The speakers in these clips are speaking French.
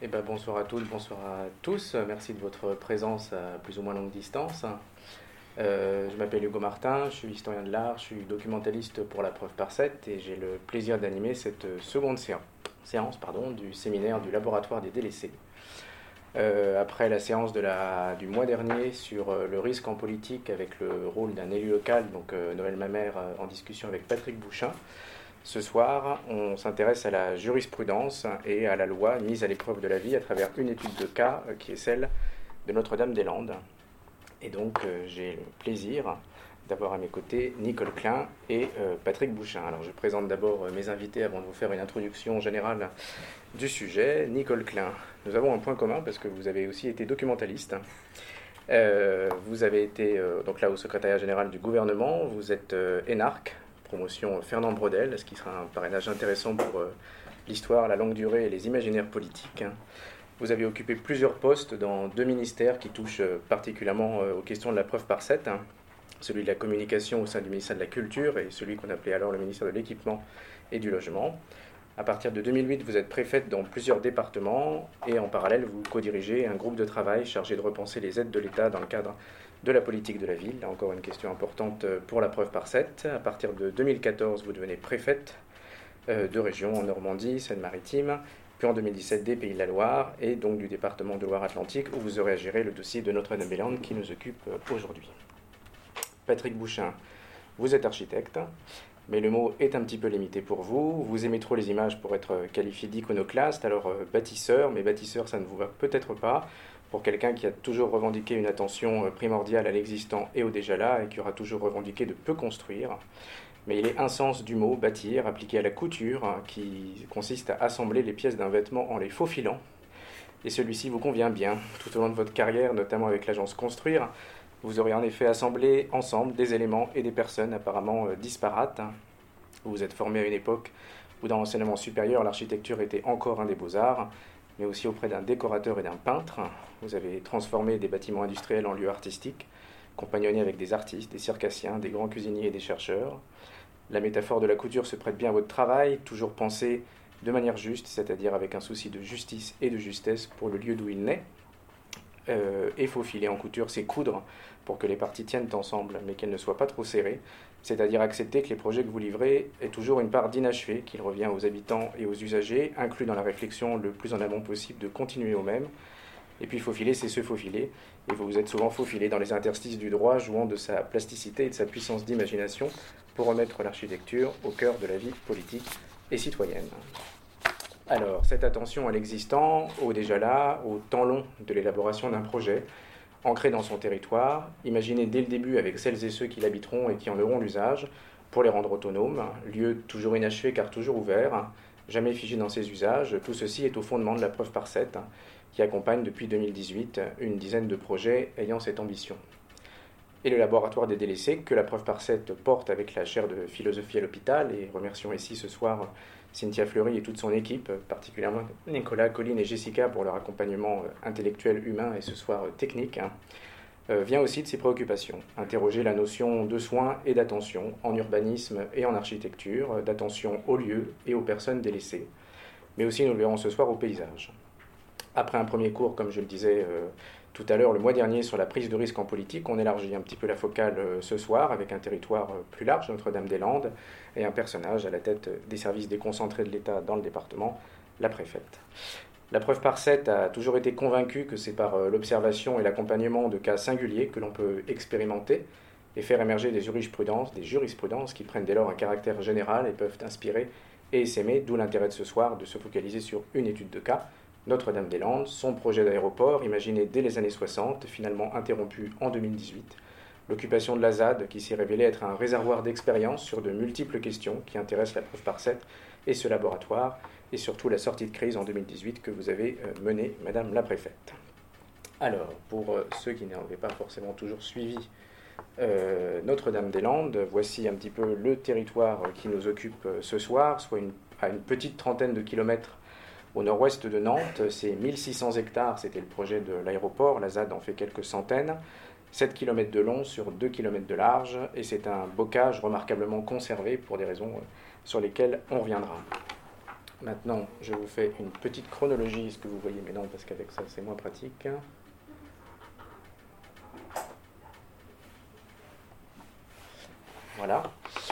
Bonsoir à toutes, bonsoir à tous. Merci de votre présence à plus ou moins longue distance. Je m'appelle Hugo Martin, je suis historien de l'art, je suis documentaliste pour la preuve par 7 et j'ai le plaisir d'animer cette seconde séance du séminaire du laboratoire des délaissés. Après la séance du mois dernier sur le risque en politique avec le rôle d'un élu local, donc Noël Mamère en discussion avec Patrick Bouchin, ce soir, on s'intéresse à la jurisprudence et à la loi mise à l'épreuve de la vie à travers une étude de cas qui est celle de Notre-Dame-des-Landes. Et donc, j'ai le plaisir d'avoir à mes côtés Nicole Klein et Patrick Bouchin. Alors, je présente d'abord mes invités avant de vous faire une introduction générale du sujet. Nicole Klein, nous avons un point commun parce que vous avez aussi été documentaliste. Vous avez été donc là au secrétariat général du gouvernement, vous êtes énarque, promotion Fernand Braudel, ce qui sera un parrainage intéressant pour l'histoire, la longue durée et les imaginaires politiques. Vous avez occupé plusieurs postes dans deux ministères qui touchent particulièrement aux questions de la preuve par 7, celui de la communication au sein du ministère de la Culture et celui qu'on appelait alors le ministère de l'Équipement et du Logement. À partir de 2008, vous êtes préfète dans plusieurs départements et en parallèle, vous co-dirigez un groupe de travail chargé de repenser les aides de l'État dans le cadre de la politique de la ville. Là encore une question importante pour la preuve par 7. À partir de 2014, vous devenez préfète de région en Normandie, Seine-Maritime, puis en 2017 des Pays de la Loire et donc du département de Loire-Atlantique où vous aurez à gérer le dossier de Notre-Dame-des-Landes qui nous occupe aujourd'hui. Patrick Bouchin, vous êtes architecte, mais le mot est un petit peu limité pour vous. Vous aimez trop les images pour être qualifié d'iconoclaste, alors bâtisseur, mais bâtisseur ça ne vous va peut-être pas. Pour quelqu'un qui a toujours revendiqué une attention primordiale à l'existant et au déjà là, et qui aura toujours revendiqué de peu construire. Mais il est un sens du mot bâtir appliqué à la couture, qui consiste à assembler les pièces d'un vêtement en les faufilant. Et celui-ci vous convient bien. Tout au long de votre carrière, notamment avec l'agence Construire, vous aurez en effet assemblé ensemble des éléments et des personnes apparemment disparates. Vous vous êtes formé à une époque où dans l'enseignement supérieur, l'architecture était encore un des beaux-arts, mais aussi auprès d'un décorateur et d'un peintre. Vous avez transformé des bâtiments industriels en lieux artistiques, compagnonné avec des artistes, des circassiens, des grands cuisiniers et des chercheurs. La métaphore de la couture se prête bien à votre travail, toujours pensé de manière juste, c'est-à-dire avec un souci de justice et de justesse pour le lieu d'où il naît. Et faufiler en couture, c'est coudre pour que les parties tiennent ensemble, mais qu'elles ne soient pas trop serrées, c'est-à-dire accepter que les projets que vous livrez aient toujours une part d'inachevé, qu'il revient aux habitants et aux usagers, inclus dans la réflexion le plus en amont possible de continuer au même. Et puis faufiler, c'est se faufiler, et vous vous êtes souvent faufilé dans les interstices du droit, jouant de sa plasticité et de sa puissance d'imagination pour remettre l'architecture au cœur de la vie politique et citoyenne. Alors, cette attention à l'existant, au déjà là, au temps long de l'élaboration d'un projet, ancré dans son territoire, imaginé dès le début avec celles et ceux qui l'habiteront et qui en auront l'usage, pour les rendre autonomes, lieu toujours inachevé car toujours ouvert, jamais figé dans ses usages, tout ceci est au fondement de la preuve par 7, qui accompagne depuis 2018 une dizaine de projets ayant cette ambition. Et le laboratoire des délaissés, que la preuve par 7 porte avec la chaire de philosophie à l'hôpital, et remercions ici ce soir Cynthia Fleury et toute son équipe, particulièrement Nicolas, Colline et Jessica pour leur accompagnement intellectuel, humain et ce soir technique, vient aussi de ses préoccupations. Interroger la notion de soins et d'attention en urbanisme et en architecture, d'attention aux lieux et aux personnes délaissées, mais aussi, nous le verrons ce soir, au paysage. Après un premier cours, comme je le disais tout à l'heure, le mois dernier, sur la prise de risque en politique, on élargit un petit peu la focale ce soir avec un territoire plus large, Notre-Dame-des-Landes, et un personnage à la tête des services déconcentrés de l'État dans le département, la préfète. La preuve par 7 a toujours été convaincue que c'est par l'observation et l'accompagnement de cas singuliers que l'on peut expérimenter et faire émerger des jurisprudences qui prennent dès lors un caractère général et peuvent inspirer et s'aimer, d'où l'intérêt de ce soir de se focaliser sur une étude de cas, Notre-Dame-des-Landes, son projet d'aéroport, imaginé dès les années 60, finalement interrompu en 2018, l'occupation de la ZAD, qui s'est révélée être un réservoir d'expérience sur de multiples questions qui intéressent la preuve par 7 et ce laboratoire, et surtout la sortie de crise en 2018 que vous avez menée, Madame la Préfète. Alors, pour ceux qui n'avaient pas forcément toujours suivi Notre-Dame-des-Landes, voici un petit peu le territoire qui nous occupe ce soir, soit à une petite trentaine de kilomètres au nord-ouest de Nantes. C'est 1600 hectares, c'était le projet de l'aéroport, la ZAD en fait quelques centaines, 7 km de long sur 2 km de large, et c'est un bocage remarquablement conservé pour des raisons sur lesquelles on reviendra. Maintenant, je vous fais une petite chronologie, est-ce que vous voyez? Mais non, parce qu'avec ça, c'est moins pratique. Voilà.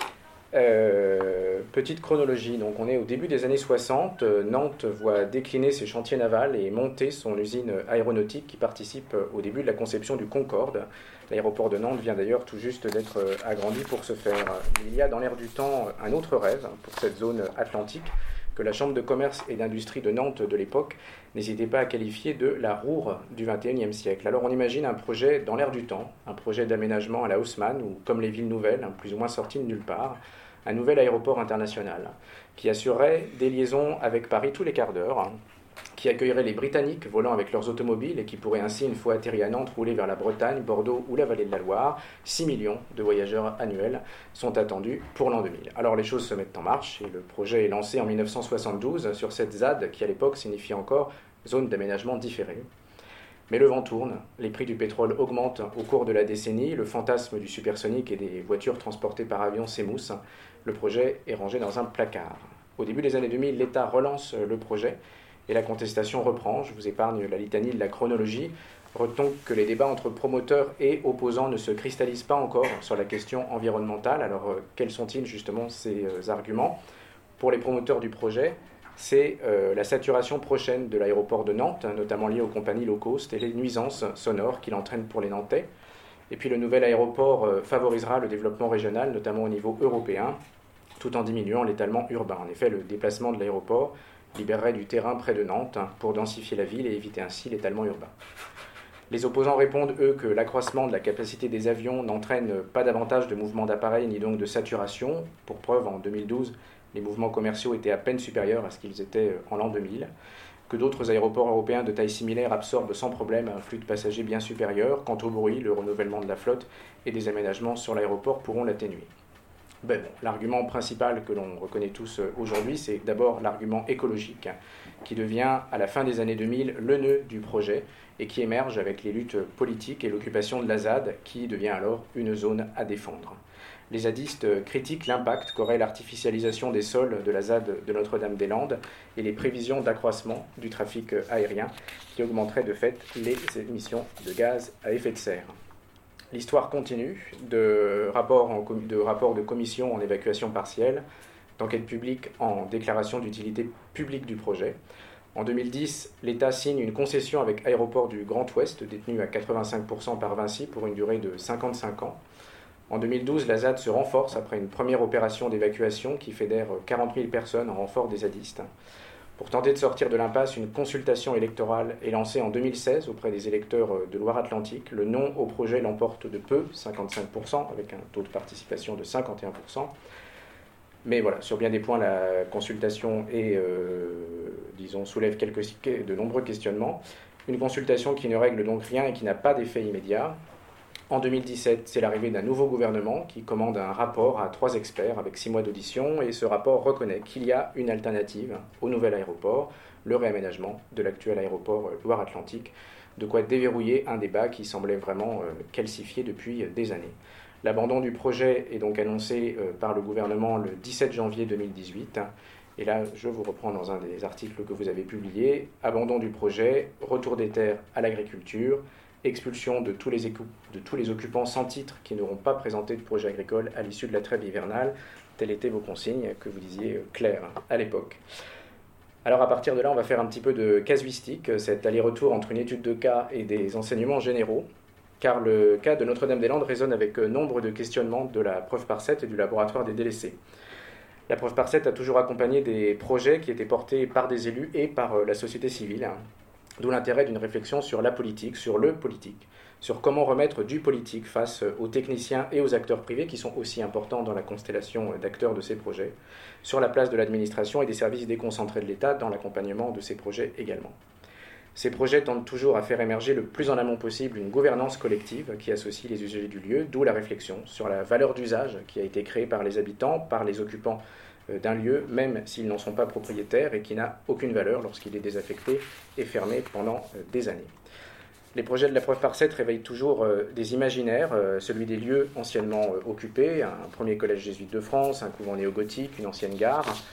Petite chronologie, donc on est au début des années 60, Nantes voit décliner ses chantiers navals et monter son usine aéronautique qui participe au début de la conception du Concorde. L'aéroport de Nantes vient d'ailleurs tout juste d'être agrandi pour ce faire. Il y a dans l'air du temps un autre rêve pour cette zone atlantique que la Chambre de commerce et d'industrie de Nantes de l'époque n'hésitait pas à qualifier de la Roure du XXIe siècle. Alors on imagine un projet dans l'air du temps, un projet d'aménagement à la Haussmann ou comme les villes nouvelles, plus ou moins sorties de nulle part, un nouvel aéroport international qui assurerait des liaisons avec Paris tous les quarts d'heure, qui accueillerait les Britanniques volant avec leurs automobiles et qui pourraient ainsi, une fois atterris à Nantes, rouler vers la Bretagne, Bordeaux ou la vallée de la Loire. 6 millions de voyageurs annuels sont attendus pour l'an 2000. Alors les choses se mettent en marche et le projet est lancé en 1972 sur cette ZAD qui à l'époque signifiait encore zone d'aménagement différé. Mais le vent tourne, les prix du pétrole augmentent au cours de la décennie, le fantasme du supersonique et des voitures transportées par avion s'émousse, le projet est rangé dans un placard. Au début des années 2000, l'État relance le projet et la contestation reprend. Je vous épargne la litanie de la chronologie. Retenons que les débats entre promoteurs et opposants ne se cristallisent pas encore sur la question environnementale. Alors quels sont-ils justement ces arguments? Pour les promoteurs du projet, c'est la saturation prochaine de l'aéroport de Nantes, notamment liée aux compagnies low cost et les nuisances sonores qu'il entraîne pour les Nantais. Et puis le nouvel aéroport favorisera le développement régional, notamment au niveau européen, tout en diminuant l'étalement urbain. En effet, le déplacement de l'aéroport libérerait du terrain près de Nantes pour densifier la ville et éviter ainsi l'étalement urbain. Les opposants répondent, eux, que l'accroissement de la capacité des avions n'entraîne pas davantage de mouvements d'appareils ni donc de saturation. Pour preuve, en 2012, les mouvements commerciaux étaient à peine supérieurs à ce qu'ils étaient en l'an 2000, que d'autres aéroports européens de taille similaire absorbent sans problème un flux de passagers bien supérieur. Quant au bruit, le renouvellement de la flotte et des aménagements sur l'aéroport pourront l'atténuer. Ben bon, l'argument principal que l'on reconnaît tous aujourd'hui, c'est d'abord l'argument écologique, qui devient à la fin des années 2000 le nœud du projet et qui émerge avec les luttes politiques et l'occupation de la ZAD, qui devient alors une zone à défendre. Les zadistes critiquent l'impact qu'aurait l'artificialisation des sols de la ZAD de Notre-Dame-des-Landes et les prévisions d'accroissement du trafic aérien qui augmenteraient de fait les émissions de gaz à effet de serre. L'histoire continue de rapports de commission en évacuation partielle, d'enquête publique en déclaration d'utilité publique du projet. En 2010, l'État signe une concession avec Aéroport du Grand Ouest, détenu à 85% par Vinci pour une durée de 55 ans. En 2012, la ZAD se renforce après une première opération d'évacuation qui fédère 40 000 personnes en renfort des zadistes. Pour tenter de sortir de l'impasse, une consultation électorale est lancée en 2016 auprès des électeurs de Loire-Atlantique. Le non au projet l'emporte de peu, 55%, avec un taux de participation de 51%. Mais voilà, sur bien des points, la consultation soulève de nombreux questionnements. Une consultation qui ne règle donc rien et qui n'a pas d'effet immédiat. En 2017, c'est l'arrivée d'un nouveau gouvernement qui commande un rapport à 3 experts avec 6 mois d'audition et ce rapport reconnaît qu'il y a une alternative au nouvel aéroport, le réaménagement de l'actuel aéroport Loire-Atlantique, de quoi déverrouiller un débat qui semblait vraiment calcifié depuis des années. L'abandon du projet est donc annoncé par le gouvernement le 17 janvier 2018. Et là, je vous reprends dans un des articles que vous avez publiés. Abandon du projet, retour des terres à l'agriculture, expulsion de tous les occupants sans titre qui n'auront pas présenté de projet agricole à l'issue de la trêve hivernale. Telles étaient vos consignes que vous disiez claires à l'époque. Alors à partir de là, on va faire un petit peu de casuistique, cet aller-retour entre une étude de cas et des enseignements généraux, car le cas de Notre-Dame-des-Landes résonne avec nombre de questionnements de la preuve par 7 et du laboratoire des délaissés. La preuve par 7 a toujours accompagné des projets qui étaient portés par des élus et par la société civile, d'où l'intérêt d'une réflexion sur la politique, sur le politique, sur comment remettre du politique face aux techniciens et aux acteurs privés qui sont aussi importants dans la constellation d'acteurs de ces projets, sur la place de l'administration et des services déconcentrés de l'État dans l'accompagnement de ces projets également. Ces projets tentent toujours à faire émerger le plus en amont possible une gouvernance collective qui associe les usagers du lieu, d'où la réflexion sur la valeur d'usage qui a été créée par les habitants, par les occupants d'un lieu, même s'ils n'en sont pas propriétaires et qui n'a aucune valeur lorsqu'il est désaffecté et fermé pendant des années. Les projets de la preuve par 7 réveillent toujours des imaginaires, celui des lieux anciennement occupés, un premier collège jésuite de France, un couvent néo-gothique, une ancienne gare.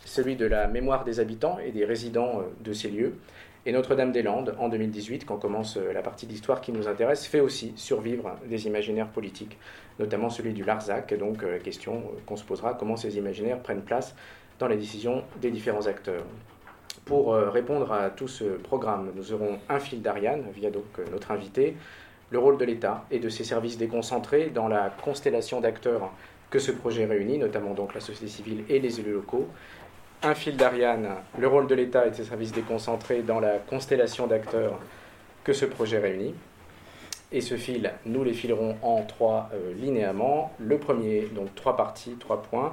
celui de la mémoire des habitants et des résidents de ces lieux. Et Notre-Dame-des-Landes, en 2018, quand commence la partie d'histoire qui nous intéresse, fait aussi survivre des imaginaires politiques, notamment celui du Larzac. Donc la question qu'on se posera, comment ces imaginaires prennent place dans les décisions des différents acteurs. Pour répondre à tout ce programme, nous aurons un fil d'Ariane, via donc notre invité, le rôle de l'État et de ses services déconcentrés dans la constellation d'acteurs que ce projet réunit, notamment donc la société civile et les élus locaux. Un fil d'Ariane, le rôle de l'État et de ses services déconcentrés dans la constellation d'acteurs que ce projet réunit. Et ce fil, nous les filerons en 3 linéaments. Le premier, donc 3 parties, 3 points.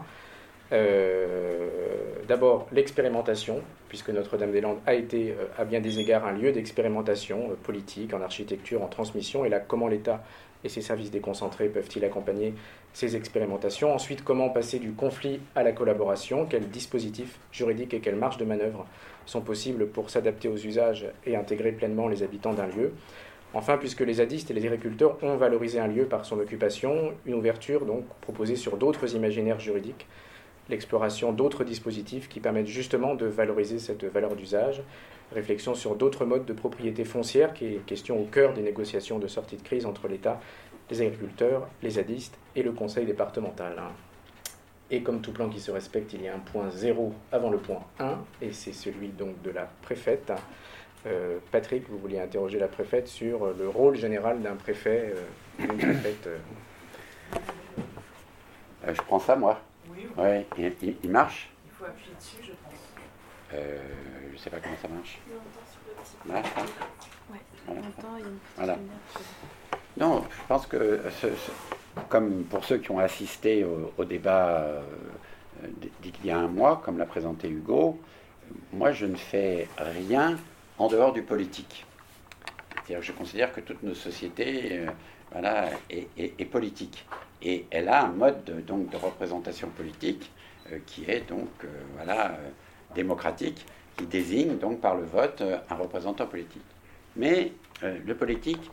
D'abord, l'expérimentation, puisque Notre-Dame-des-Landes a été, à bien des égards, un lieu d'expérimentation politique, en architecture, en transmission. Et là, comment l'État et ses services déconcentrés peuvent-ils accompagner ces expérimentations? Ensuite, comment passer du conflit à la collaboration? Quels dispositifs juridiques et quelles marges de manœuvre sont possibles pour s'adapter aux usages et intégrer pleinement les habitants d'un lieu? Enfin, puisque les zadistes et les agriculteurs ont valorisé un lieu par son occupation, une ouverture donc proposée sur d'autres imaginaires juridiques, l'exploration d'autres dispositifs qui permettent justement de valoriser cette valeur d'usage, réflexion sur d'autres modes de propriété foncière, qui est question au cœur des négociations de sortie de crise entre l'État, les agriculteurs, les zadistes et le conseil départemental. Et comme tout plan qui se respecte, il y a un point 0 avant le point 1, et c'est celui donc de la préfète. Patrick, vous vouliez interroger la préfète sur le rôle général d'un préfet, d'une préfète. Je prends ça, moi. Oui. Ouais, il marche. Il faut appuyer dessus, je pense. Je ne sais pas comment ça marche. On entend sur le petit. Marche, hein. Ouais, Voilà. on entend, il y a une petite Voilà. lumière qui- Non, je pense que, comme pour ceux qui ont assisté au débat d'il y a un mois, comme l'a présenté Hugo, moi je ne fais rien en dehors du politique. C'est-à-dire que je considère que toute nos sociétés voilà, est politique. Et elle a un mode donc, de représentation politique qui est donc démocratique, qui désigne donc par le vote un représentant politique. Mais le politique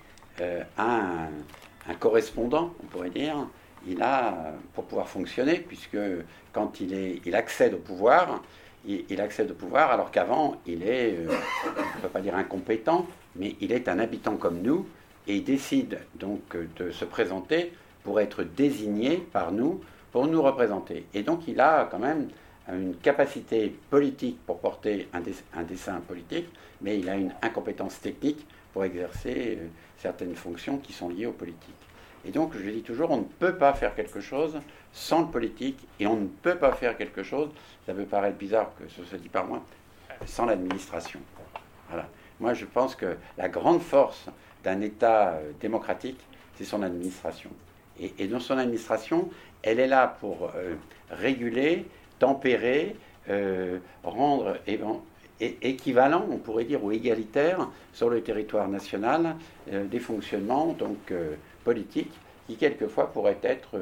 a un correspondant, on pourrait dire, il a, pour pouvoir fonctionner, puisque quand il accède au pouvoir, il accède au pouvoir alors qu'avant, il est, on ne peut pas dire incompétent, mais il est un habitant comme nous, et il décide donc de se présenter pour être désigné par nous, pour nous représenter. Et donc il a quand même une capacité politique pour porter un dessein politique, mais il a une incompétence technique pour exercer certaines fonctions qui sont liées aux politiques. Et donc, je dis toujours, on ne peut pas faire quelque chose sans le politique, et on ne peut pas faire quelque chose, ça peut paraître bizarre que ce soit dit par moi, sans l'administration. Voilà. Moi, je pense que la grande force d'un État démocratique, c'est son administration. Et dans son administration, elle est là pour réguler, tempérer, rendre équivalent, on pourrait dire, ou égalitaire sur le territoire national des fonctionnements donc, politiques qui quelquefois pourraient être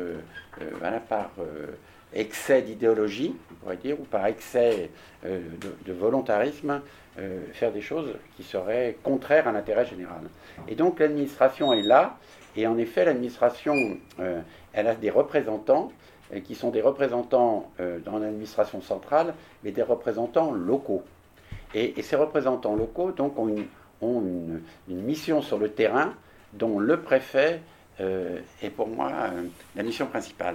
par excès d'idéologie, on pourrait dire, ou par excès de volontarisme, faire des choses qui seraient contraires à l'intérêt général. Et donc l'administration est là, et en effet l'administration, elle a des représentants, qui sont des représentants dans l'administration centrale, mais des représentants locaux. Et ces représentants locaux donc, ont une mission sur le terrain dont le préfet est pour moi la mission principale.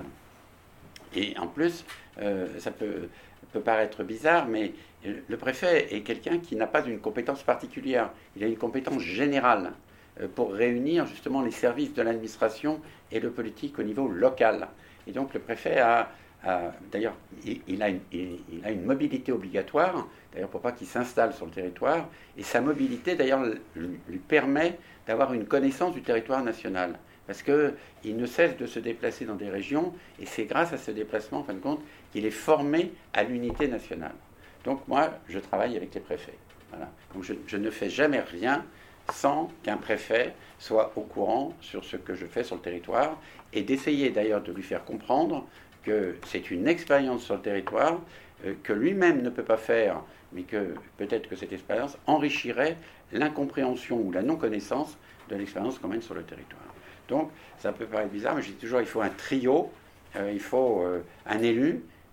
Et en plus, ça peut paraître bizarre, mais le préfet est quelqu'un qui n'a pas une compétence particulière. Il a une compétence générale pour réunir justement les services de l'administration et le politique au niveau local. Et donc le préfet d'ailleurs, il a une mobilité obligatoire, d'ailleurs pour pas qu'il s'installe sur le territoire, et sa mobilité d'ailleurs lui permet d'avoir une connaissance du territoire national, parce qu'il ne cesse de se déplacer dans des régions, et c'est grâce à ce déplacement, en fin de compte, qu'il est formé à l'unité nationale. Donc moi, je travaille avec les préfets. Voilà. Donc je ne fais jamais rien sans qu'un préfet soit au courant sur ce que je fais sur le territoire, et d'essayer d'ailleurs de lui faire comprendre que c'est une expérience sur le territoire que lui-même ne peut pas faire, mais que peut-être que cette expérience enrichirait l'incompréhension ou la non-connaissance de l'expérience qu'on mène sur le territoire. Donc, ça peut paraître bizarre, mais je dis toujours, il faut un trio, il faut un élu,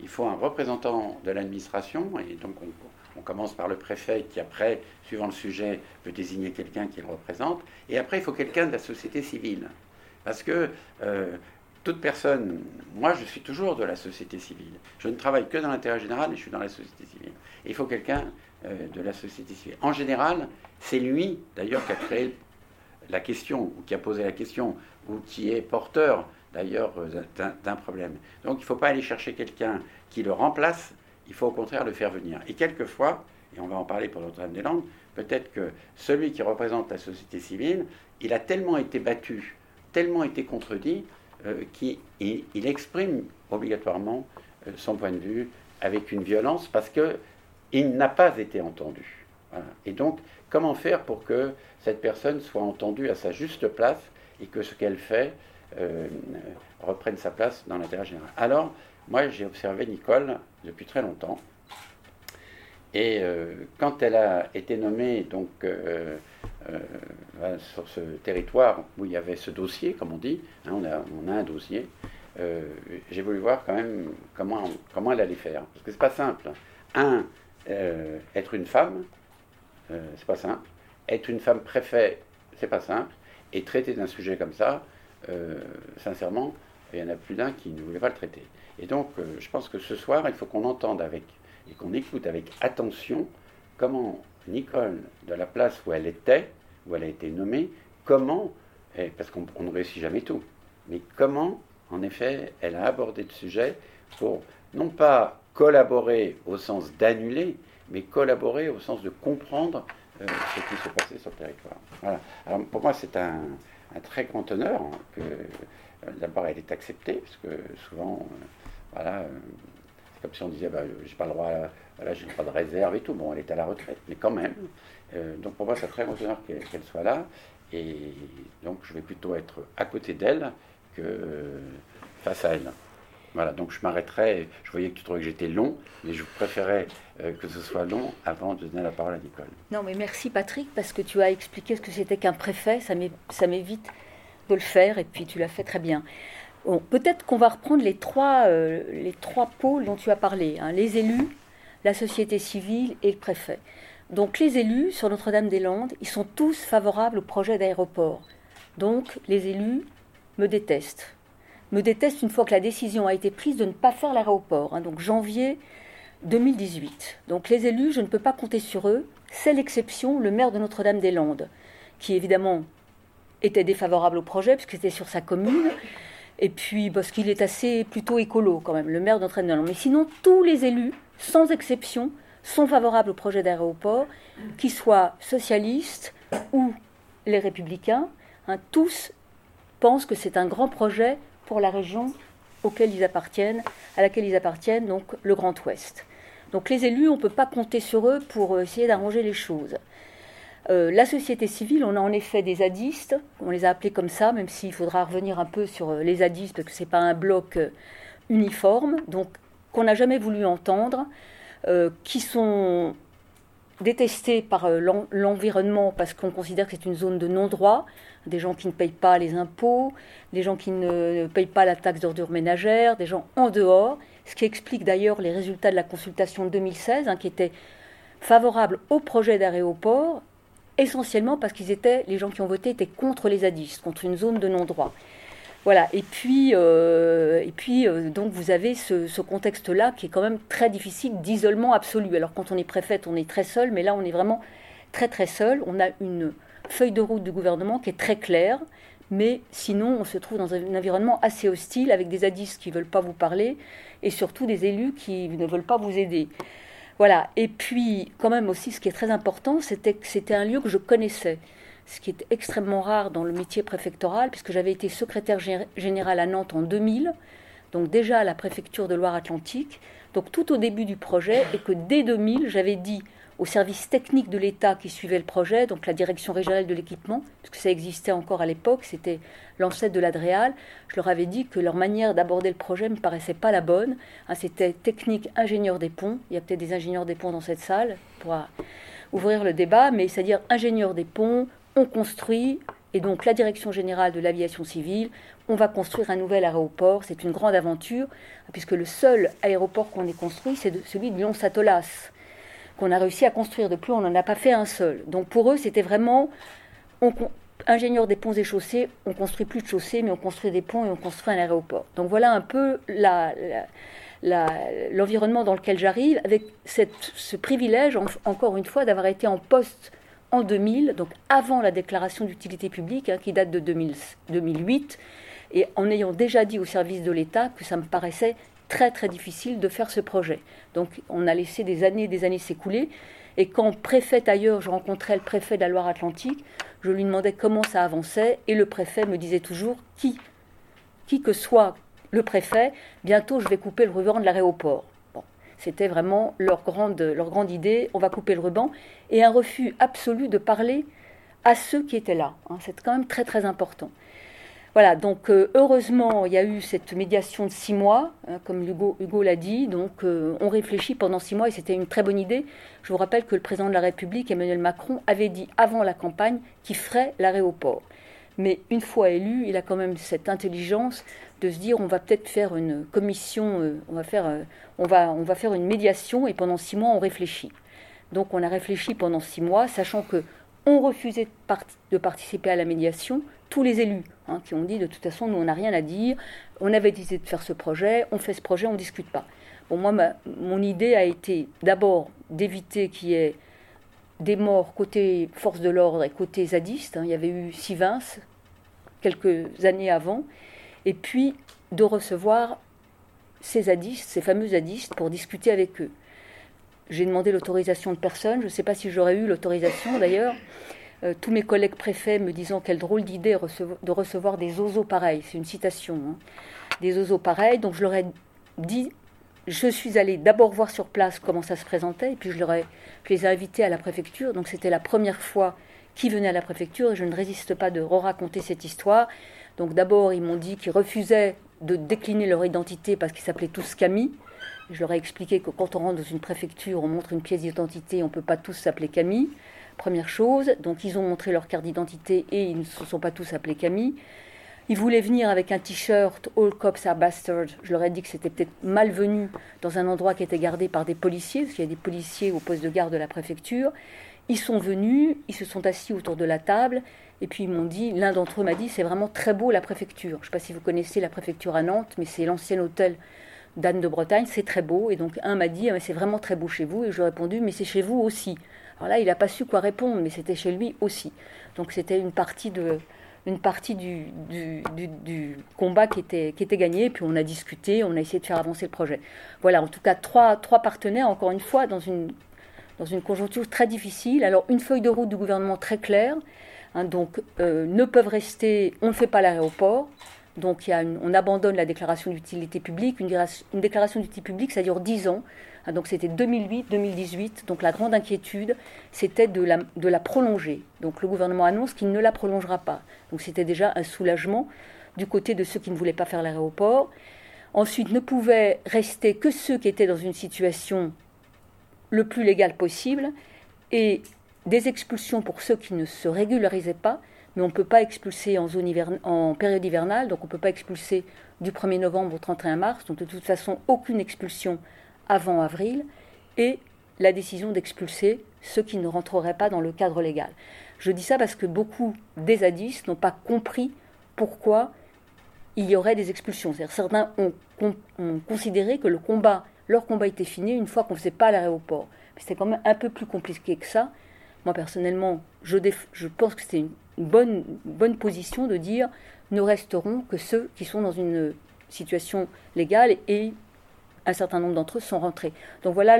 il faut un représentant de l'administration, et donc on commence par le préfet qui après, suivant le sujet, peut désigner quelqu'un qui le représente, et après il faut quelqu'un de la société civile. Parce que toute personne, moi je suis toujours de la société civile, je ne travaille que dans l'intérêt général et je suis dans la société civile. Et il faut quelqu'un de la société civile. En général, c'est lui d'ailleurs qui a créé la question, ou qui a posé la question, ou qui est porteur d'ailleurs d'un problème. Donc il ne faut pas aller chercher quelqu'un qui le remplace, il faut au contraire le faire venir. Et quelquefois, et on va en parler pour Notre-Dame-des-Landes, peut-être que celui qui représente la société civile, il a tellement été battu, tellement été contredit, qu'il exprime obligatoirement son point de vue avec une violence parce qu'il n'a pas été entendu. Voilà. Et donc, comment faire pour que cette personne soit entendue à sa juste place et que ce qu'elle fait reprenne sa place dans l'intérêt général. Alors, moi, j'ai observé Nicole depuis très longtemps. Et quand elle a été nommée donc, sur ce territoire où il y avait ce dossier, comme on dit, hein, on a un dossier, j'ai voulu voir quand même comment elle allait faire. Parce que c'est pas simple. Être une femme, c'est pas simple. Être une femme préfet, c'est pas simple. Et traiter d'un sujet comme ça, sincèrement, il y en a plus d'un qui ne voulait pas le traiter. Et donc, je pense que ce soir, il faut qu'on entende et qu'on écoute avec attention comment Nicole, de la place où elle était, où elle a été nommée, parce qu'on ne réussit jamais tout, mais comment, en effet, elle a abordé le sujet pour non pas collaborer au sens d'annuler, mais collaborer au sens de comprendre ce qui se passait sur le territoire. Voilà. Alors, pour moi, c'est un très grand honneur que d'abord elle est acceptée, parce que souvent, c'est comme si on disait, j'ai pas le droit, j'ai pas de réserve et tout. Bon, elle est à la retraite, mais quand même. Donc pour moi, c'est un très grand honneur qu'elle soit là, et donc je vais plutôt être à côté d'elle que face à elle. Voilà, donc je m'arrêterai. Je voyais que tu trouvais que j'étais long, mais je préférais que ce soit long avant de donner la parole à Nicole. Non, mais merci Patrick, parce que tu as expliqué ce que c'était qu'un préfet, ça m'évite de le faire, et puis tu l'as fait très bien. Bon, peut-être qu'on va reprendre les trois pôles dont tu as parlé, hein, les élus, la société civile et le préfet. Donc les élus sur Notre-Dame-des-Landes, ils sont tous favorables au projet d'aéroport. Donc les élus me détestent une fois que la décision a été prise de ne pas faire l'aéroport, hein, donc janvier 2018. Donc les élus, je ne peux pas compter sur eux. C'est l'exception, le maire de Notre-Dame-des-Landes, qui évidemment était défavorable au projet, puisque c'était sur sa commune, et puis parce qu'il est assez plutôt écolo quand même, le maire de Notre-Dame-des-Landes. Mais sinon, tous les élus, sans exception, sont favorables au projet d'aéroport, qu'ils soient socialistes ou les républicains. Hein, tous pensent que c'est un grand projet pour la région à laquelle ils appartiennent, donc le Grand Ouest. Donc les élus, on ne peut pas compter sur eux pour essayer d'arranger les choses. La société civile, on a en effet des zadistes, on les a appelés comme ça, même s'il faudra revenir un peu sur les zadistes, parce que ce n'est pas un bloc uniforme, donc qu'on n'a jamais voulu entendre, qui sont détestés par l'environnement parce qu'on considère que c'est une zone de non-droit, des gens qui ne payent pas les impôts, des gens qui ne payent pas la taxe d'ordures ménagères, des gens en dehors, ce qui explique d'ailleurs les résultats de la consultation de 2016, hein, qui étaient favorables au projet d'aéroport, essentiellement parce les gens qui ont voté étaient contre les zadistes, contre une zone de non-droit. Voilà, et puis donc vous avez ce contexte-là qui est quand même très difficile d'isolement absolu. Alors quand on est préfète, on est très seul, mais là on est vraiment très très seul. On a une feuille de route du gouvernement qui est très claire, mais sinon on se trouve dans un environnement assez hostile avec des zadistes qui ne veulent pas vous parler et surtout des élus qui ne veulent pas vous aider. Voilà, et puis quand même aussi ce qui est très important, c'était que c'était un lieu que je connaissais. Ce qui est extrêmement rare dans le métier préfectoral, puisque j'avais été secrétaire générale à Nantes en 2000, donc déjà à la préfecture de Loire-Atlantique, donc tout au début du projet, et que dès 2000, j'avais dit aux services techniques de l'État qui suivaient le projet, donc la direction régionale de l'équipement, puisque ça existait encore à l'époque, c'était l'ancêtre de l'Adréal, je leur avais dit que leur manière d'aborder le projet ne me paraissait pas la bonne. Hein, c'était technique ingénieur des ponts, il y a peut-être des ingénieurs des ponts dans cette salle, pour ouvrir le débat, mais c'est-à-dire ingénieur des ponts, on construit, et donc la Direction générale de l'aviation civile, on va construire un nouvel aéroport. C'est une grande aventure, puisque le seul aéroport qu'on ait construit, c'est celui de Lyon-Satolas, qu'on a réussi à construire. Depuis, on n'en a pas fait un seul. Donc pour eux, c'était vraiment... ingénieur des ponts et chaussées, on construit plus de chaussées, mais on construit des ponts et on construit un aéroport. Donc voilà un peu l'environnement dans lequel j'arrive, avec ce privilège, encore une fois, d'avoir été en poste en 2000, donc avant la déclaration d'utilité publique, qui date de 2008, et en ayant déjà dit au service de l'État que ça me paraissait très très difficile de faire ce projet. Donc on a laissé des années s'écouler, et quand préfet ailleurs, je rencontrais le préfet de la Loire-Atlantique, je lui demandais comment ça avançait, et le préfet me disait toujours, qui que soit le préfet, bientôt je vais couper le ruban de l'aéroport. Bon, c'était vraiment leur grande idée, on va couper le ruban, et un refus absolu de parler à ceux qui étaient là. C'est quand même très très important. Voilà, donc heureusement, il y a eu cette médiation de 6 mois, comme Hugo l'a dit, donc on réfléchit pendant 6 mois, et c'était une très bonne idée. Je vous rappelle que le président de la République, Emmanuel Macron, avait dit avant la campagne qu'il ferait l'aéroport. Mais une fois élu, il a quand même cette intelligence de se dire on va peut-être faire une commission, on va faire une médiation, et pendant 6 mois, on réfléchit. Donc on a réfléchi pendant 6 mois, sachant que on refusait de participer à la médiation, tous les élus qui ont dit de toute façon nous on n'a rien à dire, on avait décidé de faire ce projet, on fait ce projet, on ne discute pas. Bon, moi mon idée a été d'abord d'éviter qu'il y ait des morts côté force de l'ordre et côté zadistes, il y avait eu Sivins quelques années avant, et puis de recevoir ces zadistes, ces fameux zadistes, pour discuter avec eux. J'ai demandé l'autorisation de personne, je ne sais pas si j'aurais eu l'autorisation d'ailleurs. Tous mes collègues préfets me disant quelle drôle d'idée de recevoir des oiseaux pareils, c'est une citation, des oiseaux pareils. Donc je leur ai dit, je suis allée d'abord voir sur place comment ça se présentait, et puis je les ai invités à la préfecture. Donc c'était la première fois qu'ils venaient à la préfecture, et je ne résiste pas de raconter cette histoire. Donc d'abord ils m'ont dit qu'ils refusaient de décliner leur identité parce qu'ils s'appelaient tous Camille. Je leur ai expliqué que quand on rentre dans une préfecture, on montre une pièce d'identité, on ne peut pas tous s'appeler Camille. Première chose, donc ils ont montré leur carte d'identité et ils ne se sont pas tous appelés Camille. Ils voulaient venir avec un t-shirt « All cops are bastards ». Je leur ai dit que c'était peut-être malvenu dans un endroit qui était gardé par des policiers, parce qu'il y a des policiers au poste de garde de la préfecture. Ils sont venus, ils se sont assis autour de la table, et puis ils m'ont dit, l'un d'entre eux m'a dit « C'est vraiment très beau la préfecture ». Je ne sais pas si vous connaissez la préfecture à Nantes, mais c'est l'ancien hôtel d'Anne de Bretagne, c'est très beau. Et donc un m'a dit « C'est vraiment très beau chez vous ». Et je lui ai répondu « Mais c'est chez vous aussi ». Alors là, il n'a pas su quoi répondre, mais c'était chez lui aussi. Donc c'était une partie du combat qui était gagnée. Puis on a discuté, on a essayé de faire avancer le projet. Voilà, en tout cas, trois partenaires, encore une fois, dans une conjoncture très difficile. Alors une feuille de route du gouvernement très claire. Donc ne peuvent rester, on ne fait pas l'aéroport. Donc on abandonne la déclaration d'utilité publique. Une déclaration d'utilité publique, ça dure 10 ans. Donc c'était 2008-2018. Donc la grande inquiétude, c'était de la prolonger. Donc le gouvernement annonce qu'il ne la prolongera pas. Donc c'était déjà un soulagement du côté de ceux qui ne voulaient pas faire l'aéroport. Ensuite, ne pouvaient rester que ceux qui étaient dans une situation le plus légale possible, et des expulsions pour ceux qui ne se régularisaient pas. Mais on ne peut pas expulser en période hivernale, donc on ne peut pas expulser du 1er novembre au 31 mars, donc de toute façon aucune expulsion avant avril, et la décision d'expulser ceux qui ne rentreraient pas dans le cadre légal. Je dis ça parce que beaucoup des zadistes n'ont pas compris pourquoi il y aurait des expulsions. C'est-à-dire certains ont considéré que leur combat était fini une fois qu'on ne faisait pas l'aéroport. Mais c'était quand même un peu plus compliqué que ça. Moi personnellement, je pense que c'était une bonne position de dire ne resteront que ceux qui sont dans une situation légale, et un certain nombre d'entre eux sont rentrés. Donc voilà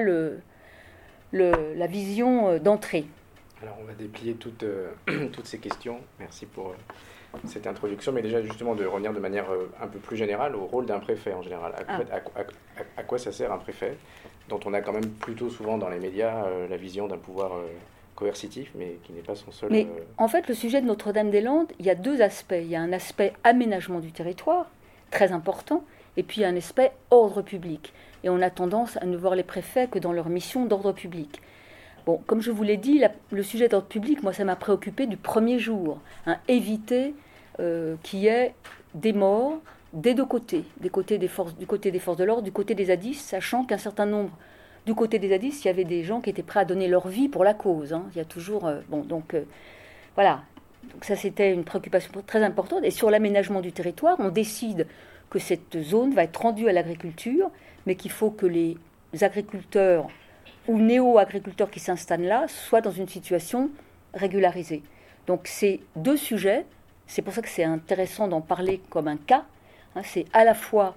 la vision d'entrée. Alors on va déplier toutes ces questions. Merci pour cette introduction, mais déjà justement de revenir de manière un peu plus générale au rôle d'un préfet en général. À quoi ça sert un préfet, dont on a quand même plutôt souvent dans les médias la vision d'un pouvoir coercitif, mais qui n'est pas son seul... Mais en fait, le sujet de Notre-Dame-des-Landes, il y a deux aspects. Il y a un aspect aménagement du territoire, très important, et puis un aspect ordre public. Et on a tendance à ne voir les préfets que dans leur mission d'ordre public. Bon, comme je vous l'ai dit, le sujet d'ordre public, moi, ça m'a préoccupé du premier jour. Éviter qu'il y ait des morts des deux côtés, du côté des forces de l'ordre, du côté des zadistes, sachant qu'un certain nombre, du côté des zadistes, il y avait des gens qui étaient prêts à donner leur vie pour la cause. Il y a toujours... voilà. Donc ça, c'était une préoccupation très importante. Et sur l'aménagement du territoire, on décide que cette zone va être rendue à l'agriculture, mais qu'il faut que les agriculteurs ou néo-agriculteurs qui s'installent là soient dans une situation régularisée. Donc c'est deux sujets, c'est pour ça que c'est intéressant d'en parler comme un cas. C'est à la fois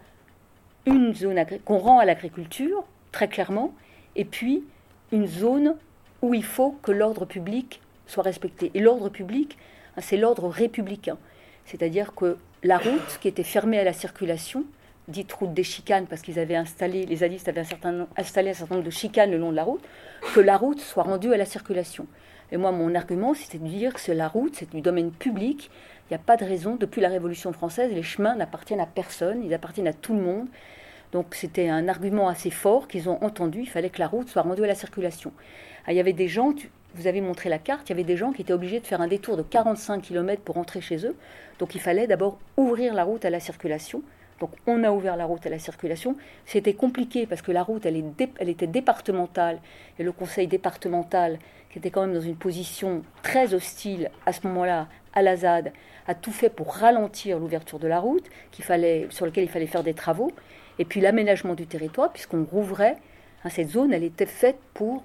une zone qu'on rend à l'agriculture, très clairement, et puis une zone où il faut que l'ordre public soit respecté. Et l'ordre public, c'est l'ordre républicain. C'est-à-dire que la route qui était fermée à la circulation, dite route des chicanes, parce qu'ils avaient installé, les zadistes avaient installé un certain nombre de chicanes le long de la route, que la route soit rendue à la circulation. Et moi, mon argument, c'était de dire que la route, c'est du domaine public. Il n'y a pas de raison, depuis la Révolution française, les chemins n'appartiennent à personne, ils appartiennent à tout le monde. Donc c'était un argument assez fort qu'ils ont entendu, il fallait que la route soit rendue à la circulation. Il y avait des gens, vous avez montré la carte, il y avait des gens qui étaient obligés de faire un détour de 45 km pour rentrer chez eux. Donc il fallait d'abord ouvrir la route à la circulation. Donc on a ouvert la route à la circulation. C'était compliqué parce que la route, elle était départementale. Et le conseil départemental, qui était quand même dans une position très hostile à ce moment-là, à la ZAD, a tout fait pour ralentir l'ouverture de la route, sur laquelle il fallait faire des travaux. Et puis l'aménagement du territoire, puisqu'on rouvrait, cette zone, elle était faite pour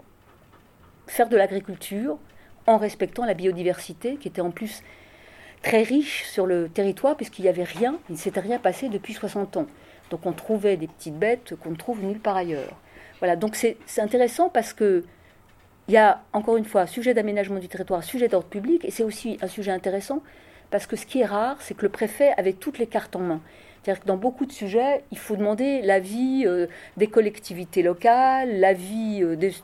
faire de l'agriculture en respectant la biodiversité, qui était en plus très riche sur le territoire, puisqu'il n'y avait rien, il ne s'était rien passé depuis 60 ans. Donc on trouvait des petites bêtes qu'on ne trouve nulle part ailleurs. Voilà, donc c'est intéressant parce que il y a, encore une fois, un sujet d'aménagement du territoire, un sujet d'ordre public, et c'est aussi un sujet intéressant parce que ce qui est rare, c'est que le préfet avait toutes les cartes en main. C'est-à-dire que dans beaucoup de sujets, il faut demander l'avis des collectivités locales, l'avis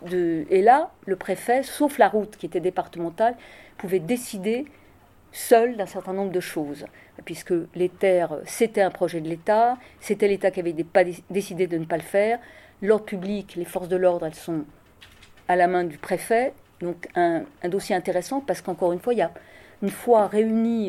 Et là, le préfet, sauf la route qui était départementale, pouvait décider seul d'un certain nombre de choses, puisque les terres, c'était un projet de l'État, c'était l'État qui avait décidé de ne pas le faire. L'ordre public, les forces de l'ordre, elles sont à la main du préfet. Donc un dossier intéressant, parce qu'encore une fois, il y a une fois réunis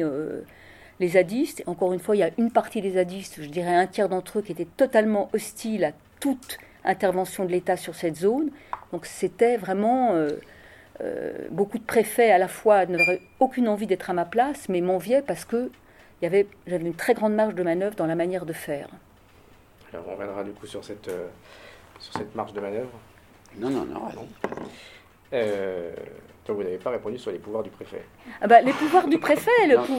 les zadistes, encore une fois, il y a une partie des zadistes, je dirais un tiers d'entre eux, qui étaient totalement hostiles à toute intervention de l'État sur cette zone. Donc c'était vraiment... beaucoup de préfets à la fois n'avaient aucune envie d'être à ma place, mais m'enviaient parce que j'avais une très grande marge de manœuvre dans la manière de faire. Alors on reviendra du coup sur cette marge de manœuvre. Non, vas-y. Donc vous n'avez pas répondu sur les pouvoirs du préfet. Les pouvoirs du préfet,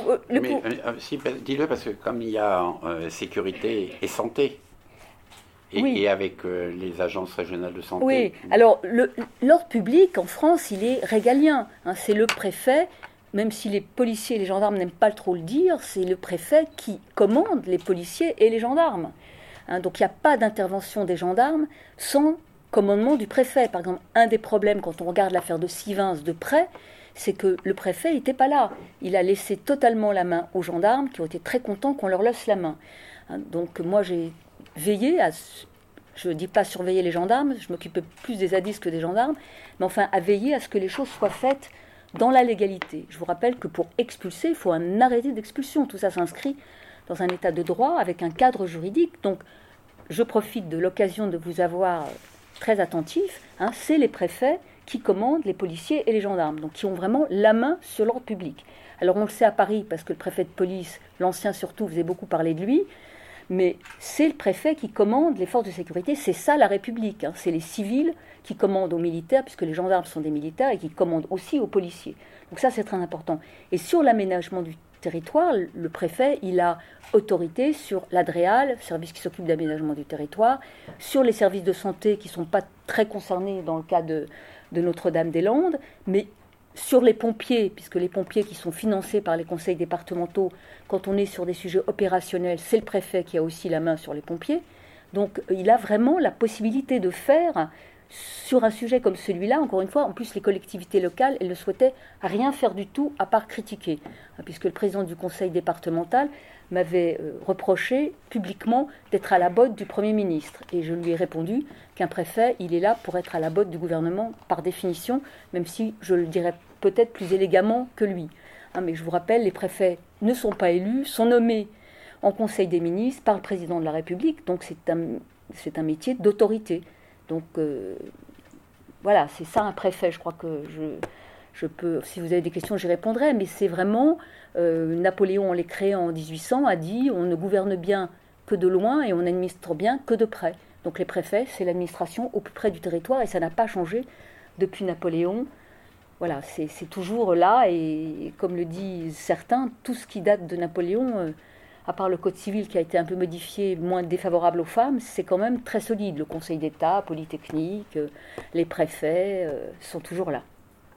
si, dis-le, parce que comme il y a sécurité et santé, oui. Et avec les agences régionales de santé. Oui, alors l'ordre public en France, il est régalien. C'est le préfet, même si les policiers et les gendarmes n'aiment pas trop le dire, c'est le préfet qui commande les policiers et les gendarmes. Donc il n'y a pas d'intervention des gendarmes sans commandement du préfet. Par exemple, un des problèmes quand on regarde l'affaire de Sivins de près, c'est que le préfet n'était pas là. Il a laissé totalement la main aux gendarmes qui ont été très contents qu'on leur laisse la main. Donc moi j'ai veillé je ne dis pas surveiller les gendarmes, je m'occupais plus des zadistes que des gendarmes, mais enfin à veiller à ce que les choses soient faites dans la légalité. Je vous rappelle que pour expulser, il faut un arrêté d'expulsion. Tout ça s'inscrit dans un état de droit avec un cadre juridique. Donc je profite de l'occasion de vous avoir très attentif. C'est les préfets qui commandent les policiers et les gendarmes, donc qui ont vraiment la main sur l'ordre public. Alors on le sait à Paris, parce que le préfet de police, l'ancien surtout, faisait beaucoup parler de lui, mais c'est le préfet qui commande les forces de sécurité, c'est ça la République, c'est les civils qui commandent aux militaires, puisque les gendarmes sont des militaires, et qui commandent aussi aux policiers. Donc ça c'est très important. Et sur l'aménagement du territoire, le préfet, il a autorité sur l'ADREAL, service qui s'occupe d'aménagement du territoire, sur les services de santé qui ne sont pas très concernés dans le cas de Notre-Dame-des-Landes, mais sur les pompiers, puisque les pompiers qui sont financés par les conseils départementaux, quand on est sur des sujets opérationnels, c'est le préfet qui a aussi la main sur les pompiers. Donc il a vraiment la possibilité de faire sur un sujet comme celui-là, encore une fois, en plus les collectivités locales, elles ne souhaitaient rien faire du tout à part critiquer, puisque le président du conseil départemental m'avait reproché publiquement d'être à la botte du Premier ministre. Et je lui ai répondu qu'un préfet, il est là pour être à la botte du gouvernement par définition, même si je le dirais peut-être plus élégamment que lui. Mais je vous rappelle, les préfets ne sont pas élus, sont nommés en conseil des ministres par le président de la République, donc c'est un métier d'autorité. Donc voilà, c'est ça un préfet. Je crois que je peux, si vous avez des questions, j'y répondrai. Mais c'est vraiment, Napoléon, en les créant en 1800, a dit on ne gouverne bien que de loin et on n'administre bien que de près. Donc les préfets, c'est l'administration au plus près du territoire et ça n'a pas changé depuis Napoléon. Voilà, c'est toujours là et comme le disent certains, tout ce qui date de Napoléon, à part le code civil qui a été un peu modifié, moins défavorable aux femmes, c'est quand même très solide. Le Conseil d'État, Polytechnique, les préfets sont toujours là.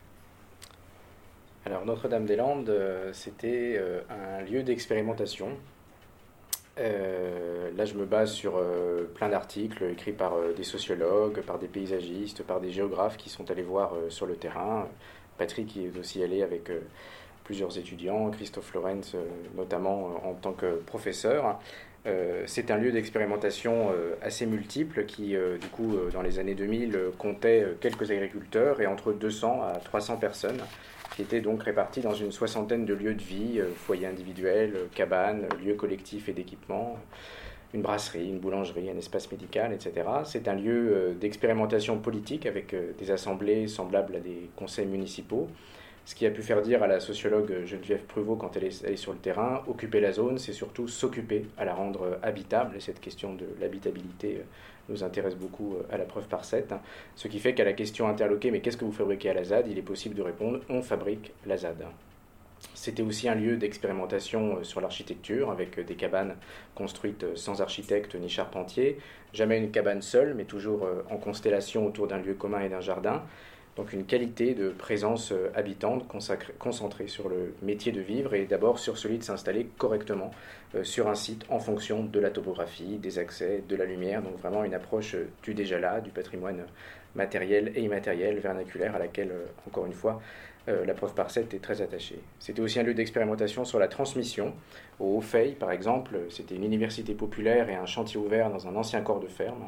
Alors Notre-Dame-des-Landes, c'était un lieu d'expérimentation. Là, je me base sur plein d'articles écrits par des sociologues, par des paysagistes, par des géographes qui sont allés voir sur le terrain. Patrick y est aussi allé avec plusieurs étudiants, Christophe Lorenz notamment en tant que professeur. C'est un lieu d'expérimentation assez multiple qui, du coup, dans les années 2000, comptait quelques agriculteurs et entre 200 à 300 personnes qui étaient donc répartis dans une soixantaine de lieux de vie, foyers individuels, cabanes, lieux collectifs et d'équipement, une brasserie, une boulangerie, un espace médical, etc. C'est un lieu d'expérimentation politique avec des assemblées semblables à des conseils municipaux. Ce qui a pu faire dire à la sociologue Geneviève Pruvot quand elle est allée sur le terrain, occuper la zone, c'est surtout s'occuper à la rendre habitable. Et cette question de l'habitabilité nous intéresse beaucoup à la preuve par 7. Ce qui fait qu'à la question interloquée, mais qu'est-ce que vous fabriquez à la ZAD, il est possible de répondre, on fabrique la ZAD. C'était aussi un lieu d'expérimentation sur l'architecture, avec des cabanes construites sans architecte ni charpentier. Jamais une cabane seule, mais toujours en constellation autour d'un lieu commun et d'un jardin. Donc une qualité de présence habitante concentrée sur le métier de vivre et d'abord sur celui de s'installer correctement sur un site en fonction de la topographie, des accès, de la lumière. Donc vraiment une approche du déjà là, du patrimoine matériel et immatériel, vernaculaire, à laquelle, encore une fois, la preuve par 7 est très attachée. C'était aussi un lieu d'expérimentation sur la transmission. Au Haut-Fay, par exemple, c'était une université populaire et un chantier ouvert dans un ancien corps de ferme.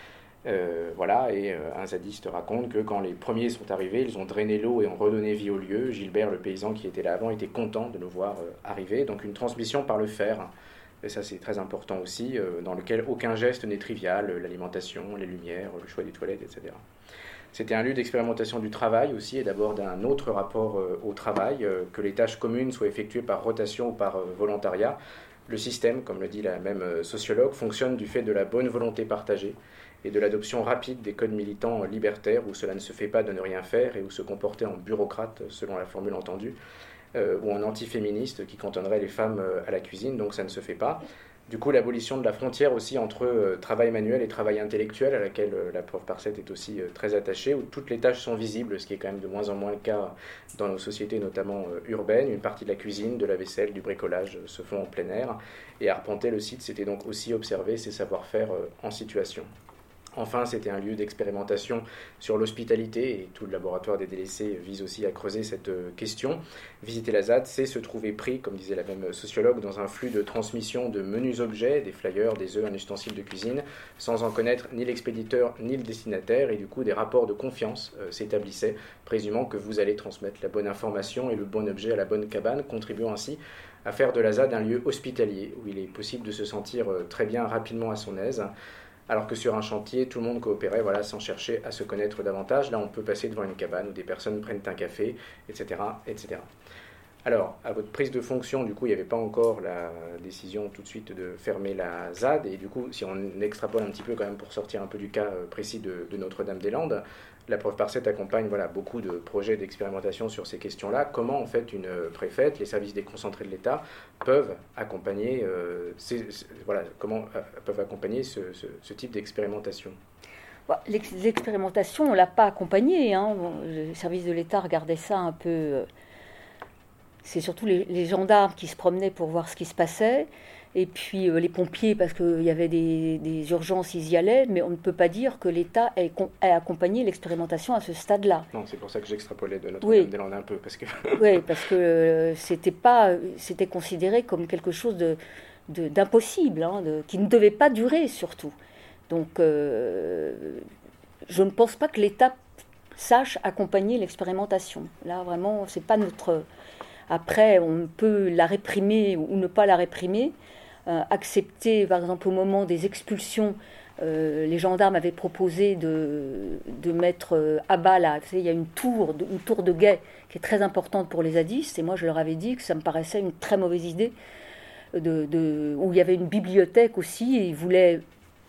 Voilà, et un zadiste raconte que quand les premiers sont arrivés, ils ont drainé l'eau et ont redonné vie au lieu. Gilbert, le paysan qui était là avant, était content de nous voir arriver. Donc une transmission par le faire, et ça c'est très important aussi, dans lequel aucun geste n'est trivial, l'alimentation, les lumières, le choix des toilettes, etc. C'était un lieu d'expérimentation du travail aussi, et d'abord d'un autre rapport au travail, que les tâches communes soient effectuées par rotation ou par volontariat. Le système, comme le dit la même sociologue, fonctionne du fait de la bonne volonté partagée et de l'adoption rapide des codes militants libertaires où cela ne se fait pas de ne rien faire et où se comporter en bureaucrate, selon la formule entendue, ou en antiféministe qui cantonnerait les femmes à la cuisine, donc ça ne se fait pas. Du coup, l'abolition de la frontière aussi entre travail manuel et travail intellectuel, à laquelle la preuve par 7 est aussi très attachée, où toutes les tâches sont visibles, ce qui est quand même de moins en moins le cas dans nos sociétés, notamment urbaines. Une partie de la cuisine, de la vaisselle, du bricolage se font en plein air. Et arpenter le site, c'était donc aussi observer ces savoir-faire en situation. Enfin, c'était un lieu d'expérimentation sur l'hospitalité et tout le laboratoire des délaissés vise aussi à creuser cette question. Visiter la ZAD, c'est se trouver pris, comme disait la même sociologue, dans un flux de transmission de menus objets, des flyers, des œufs, un ustensile de cuisine, sans en connaître ni l'expéditeur ni le destinataire, et du coup des rapports de confiance s'établissaient, présumant que vous allez transmettre la bonne information et le bon objet à la bonne cabane, contribuant ainsi à faire de la ZAD un lieu hospitalier, où il est possible de se sentir très bien rapidement à son aise. Alors que sur un chantier, tout le monde coopérait sans chercher à se connaître davantage. Là, on peut passer devant une cabane où des personnes prennent un café, etc., etc. Alors, à votre prise de fonction, du coup, il n'y avait pas encore la décision tout de suite de fermer la ZAD. Et du coup, si on extrapole un petit peu quand même pour sortir un peu du cas précis de Notre-Dame-des-Landes, la preuve par 7 accompagne beaucoup de projets d'expérimentation sur ces questions-là. Comment, en fait, une préfète, les services déconcentrés de l'État peuvent accompagner, peuvent accompagner ce type d'expérimentation? L'expérimentation, on ne l'a pas accompagnée. Les services de l'État regardaient ça un peu... c'est surtout les gendarmes qui se promenaient pour voir ce qui se passait, et puis les pompiers, parce qu'il y avait des urgences, ils y allaient, mais on ne peut pas dire que l'État ait accompagné l'expérimentation à ce stade-là. Non, c'est pour ça que j'extrapolais de Notre-Dame-des-Landes un peu, parce que... Oui, parce que c'était considéré comme quelque chose d'impossible, hein, qui ne devait pas durer surtout. Donc, je ne pense pas que l'État sache accompagner l'expérimentation. Là, vraiment, c'est pas notre... Après, on peut la réprimer ou ne pas la réprimer. Accepter, par exemple, au moment des expulsions, les gendarmes avaient proposé de mettre à bas, là, tu sais, il y a une tour de guet qui est très importante pour les zadistes, et moi je leur avais dit que ça me paraissait une très mauvaise idée, où il y avait une bibliothèque aussi, et ils voulaient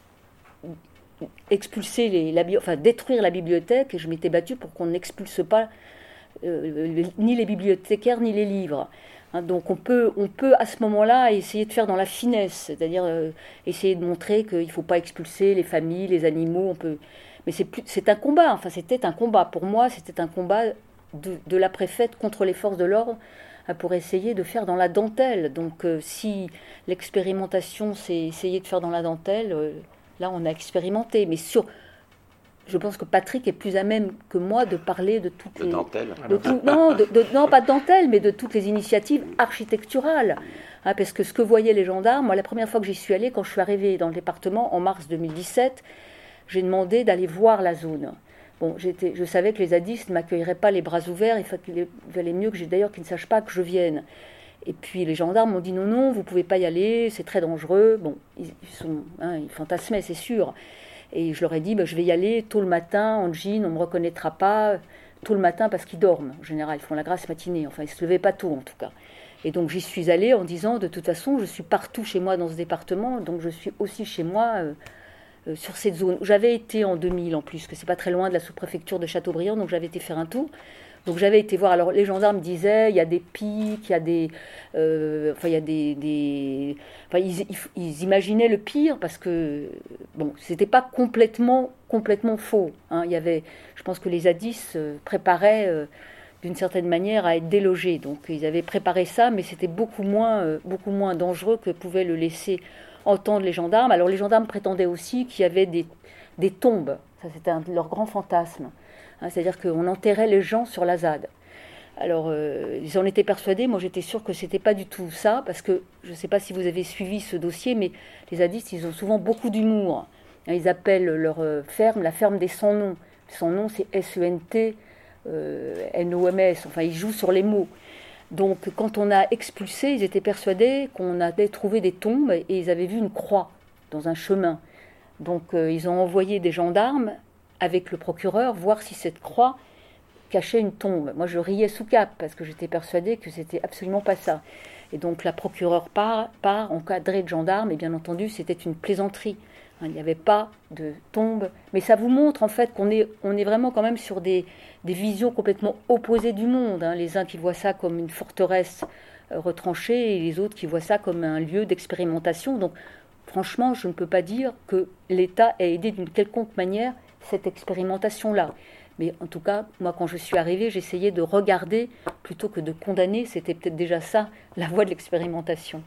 expulser détruire la bibliothèque, et je m'étais battue pour qu'on n'expulse pas ni les bibliothécaires ni les livres. Hein, donc on peut à ce moment-là essayer de faire dans la finesse, c'est-à-dire essayer de montrer qu'il ne faut pas expulser les familles, les animaux. Mais c'est un combat. Enfin, c'était un combat. Pour moi, c'était un combat de la préfète contre les forces de l'ordre pour essayer de faire dans la dentelle. Donc si l'expérimentation, c'est essayer de faire dans la dentelle, là on a expérimenté. Mais je pense que Patrick est plus à même que moi de parler de toutes les... dentelle. Non, pas de dentelle, mais de toutes les initiatives architecturales. Hein, parce que ce que voyaient les gendarmes, moi, la première fois que j'y suis allée, quand je suis arrivée dans le département, en mars 2017, j'ai demandé d'aller voir la zone. Bon, je savais que les zadistes ne m'accueilleraient pas les bras ouverts, il valait mieux que d'ailleurs qu'ils ne sachent pas que je vienne. Et puis les gendarmes m'ont dit non, vous ne pouvez pas y aller, c'est très dangereux. Bon, ils fantasmaient, c'est sûr. Et je leur ai dit, je vais y aller tôt le matin, en jean, on ne me reconnaîtra pas, tôt le matin parce qu'ils dorment. En général, ils font la grasse matinée, enfin ils ne se levaient pas tôt en tout cas. Et donc j'y suis allée en disant, de toute façon, je suis partout chez moi dans ce département, donc je suis aussi chez moi sur cette zone. J'avais été en 2000 en plus, que c'est pas très loin de la sous-préfecture de Châteaubriand, donc j'avais été faire un tour. Donc j'avais été voir, alors les gendarmes disaient, il y a des pics, il y a des... ils imaginaient le pire parce que, bon, c'était pas complètement faux. Hein. Je pense que les zadistes préparaient d'une certaine manière à être délogés. Donc ils avaient préparé ça, mais c'était beaucoup moins dangereux que pouvaient le laisser entendre les gendarmes. Alors les gendarmes prétendaient aussi qu'il y avait des tombes. Ça, c'était leur grand fantasme. Hein, c'est-à-dire qu'on enterrait les gens sur la ZAD. Alors, ils en étaient persuadés. Moi, j'étais sûre que c'était pas du tout ça, parce que je ne sais pas si vous avez suivi ce dossier, mais les zadistes, ils ont souvent beaucoup d'humour. Hein, ils appellent leur ferme la ferme des sans-noms. Sans-noms, c'est S-E-N-T, N-O-M-S. Enfin, ils jouent sur les mots. Donc, quand on a expulsé, ils étaient persuadés qu'on avait trouvé des tombes et ils avaient vu une croix dans un chemin. Donc, ils ont envoyé des gendarmes avec le procureur, voir si cette croix cachait une tombe. Moi, je riais sous cap, parce que j'étais persuadée que c'était absolument pas ça. Et donc, la procureure part encadrée de gendarmes, et bien entendu, c'était une plaisanterie. Il n'y avait pas de tombe. Mais ça vous montre, en fait, on est vraiment quand même sur des visions complètement opposées du monde. Hein. Les uns qui voient ça comme une forteresse retranchée, et les autres qui voient ça comme un lieu d'expérimentation. Donc, franchement, je ne peux pas dire que l'État ait aidé d'une quelconque manière cette expérimentation-là. Mais en tout cas, moi, quand je suis arrivée, j'essayais de regarder plutôt que de condamner. C'était peut-être déjà ça, la voie de l'expérimentation.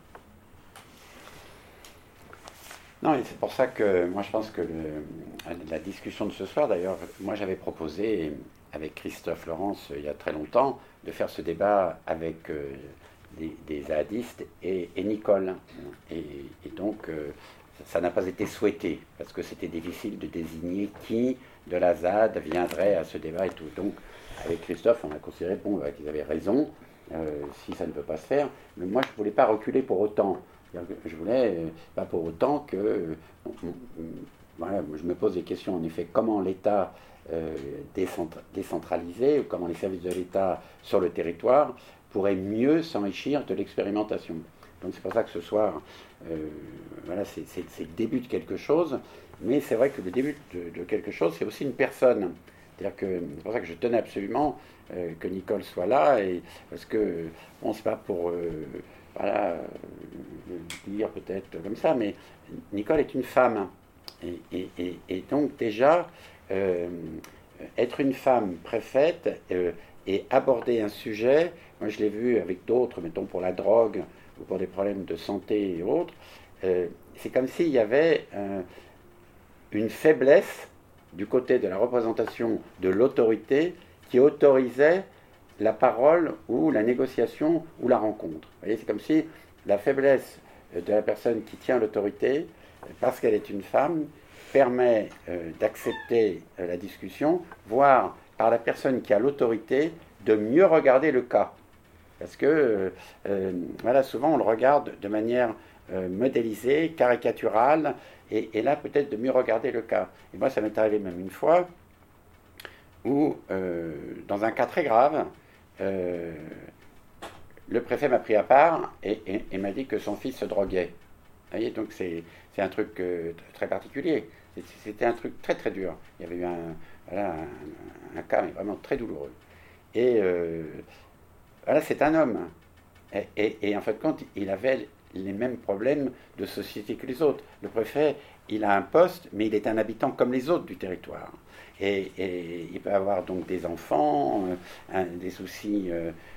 Non, et c'est pour ça que moi, je pense que la discussion de ce soir, d'ailleurs, moi, j'avais proposé, avec Christophe Laurence, il y a très longtemps, de faire ce débat avec des zadistes et Nicole. Et donc... ça n'a pas été souhaité, parce que c'était difficile de désigner qui de la ZAD viendrait à ce débat et tout. Donc, avec Christophe, on a considéré qu'ils avaient raison, si ça ne peut pas se faire. Mais moi, je ne voulais pas reculer pour autant. Je voulais pas pour autant que... voilà, je me pose des questions, en effet, comment l'État décentralisé, ou comment les services de l'État sur le territoire pourraient mieux s'enrichir de l'expérimentation. Donc c'est pour ça que ce soir, voilà, c'est le début de quelque chose, mais c'est vrai que le début de quelque chose, c'est aussi une personne. C'est-à-dire que c'est pour ça que je tenais absolument que Nicole soit là, et parce que, bon, c'est pas pour dire peut-être comme ça, mais Nicole est une femme. Et donc déjà, être une femme préfète et aborder un sujet. Moi, je l'ai vu avec d'autres, mettons pour la drogue ou pour des problèmes de santé et autres. C'est comme s'il y avait une faiblesse du côté de la représentation de l'autorité qui autorisait la parole ou la négociation ou la rencontre. Vous voyez, c'est comme si la faiblesse de la personne qui tient l'autorité, parce qu'elle est une femme, permet d'accepter la discussion, voire par la personne qui a l'autorité, de mieux regarder le cas. Parce que, voilà, souvent on le regarde de manière modélisée, caricaturale, et là peut-être de mieux regarder le cas. Et moi ça m'est arrivé même une fois où, dans un cas très grave, le préfet m'a pris à part et m'a dit que son fils se droguait. Vous voyez, donc c'est un truc très particulier. C'était un truc très très dur. Il y avait eu un cas mais vraiment très douloureux. Et voilà, c'est un homme. Et en fait, compte, il avait les mêmes problèmes de société que les autres. Le préfet, il a un poste, mais il est un habitant comme les autres du territoire. Et il peut avoir donc des enfants, des soucis,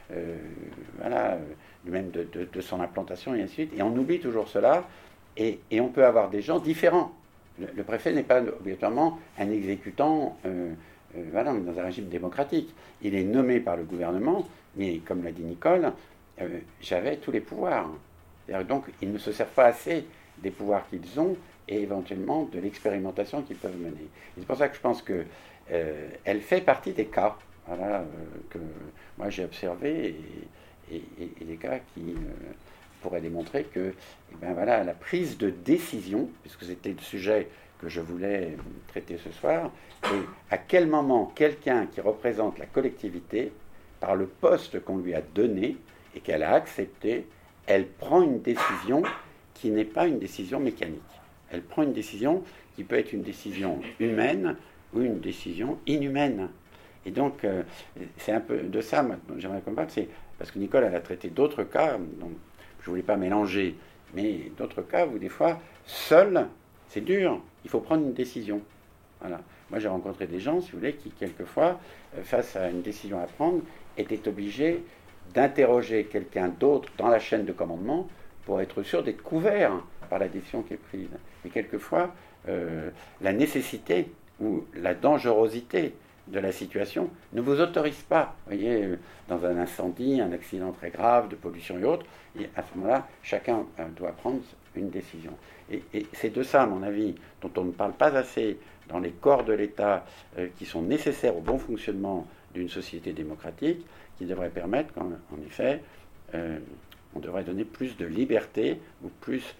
voilà, même de son implantation et ainsi de suite. Et on oublie toujours cela. Et on peut avoir des gens différents. Le préfet n'est pas obligatoirement un exécutant. Voilà, on est dans un régime démocratique. Il est nommé par le gouvernement, mais comme l'a dit Nicole, j'avais tous les pouvoirs. Donc, ils ne se servent pas assez des pouvoirs qu'ils ont et éventuellement de l'expérimentation qu'ils peuvent mener. Et c'est pour ça que je pense qu'elle fait partie des cas, voilà, que moi j'ai observés et des cas qui pourraient démontrer que, eh ben voilà, la prise de décision, puisque c'était le sujet que je voulais traiter ce soir, et à quel moment quelqu'un qui représente la collectivité, par le poste qu'on lui a donné et qu'elle a accepté, elle prend une décision qui n'est pas une décision mécanique. Elle prend une décision qui peut être une décision humaine ou une décision inhumaine. Et donc, c'est un peu de ça dont j'aimerais qu'on parle, c'est parce que Nicole, elle a traité d'autres cas, donc je ne voulais pas mélanger, mais d'autres cas où des fois, seul, c'est dur, il faut prendre une décision. Voilà. Moi, j'ai rencontré des gens, si vous voulez, qui, quelquefois, face à une décision à prendre, étaient obligés d'interroger quelqu'un d'autre dans la chaîne de commandement pour être sûr d'être couvert par la décision qui est prise. Et quelquefois, la nécessité ou la dangerosité de la situation ne vous autorise pas. Vous voyez, dans un incendie, un accident très grave, de pollution et autres, et à ce moment-là, chacun doit prendre une décision. Et c'est de ça, à mon avis, dont on ne parle pas assez dans les corps de l'État qui sont nécessaires au bon fonctionnement d'une société démocratique, qui devrait permettre qu'en effet, on devrait donner plus de liberté ou plus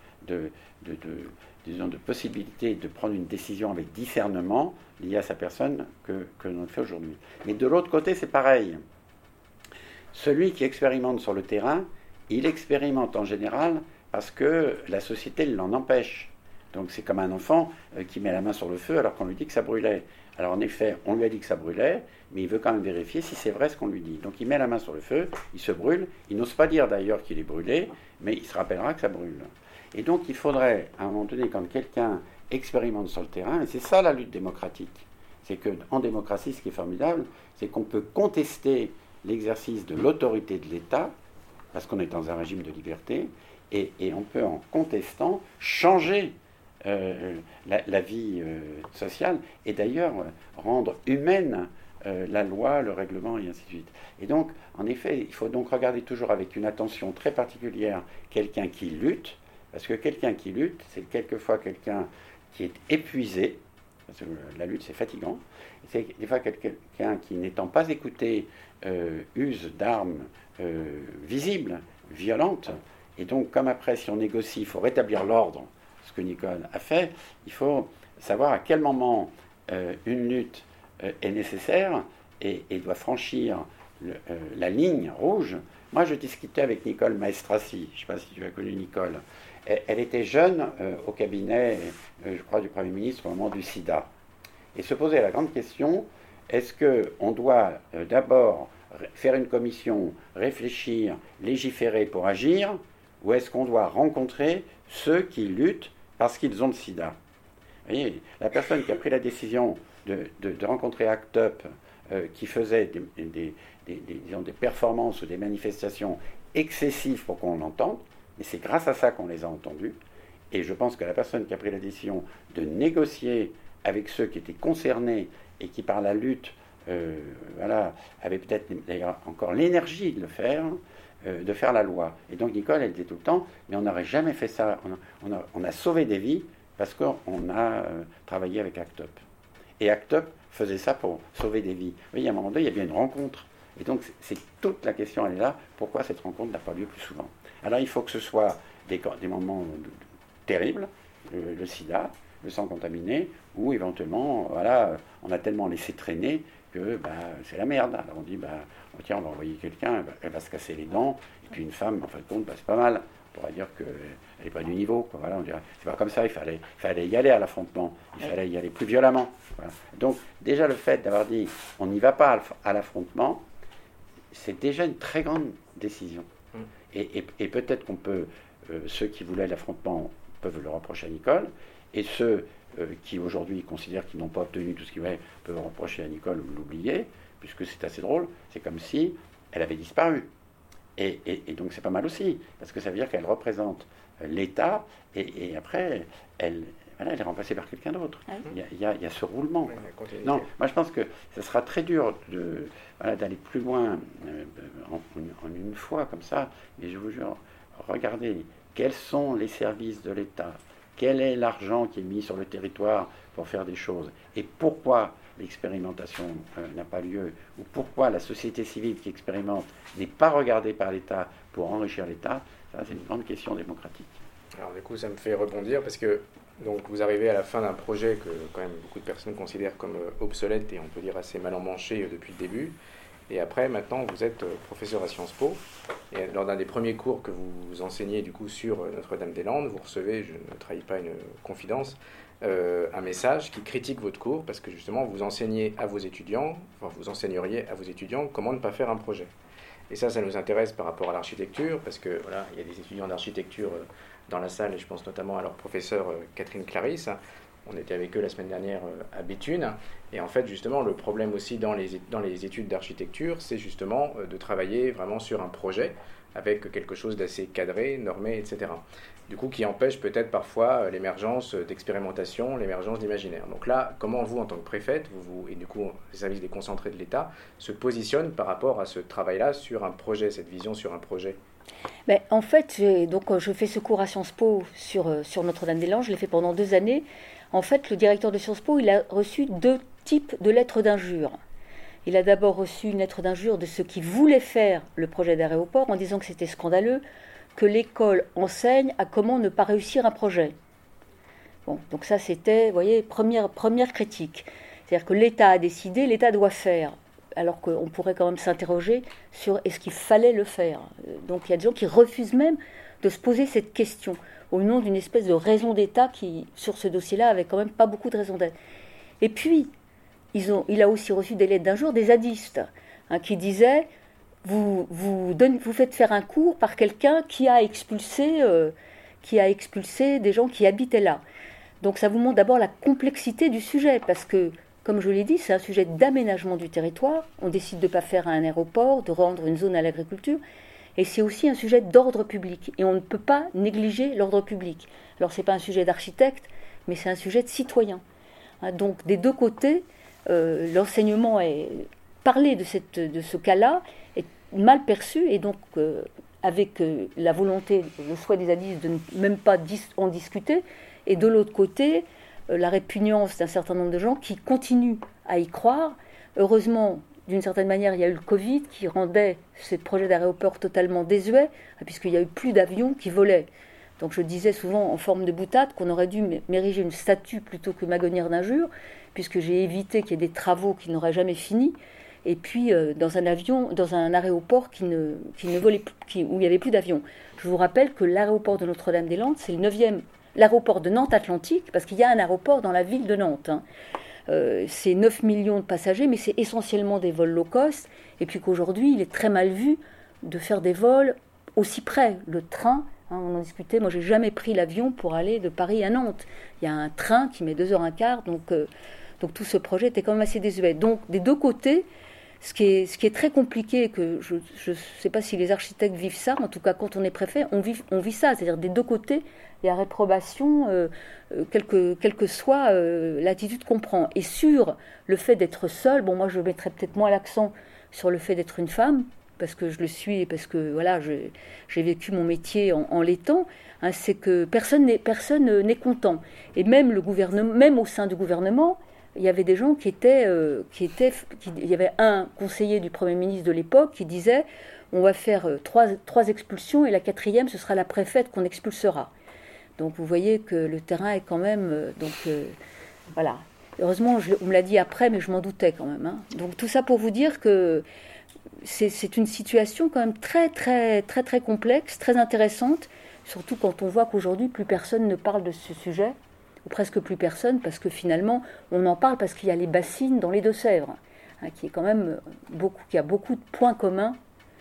disons, de possibilité de prendre une décision avec discernement liée à sa personne que l'on le fait aujourd'hui. Mais de l'autre côté, c'est pareil. Celui qui expérimente sur le terrain, il expérimente en général parce que la société l'en empêche. Donc c'est comme un enfant qui met la main sur le feu alors qu'on lui dit que ça brûlait. Alors en effet, on lui a dit que ça brûlait, mais il veut quand même vérifier si c'est vrai ce qu'on lui dit. Donc il met la main sur le feu, il se brûle, il n'ose pas dire d'ailleurs qu'il est brûlé, mais il se rappellera que ça brûle. Et donc il faudrait, à un moment donné, quand quelqu'un expérimente sur le terrain, et c'est ça la lutte démocratique, c'est qu'en démocratie, ce qui est formidable, c'est qu'on peut contester l'exercice de l'autorité de l'État, parce qu'on est dans un régime de liberté, et on peut, en contestant, changer la vie sociale, et d'ailleurs rendre humaine la loi, le règlement, et ainsi de suite. Et donc, en effet, il faut donc regarder toujours avec une attention très particulière quelqu'un qui lutte, parce que quelqu'un qui lutte, c'est quelquefois quelqu'un qui est épuisé, parce que la lutte c'est fatigant, c'est des fois quelqu'un qui, n'étant pas écouté, use d'armes visibles, violentes, et donc comme après si on négocie, il faut rétablir l'ordre, ce que Nicole a fait, il faut savoir à quel moment une lutte est nécessaire et doit franchir la ligne rouge. Moi je discutais avec Nicole Maestrassi, je ne sais pas si tu as connu Nicole. Elle était jeune au cabinet, je crois, du Premier ministre au moment du sida. Et se posait la grande question, est-ce qu'on doit d'abord faire une commission, réfléchir, légiférer pour agir, ou est-ce qu'on doit rencontrer ceux qui luttent parce qu'ils ont le sida? Vous voyez, la personne qui a pris la décision de rencontrer ACT UP qui faisaient disons, des performances ou des manifestations excessives pour qu'on l'entende, et c'est grâce à ça qu'on les a entendus. Et je pense que la personne qui a pris la décision de négocier avec ceux qui étaient concernés et qui, par la lutte, avaient peut-être d'ailleurs encore l'énergie de le faire, de faire la loi. Et donc Nicole, elle disait tout le temps, mais on n'aurait jamais fait ça. On a sauvé des vies parce qu'on a travaillé avec ACT UP. Et ACT UP faisait ça pour sauver des vies. Vous voyez, à un moment donné, il y a bien une rencontre. Et donc, c'est toute la question, elle est là. Pourquoi cette rencontre n'a pas lieu plus souvent? Alors, il faut que ce soit des moments terribles, le sida, le sang contaminé, ou éventuellement, voilà, on a tellement laissé traîner que c'est la merde. Alors, on dit, tiens, on va envoyer quelqu'un, elle va se casser les dents, et puis une femme, en fin de compte, c'est pas mal. On pourrait dire qu'elle n'est pas du niveau. Quoi. Voilà, on dirait, c'est pas comme ça, il fallait y aller à l'affrontement, il fallait y aller plus violemment. Voilà. Donc, déjà, le fait d'avoir dit, on n'y va pas à l'affrontement, c'est déjà une très grande décision. Et peut-être qu'on peut, ceux qui voulaient l'affrontement peuvent le reprocher à Nicole, et ceux qui aujourd'hui considèrent qu'ils n'ont pas obtenu tout ce qu'ils voulaient peuvent reprocher à Nicole ou l'oublier, puisque c'est assez drôle, c'est comme si elle avait disparu. Et donc c'est pas mal aussi, parce que ça veut dire qu'elle représente l'État, et après, elle est remplacée par quelqu'un d'autre. Ah oui. Il y a ce roulement. Oui, non, moi je pense que ce sera très dur d'aller plus loin en une fois comme ça, mais je vous jure, regardez quels sont les services de l'État, quel est l'argent qui est mis sur le territoire pour faire des choses, et pourquoi l'expérimentation n'a pas lieu, ou pourquoi la société civile qui expérimente n'est pas regardée par l'État pour enrichir l'État, ça c'est une grande question démocratique. Alors du coup ça me fait rebondir parce que donc, vous arrivez à la fin d'un projet que quand même beaucoup de personnes considèrent comme obsolète et on peut dire assez mal emmanché depuis le début. Et après, maintenant, vous êtes professeur à Sciences Po. Et lors d'un des premiers cours que vous enseignez du coup sur Notre-Dame-des-Landes, vous recevez, je ne trahis pas une confidence, un message qui critique votre cours parce que justement vous enseignez à vos étudiants, enfin vous enseigneriez à vos étudiants comment ne pas faire un projet. Et ça nous intéresse par rapport à l'architecture parce que voilà, il y a des étudiants d'architecture dans la salle et je pense notamment à leur professeur Catherine Clarisse. On était avec eux la semaine dernière à Béthune. Et en fait, justement, le problème aussi dans les études d'architecture, c'est justement de travailler vraiment sur un projet avec quelque chose d'assez cadré, normé, etc. Du coup, qui empêche peut-être parfois l'émergence d'expérimentation, l'émergence d'imaginaire. Donc là, comment vous, en tant que préfète, et du coup, les services déconcentrés de l'État, se positionnent par rapport à ce travail-là sur un projet, cette vision sur un projet? Ben, en fait, je fais ce cours à Sciences Po sur Notre-Dame-des-Landes, je l'ai fait pendant 2 années. En fait, le directeur de Sciences Po, il a reçu 2 types de lettres d'injure. Il a d'abord reçu une lettre d'injure de ceux qui voulaient faire le projet d'aéroport en disant que c'était scandaleux que l'école enseigne à comment ne pas réussir un projet. Bon, donc ça c'était, vous voyez, première critique. C'est-à-dire que l'État a décidé, l'État doit faire, alors qu'on pourrait quand même s'interroger sur est-ce qu'il fallait le faire. Donc il y a des gens qui refusent même de se poser cette question, au nom d'une espèce de raison d'État qui, sur ce dossier-là, avait quand même pas beaucoup de raison d'être. Et puis, il a aussi reçu des lettres d'injure des zadistes, qui disaient vous faites faire un cours par quelqu'un qui a expulsé des gens qui habitaient là. Donc ça vous montre d'abord la complexité du sujet, parce que, comme je l'ai dit, c'est un sujet d'aménagement du territoire. On décide de ne pas faire un aéroport, de rendre une zone à l'agriculture, et c'est aussi un sujet d'ordre public. Et on ne peut pas négliger l'ordre public. Alors ce n'est pas un sujet d'architecte, mais c'est un sujet de citoyen. Donc des 2 côtés, l'enseignement est parler de ce cas-là est mal perçu, et donc avec la volonté, le souhait des zadistes de ne même pas en discuter, et de l'autre côté, la répugnance d'un certain nombre de gens qui continuent à y croire. Heureusement, d'une certaine manière, il y a eu le Covid qui rendait ce projet d'aéroport totalement désuet, puisqu'il n'y a eu plus d'avions qui volaient. Donc je disais souvent en forme de boutade qu'on aurait dû m'ériger une statue plutôt que m'agonir d'injures, puisque j'ai évité qu'il y ait des travaux qui n'auraient jamais fini, et puis dans un aéroport qui ne volait plus, où il n'y avait plus d'avions. Je vous rappelle que l'aéroport de Notre-Dame-des-Landes, c'est le 9e, l'aéroport de Nantes Atlantique, parce qu'il y a un aéroport dans la ville de Nantes. C'est 9 millions de passagers, mais c'est essentiellement des vols low cost, et puis qu'aujourd'hui, il est très mal vu de faire des vols aussi près. Le train, on en discutait, moi j'ai jamais pris l'avion pour aller de Paris à Nantes. Il y a un train qui met 2h15, donc Donc tout ce projet était quand même assez désuet. Donc des deux côtés, ce qui est très compliqué, que je ne sais pas si les architectes vivent ça, en tout cas quand on est préfet, on vit ça, c'est-à-dire des deux côtés, il y a réprobation, quelle que soit l'attitude qu'on prend. Et sur le fait d'être seule, bon, moi je mettrais peut-être moins l'accent sur le fait d'être une femme, parce que je le suis et parce que voilà, j'ai vécu mon métier en l'étant, hein, c'est que personne n'est content. Et même le gouvernement, même au sein du gouvernement, il y avait des gens il y avait un conseiller du Premier ministre de l'époque qui disait on va faire trois expulsions et la quatrième, ce sera la préfète qu'on expulsera. Donc vous voyez que le terrain est quand même... voilà. Heureusement, on me l'a dit après, mais je m'en doutais quand même. Hein. Donc tout ça pour vous dire que c'est une situation quand même très, très, très, très complexe, très intéressante, surtout quand on voit qu'aujourd'hui, plus personne ne parle de ce sujet, ou presque plus personne, parce que finalement, on en parle parce qu'il y a les bassines dans les Deux-Sèvres, hein, qui a beaucoup de points communs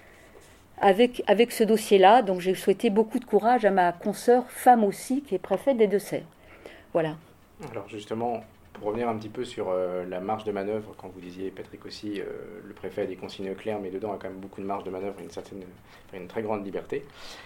avec ce dossier-là. Donc j'ai souhaité beaucoup de courage à ma consoeur, femme aussi, qui est préfète des Deux-Sèvres. Voilà. Alors justement, pour revenir un petit peu sur la marge de manœuvre, quand vous disiez, Patrick aussi, le préfet a des consignes claires, mais dedans il y a quand même beaucoup de marge de manœuvre et une très grande liberté.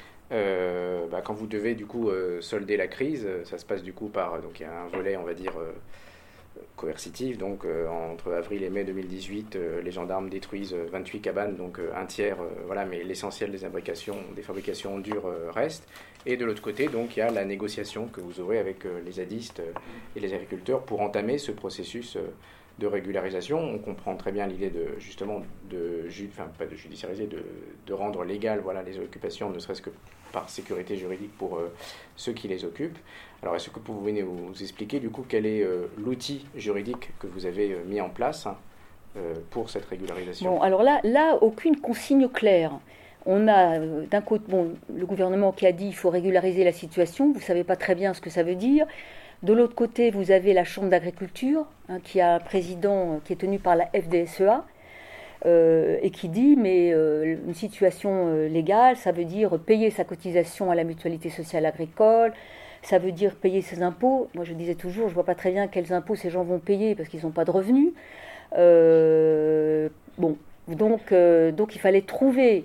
Quand vous devez du coup solder la crise, ça se passe du coup par, donc il y a un volet on va dire coercitif, donc entre avril et mai 2018 les gendarmes détruisent 28 cabanes, donc un tiers, voilà, mais l'essentiel des fabrications en dur reste, et de l'autre côté donc il y a la négociation que vous aurez avec les zadistes et les agriculteurs pour entamer ce processus de régularisation. On comprend très bien l'idée pas de judiciariser, de rendre légal, voilà, les occupations, ne serait-ce que par sécurité juridique pour ceux qui les occupent. Alors est-ce que vous venez vous expliquer du coup quel est l'outil juridique que vous avez mis en place pour cette régularisation? Bon, alors là, aucune consigne claire. On a d'un côté le gouvernement qui a dit il faut régulariser la situation, vous ne savez pas très bien ce que ça veut dire. De l'autre côté, vous avez la Chambre d'agriculture, hein, qui a un président qui est tenu par la FDSEA, et qui dit mais une situation légale, ça veut dire payer sa cotisation à la mutualité sociale agricole, ça veut dire payer ses impôts. Moi je disais toujours, je ne vois pas très bien quels impôts ces gens vont payer parce qu'ils n'ont pas de revenus. Donc il fallait trouver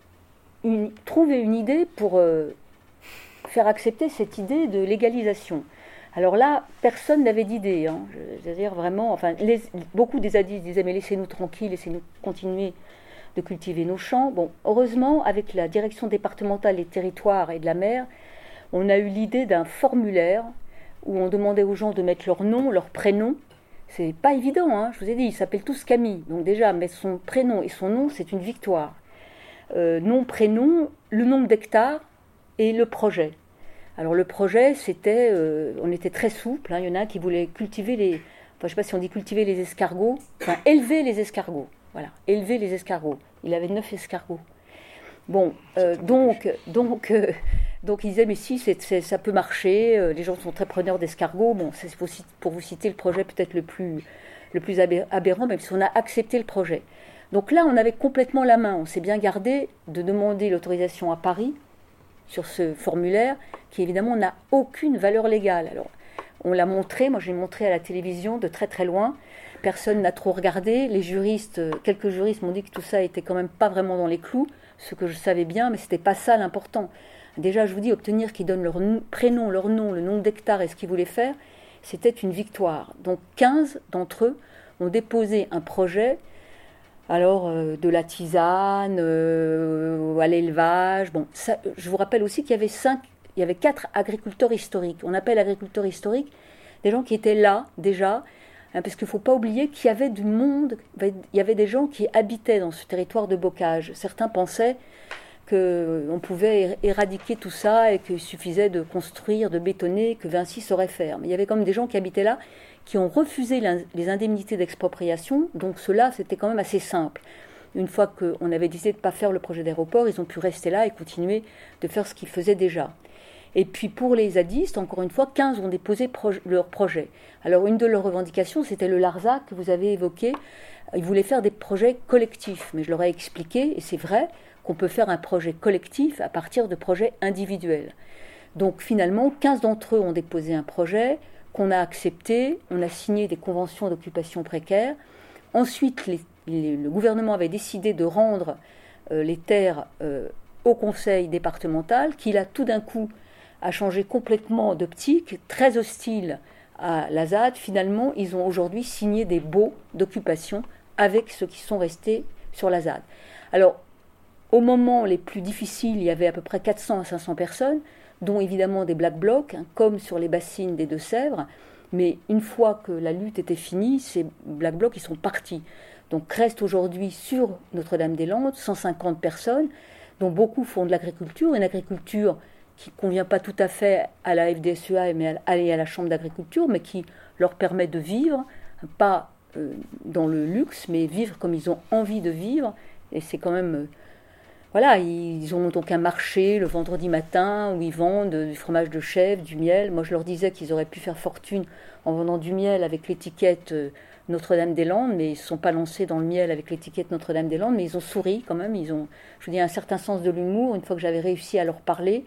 une idée pour faire accepter cette idée de légalisation. Alors là, personne n'avait d'idée. Hein. C'est-à-dire vraiment, beaucoup des zadistes disaient mais laissez-nous tranquilles, laissez-nous continuer de cultiver nos champs. Bon, heureusement, avec la direction départementale des territoires et de la mer, on a eu l'idée d'un formulaire où on demandait aux gens de mettre leur nom, leur prénom. C'est pas évident, hein. Je vous ai dit, ils s'appellent tous Camille. Donc déjà, mettre son prénom et son nom, c'est une victoire. Nom, prénom, le nombre d'hectares et le projet. Alors le projet, c'était, on était très souple, hein. Il y en a un qui voulait cultiver je ne sais pas si on dit cultiver les escargots, élever les escargots. Voilà, élever les escargots. Il avait 9 escargots. Bon, donc il disait, mais si, ça peut marcher, les gens sont très preneurs d'escargots. Bon, c'est pour vous citer le projet peut-être le plus aberrant, même si on a accepté le projet. Donc là, on avait complètement la main. On s'est bien gardé de demander l'autorisation à Paris sur ce formulaire, qui évidemment n'a aucune valeur légale. Alors, on l'a montré, moi j'ai montré à la télévision de très très loin, personne n'a trop regardé, quelques juristes m'ont dit que tout ça était quand même pas vraiment dans les clous, ce que je savais bien, mais c'était pas ça l'important. Déjà, je vous dis, obtenir qu'ils donnent leur prénom, leur nom, le nombre d'hectares et ce qu'ils voulaient faire, c'était une victoire. Donc 15 d'entre eux ont déposé un projet, alors de la tisane à l'élevage. Bon, ça, je vous rappelle aussi qu'il y avait 4 agriculteurs historiques. On appelle agriculteurs historiques des gens qui étaient là déjà, hein, parce qu'il ne faut pas oublier qu'il y avait du monde, il y avait des gens qui habitaient dans ce territoire de bocage. Certains pensaient qu'on pouvait éradiquer tout ça et qu'il suffisait de construire, de bétonner, que Vinci saurait faire. Mais il y avait quand même des gens qui habitaient là, qui ont refusé les indemnités d'expropriation. Donc cela, c'était quand même assez simple. Une fois qu'on avait décidé de ne pas faire le projet d'aéroport, ils ont pu rester là et continuer de faire ce qu'ils faisaient déjà. Et puis pour les zadistes, encore une fois, 15 ont déposé leur projet. Alors une de leurs revendications, c'était le Larzac que vous avez évoqué. Ils voulaient faire des projets collectifs, mais je leur ai expliqué, et c'est vrai, qu'on peut faire un projet collectif à partir de projets individuels. Donc finalement, 15 d'entre eux ont déposé un projet, qu'on a acceptées. On a signé des conventions d'occupation précaire. Ensuite, le gouvernement avait décidé de rendre les terres au conseil départemental, qui là, tout d'un coup, a changé complètement d'optique, très hostile à la ZAD. Finalement, ils ont aujourd'hui signé des baux d'occupation avec ceux qui sont restés sur la ZAD. Alors, au moment les plus difficiles, il y avait à peu près 400 à 500 personnes, dont évidemment des Black Blocs, comme sur les bassines des Deux-Sèvres. Mais une fois que la lutte était finie, ces Black Blocs, ils sont partis. Donc reste aujourd'hui sur Notre-Dame-des-Landes 150 personnes, dont beaucoup font de l'agriculture, une agriculture qui ne convient pas tout à fait à la FDSEA et à la Chambre d'agriculture, mais qui leur permet de vivre, pas dans le luxe, mais vivre comme ils ont envie de vivre. Et c'est quand même... voilà, ils ont donc un marché le vendredi matin où ils vendent du fromage de chèvre, du miel. Moi, je leur disais qu'ils auraient pu faire fortune en vendant du miel avec l'étiquette Notre-Dame-des-Landes, mais ils ne se sont pas lancés dans le miel avec l'étiquette Notre-Dame-des-Landes, mais ils ont souri quand même. Ils ont, je veux dire, un certain sens de l'humour. Une fois que j'avais réussi à leur parler,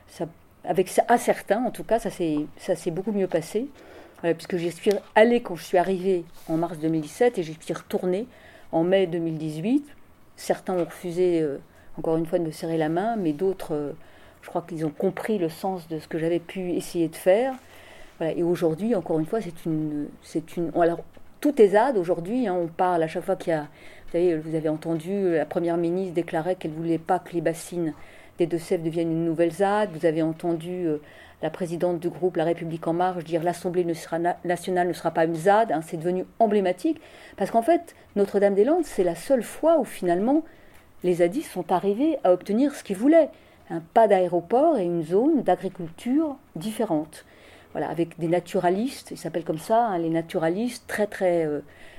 à certains, en tout cas, ça s'est beaucoup mieux passé. Puisque j'y suis allée quand je suis arrivée en mars 2017 et j'y suis retournée en mai 2018. Certains ont refusé, encore une fois, de me serrer la main, mais d'autres, je crois qu'ils ont compris le sens de ce que j'avais pu essayer de faire. Voilà. Et aujourd'hui, encore une fois, alors, tout est ZAD aujourd'hui. On parle à chaque fois qu'il y a... Vous savez, vous avez entendu, la Première ministre déclarer qu'elle ne voulait pas que les bassines des Deux-Sèvres deviennent une nouvelle ZAD. Vous avez entendu la présidente du groupe La République En Marche dire l'Assemblée nationale ne sera pas une ZAD. C'est devenu emblématique. Parce qu'en fait, Notre-Dame-des-Landes, c'est la seule fois où finalement les zadistes sont arrivés à obtenir ce qu'ils voulaient. Pas d'aéroport et une zone d'agriculture différente. Voilà, avec des naturalistes, ils s'appellent comme ça, les naturalistes très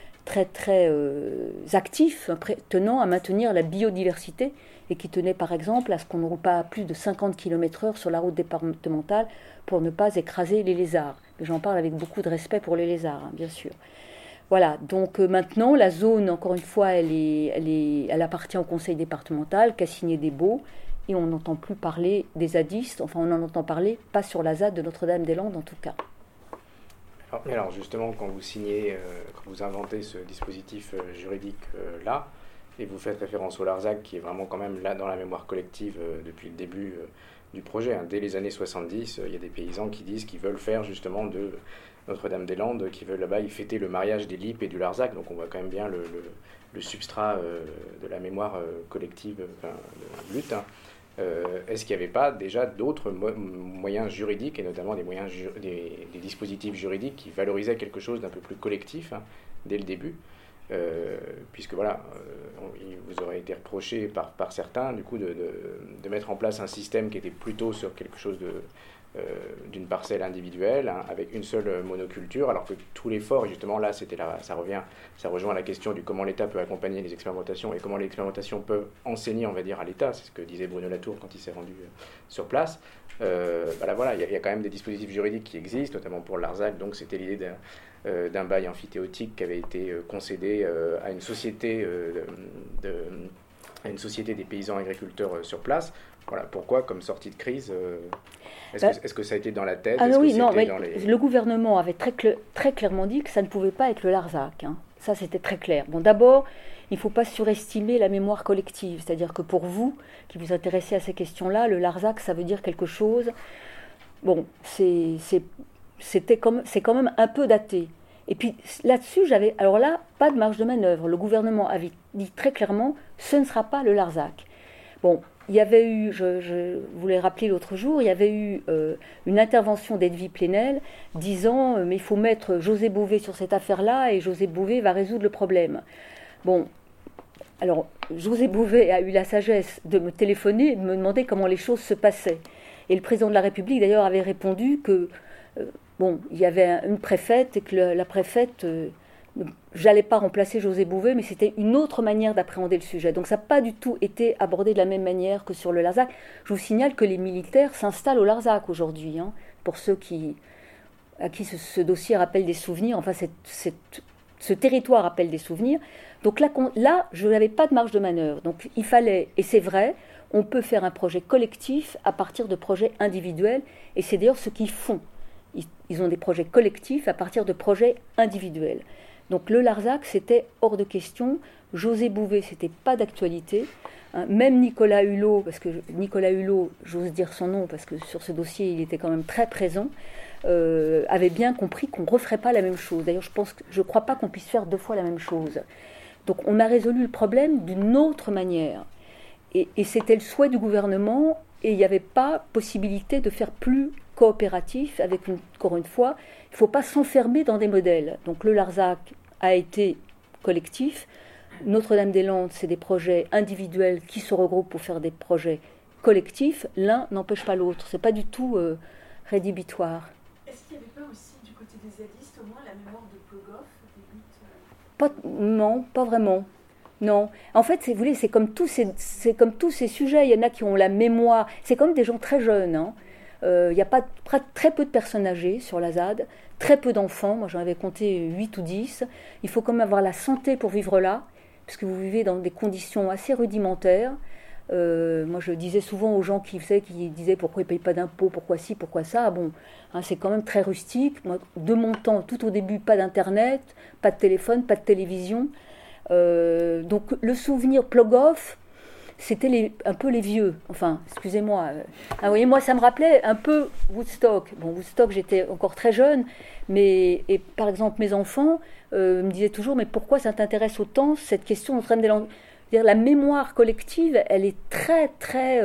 actifs, tenant à maintenir la biodiversité et qui tenaient par exemple à ce qu'on ne roule pas à plus de 50 km/h sur la route départementale pour ne pas écraser les lézards. J'en parle avec beaucoup de respect pour les lézards, bien sûr. Voilà, donc maintenant la zone, encore une fois, elle appartient au conseil départemental qui a signé des baux et on n'entend plus parler des zadistes, enfin on en entend parler, pas sur la ZAD de Notre-Dame-des-Landes en tout cas. Alors justement, quand vous signez, quand vous inventez ce dispositif juridique là, et vous faites référence au Larzac, qui est vraiment quand même là dans la mémoire collective depuis le début du projet. Dès les années 70, il y a des paysans qui disent qu'ils veulent faire justement de Notre-Dame-des-Landes, qui veulent là-bas y fêter le mariage des Lippes et du Larzac. Donc on voit quand même bien le substrat de la mémoire collective de lutte. Est-ce qu'il n'y avait pas déjà d'autres moyens juridiques, et notamment des dispositifs juridiques qui valorisaient quelque chose d'un peu plus collectif dès le début, puisque voilà, il vous aurait été reproché par certains du coup de mettre en place un système qui était plutôt sur quelque chose d'une parcelle individuelle, avec une seule monoculture, alors que tout l'effort, et justement là ça rejoint la question du comment l'État peut accompagner les expérimentations et comment les expérimentations peuvent enseigner, on va dire, à l'État. C'est ce que disait Bruno Latour quand il s'est rendu sur place. Voilà, il y a quand même des dispositifs juridiques qui existent, notamment pour l'Arzac. Donc c'était l'idée d'un bail amphithéotique qui avait été concédé à une société des paysans agriculteurs sur place. Voilà, pourquoi, comme sortie de crise, est-ce que ça a été dans la tête? Oui, non, mais le gouvernement avait très clairement dit que ça ne pouvait pas être le Larzac. Ça, c'était très clair. Bon, d'abord, il ne faut pas surestimer la mémoire collective. C'est-à-dire que pour vous, qui vous intéressez à ces questions-là, le Larzac, ça veut dire quelque chose. Bon, c'est quand même un peu daté. Et puis là-dessus, alors là, pas de marge de manœuvre. Le gouvernement avait dit très clairement, ce ne sera pas le Larzac. Bon, il y avait eu, je vous l'ai rappelé l'autre jour, il y avait eu une intervention d'Edwy Plenel disant mais il faut mettre José Bové sur cette affaire-là et José Bové va résoudre le problème. Bon, alors José Bové a eu la sagesse de me téléphoner et de me demander comment les choses se passaient. Et le président de la République d'ailleurs avait répondu que il y avait une préfète et que la préfète... j'allais pas remplacer José Bové, mais c'était une autre manière d'appréhender le sujet. Donc ça n'a pas du tout été abordé de la même manière que sur le Larzac. Je vous signale que les militaires s'installent au Larzac aujourd'hui, pour ceux à qui ce dossier rappelle des souvenirs, enfin ce territoire rappelle des souvenirs. Donc là je n'avais pas de marge de manœuvre. Donc il fallait, et c'est vrai, on peut faire un projet collectif à partir de projets individuels, et c'est d'ailleurs ce qu'ils font. Ils ont des projets collectifs à partir de projets individuels. Donc le Larzac, c'était hors de question. José Bouvet, c'était pas d'actualité. Même Nicolas Hulot, parce que Nicolas Hulot, j'ose dire son nom, parce que sur ce dossier, il était quand même très présent, avait bien compris qu'on ne referait pas la même chose. D'ailleurs, je ne crois pas qu'on puisse faire 2 fois la même chose. Donc on a résolu le problème d'une autre manière. Et c'était le souhait du gouvernement, et il n'y avait pas possibilité de faire plus coopératif, encore une fois, il ne faut pas s'enfermer dans des modèles. Donc le Larzac a été collectif, Notre-Dame-des-Landes, c'est des projets individuels qui se regroupent pour faire des projets collectifs. L'un n'empêche pas l'autre. Ce n'est pas du tout rédhibitoire. Est-ce qu'il n'y avait pas aussi du côté des zadistes au moins la mémoire de Plogoff, Non, pas vraiment. Non. En fait, vous voulez, c'est comme tous ces sujets. Il y en a qui ont la mémoire. C'est comme des gens très jeunes. Hein. Il y a très peu de personnes âgées sur la ZAD, très peu d'enfants. Moi, j'en avais compté 8 ou 10. Il faut quand même avoir la santé pour vivre là, puisque vous vivez dans des conditions assez rudimentaires. Moi, je disais souvent aux gens qui disaient pourquoi ils ne payent pas d'impôts, pourquoi ci, pourquoi ça. Bon, hein, c'est quand même très rustique. Moi, de mon temps, tout au début, pas d'internet, pas de téléphone, pas de télévision. Donc le souvenir Plogoff, c'était un peu les vieux. Enfin, excusez-moi. Vous voyez, moi, ça me rappelait un peu Woodstock. Bon, Woodstock, j'étais encore très jeune, et par exemple, mes enfants me disaient toujours, mais pourquoi ça t'intéresse autant, cette question Notre-Dame-des-Landes ? La mémoire collective, elle est très, très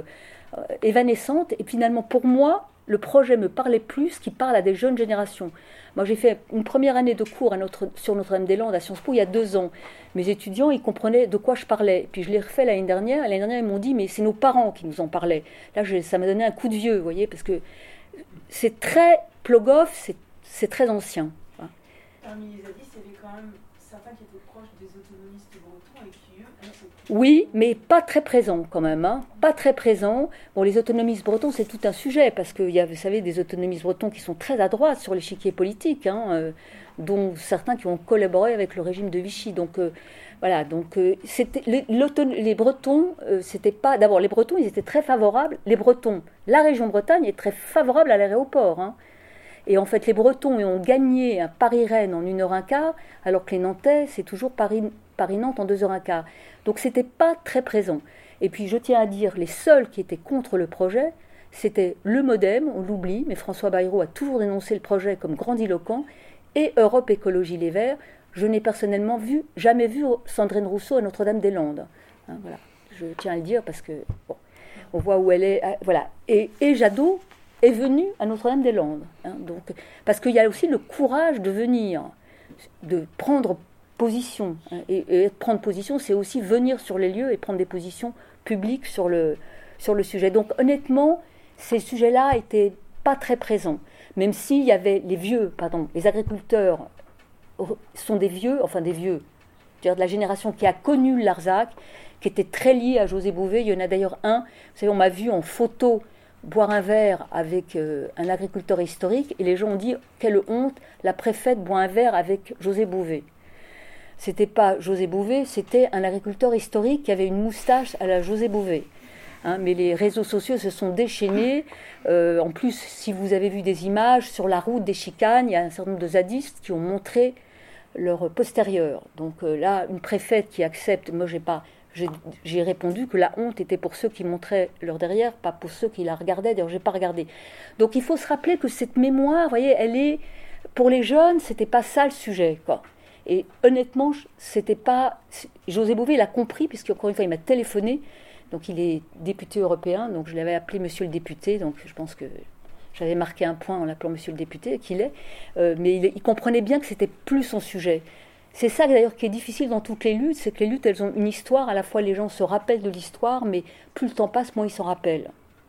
évanescente. Et finalement, pour moi, le projet me parlait plus qu'il parle à des jeunes générations. Moi, j'ai fait une première année de cours sur Notre-Dame-des-Landes à Sciences Po il y a 2 ans. Mes étudiants, ils comprenaient de quoi je parlais. Puis je l'ai refait l'année dernière. L'année dernière, ils m'ont dit, mais c'est nos parents qui nous en parlaient. Là, ça m'a donné un coup de vieux, vous voyez, parce que c'est très Plogoff, c'est très ancien. Parmi les zadistes, il y avait quand même certains qui étaient proches des autonomistes bretons et qui, eux, Oui, mais pas très présents quand même, hein. Pas très présents. Bon, les autonomistes bretons, c'est tout un sujet, parce qu'il y a, vous savez, des autonomistes bretons qui sont très à droite sur l'échiquier politique, hein, dont certains qui ont collaboré avec le régime de Vichy. Donc, voilà, donc c'était, les Bretons, c'était pas... D'abord, les Bretons, ils étaient très favorables. Les Bretons, la région Bretagne est très favorable à l'aéroport, hein. Et en fait, les Bretons ont gagné un Paris-Rennes en 1h15, alors que les Nantais, c'est toujours Paris-Nantes en 2h15. Donc, c'était pas très présent. Et puis, je tiens à dire, les seuls qui étaient contre le projet, c'était le MoDem, on l'oublie, mais François Bayrou a toujours dénoncé le projet comme grandiloquent, et Europe Écologie Les Verts. Je n'ai personnellement jamais vu Sandrine Rousseau à Notre-Dame-des-Landes. Hein, voilà. Je tiens à le dire parce que, bon, on voit où elle est. Voilà. Et Jadot est venu à Notre-Dame-des-Landes. Hein, donc, parce qu'il y a aussi le courage de venir, de prendre position. Hein, et prendre position, c'est aussi venir sur les lieux et prendre des positions publiques sur le sujet. Donc honnêtement, ces sujets-là n'étaient pas très présents. Même s'il y avait les agriculteurs sont des vieux, c'est-à-dire de la génération qui a connu le Larzac, qui était très liée à José Bouvet. Il y en a d'ailleurs un, vous savez, on m'a vu en photo boire un verre avec un agriculteur historique, et les gens ont dit quelle honte, la préfète boit un verre avec José Bouvet. C'était pas José Bouvet, c'était un agriculteur historique qui avait une moustache à la José Bouvet. Hein, mais les réseaux sociaux se sont déchaînés. En plus, si vous avez vu des images sur la route des chicanes, il y a un certain nombre de zadistes qui ont montré leur postérieur. Donc là, une préfète qui accepte, moi j'ai répondu que la honte était pour ceux qui montraient leur derrière, pas pour ceux qui la regardaient. D'ailleurs, j'ai pas regardé. Donc il faut se rappeler que cette mémoire, vous voyez, elle est pour les jeunes, c'était pas ça le sujet, quoi. Et honnêtement, c'était pas. José Bouvet l'a compris, puisqu'encore une fois, il m'a téléphoné. Donc il est député européen, donc je l'avais appelé Monsieur le député. Donc je pense que j'avais marqué un point en l'appelant Monsieur le député, qu'il est. Mais il comprenait bien que c'était plus son sujet. C'est ça d'ailleurs qui est difficile dans toutes les luttes, c'est que les luttes, elles ont une histoire. À la fois, les gens se rappellent de l'histoire, mais plus le temps passe, moins ils s'en rappellent.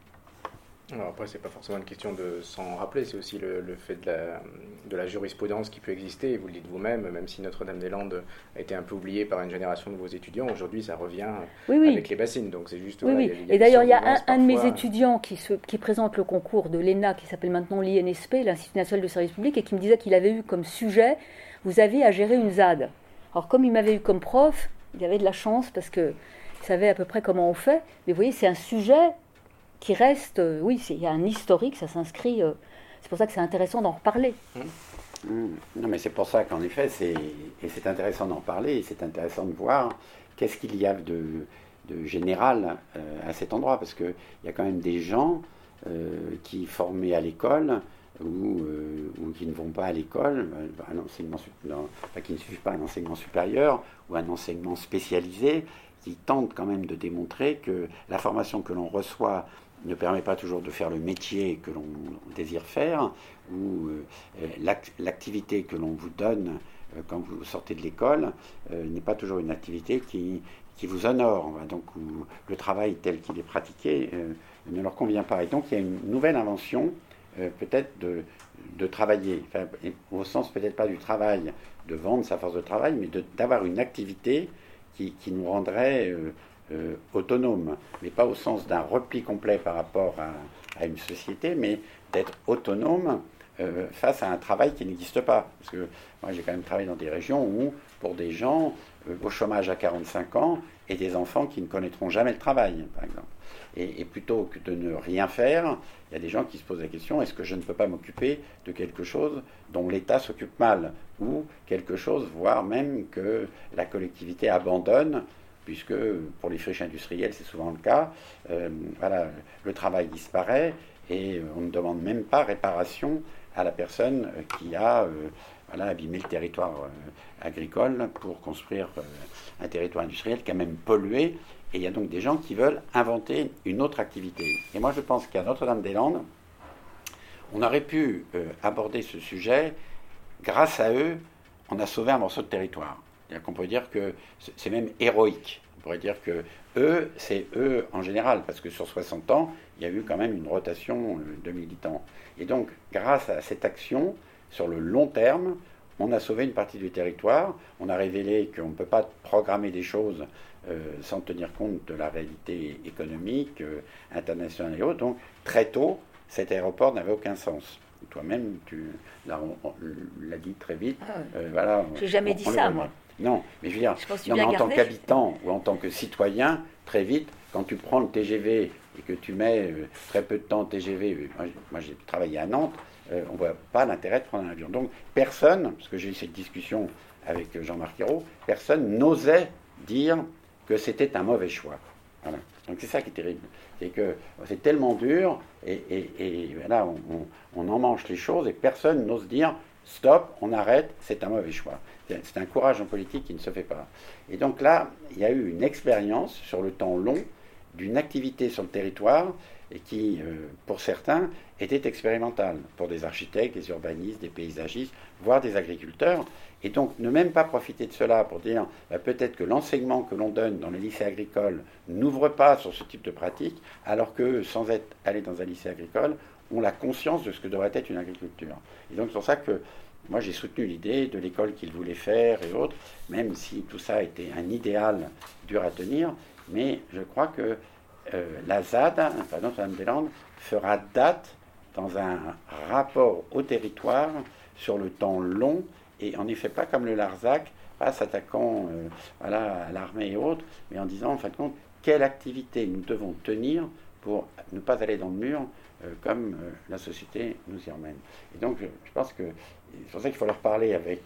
Alors après, c'est pas forcément une question de s'en rappeler, c'est aussi le fait de la jurisprudence qui peut exister. Et vous le dites vous-même, même si Notre-Dame-des-Landes a été un peu oubliée par une génération de vos étudiants, aujourd'hui ça revient avec les bassines. Donc c'est juste. Oui, voilà, oui. Et d'ailleurs, il y a un de mes étudiants qui présente le concours de l'ENA, qui s'appelle maintenant l'INSP, l'Institut national de service public, et qui me disait qu'il avait eu comme sujet, vous avez à gérer une ZAD. Alors comme il m'avait eu comme prof, il avait de la chance parce qu'il savait à peu près comment on fait. Mais vous voyez, c'est un sujet qui reste, il y a un historique, ça s'inscrit C'est pour ça que c'est intéressant d'en reparler. Non, mais c'est pour ça qu'en effet, c'est intéressant d'en parler, et c'est intéressant de voir qu'est-ce qu'il y a de général à cet endroit, parce qu'il y a quand même des gens qui formés à l'école ou qui ne vont pas à l'école, qui ne suivent pas un enseignement supérieur ou un enseignement spécialisé, qui tentent quand même de démontrer que la formation que l'on reçoit ne permet pas toujours de faire le métier que l'on désire faire, ou l'activité que l'on vous donne quand vous sortez de l'école n'est pas toujours une activité qui vous honore, donc où le travail tel qu'il est pratiqué ne leur convient pas. Et donc il y a une nouvelle invention peut-être de travailler, au sens peut-être pas du travail, de vendre sa force de travail, mais d'avoir une activité qui nous rendrait autonome, mais pas au sens d'un repli complet par rapport à une société, mais d'être autonome face à un travail qui n'existe pas. Parce que moi, j'ai quand même travaillé dans des régions où, pour des gens au chômage à 45 ans et des enfants qui ne connaîtront jamais le travail, par exemple. Et plutôt que de ne rien faire, il y a des gens qui se posent la question, est-ce que je ne peux pas m'occuper de quelque chose dont l'État s'occupe mal, ou quelque chose, voire même que la collectivité abandonne, puisque pour les friches industrielles, c'est souvent le cas, le travail disparaît et on ne demande même pas réparation à la personne qui a abîmé le territoire agricole pour construire un territoire industriel qui a même pollué. Et il y a donc des gens qui veulent inventer une autre activité. Et moi, je pense qu'à Notre-Dame-des-Landes, on aurait pu aborder ce sujet. Grâce à eux, on a sauvé un morceau de territoire. C'est-à-dire qu'on peut dire que c'est même héroïque. On pourrait dire que eux, c'est eux en général, parce que sur 60 ans, il y a eu quand même une rotation de militants. Et donc, grâce à cette action, sur le long terme, on a sauvé une partie du territoire. On a révélé qu'on ne peut pas programmer des choses sans tenir compte de la réalité économique, internationale et autres. Donc, très tôt, cet aéroport n'avait aucun sens. Toi-même, tu l'as dit très vite. J'ai jamais dit ça, moi. Non, mais je veux dire, en tant qu'habitant ou en tant que citoyen, très vite, quand tu prends le TGV et que tu mets très peu de temps au TGV, moi j'ai travaillé à Nantes, on ne voit pas l'intérêt de prendre un avion. Donc personne, parce que j'ai eu cette discussion avec Jean-Marc Ayrault, personne n'osait dire que c'était un mauvais choix. Voilà. Donc c'est ça qui est terrible. C'est que c'est tellement dur et là on en mange les choses et personne n'ose dire stop, on arrête, c'est un mauvais choix. C'est un courage en politique qui ne se fait pas. Et donc là, il y a eu une expérience sur le temps long d'une activité sur le territoire et qui, pour certains, était expérimentale. Pour des architectes, des urbanistes, des paysagistes, voire des agriculteurs. Et donc ne même pas profiter de cela pour dire peut-être que l'enseignement que l'on donne dans les lycées agricoles n'ouvre pas sur ce type de pratique, alors que sans être allés dans un lycée agricole, ont la conscience de ce que devrait être une agriculture. Et donc c'est pour ça que moi j'ai soutenu l'idée de l'école qu'ils voulaient faire et autres, même si tout ça était un idéal dur à tenir, mais je crois que la ZAD, Notre-Dame-des-Landes, fera date dans un rapport au territoire sur le temps long, et en effet pas comme le Larzac, pas s'attaquant à l'armée et autres, mais en disant en fin de compte quelle activité nous devons tenir pour ne pas aller dans le mur comme la société nous y emmène. Et donc je pense que c'est pour ça qu'il faut leur parler avec...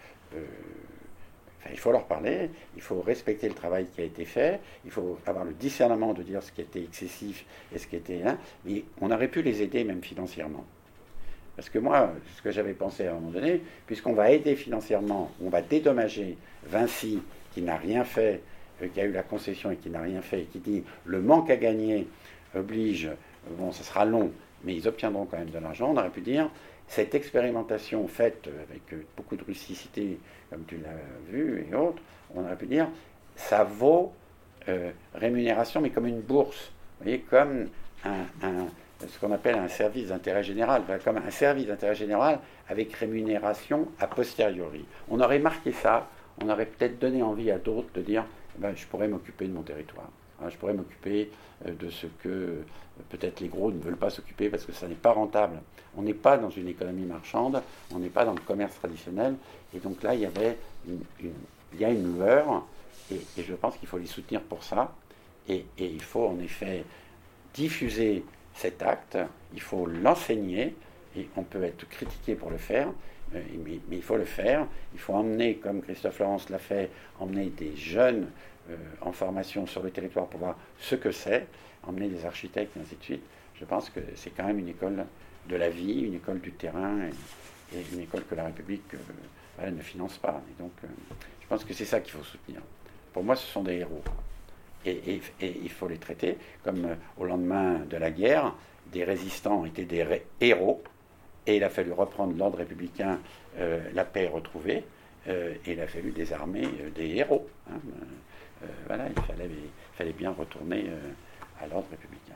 il faut leur parler, il faut respecter le travail qui a été fait, il faut avoir le discernement de dire ce qui était excessif et ce qui était... mais on aurait pu les aider même financièrement. Parce que moi, ce que j'avais pensé à un moment donné, puisqu'on va aider financièrement, on va dédommager Vinci qui n'a rien fait, qui a eu la concession et qui n'a rien fait, et qui dit le manque à gagner oblige, bon, ça sera long, mais ils obtiendront quand même de l'argent, on aurait pu dire... Cette expérimentation faite avec beaucoup de rusticité, comme tu l'as vu, et autres, on aurait pu dire, ça vaut rémunération, mais comme une bourse. Vous voyez, comme ce qu'on appelle un service d'intérêt général, comme un service d'intérêt général avec rémunération a posteriori. On aurait marqué ça, on aurait peut-être donné envie à d'autres de dire, je pourrais m'occuper de mon territoire. Je pourrais m'occuper de ce que peut-être les gros ne veulent pas s'occuper parce que ça n'est pas rentable. On n'est pas dans une économie marchande, on n'est pas dans le commerce traditionnel. Et donc là, il y a une lueur, et je pense qu'il faut les soutenir pour ça. Et il faut en effet diffuser cet acte, il faut l'enseigner, Et on peut être critiqué pour le faire, mais il faut le faire. Il faut emmener, comme Christophe Laurence l'a fait, emmener des jeunes en formation sur le territoire pour voir ce que c'est, emmener des architectes et ainsi de suite. Je pense que c'est quand même une école de la vie, une école du terrain et une école que la République ne finance pas. Et donc, je pense que c'est ça qu'il faut soutenir. Pour moi, ce sont des héros. Et il faut les traiter comme au lendemain de la guerre, des résistants étaient des héros, et il a fallu reprendre l'ordre républicain, la paix est retrouvée, et il a fallu désarmer des héros. Hein. Voilà, il fallait bien retourner à l'ordre républicain.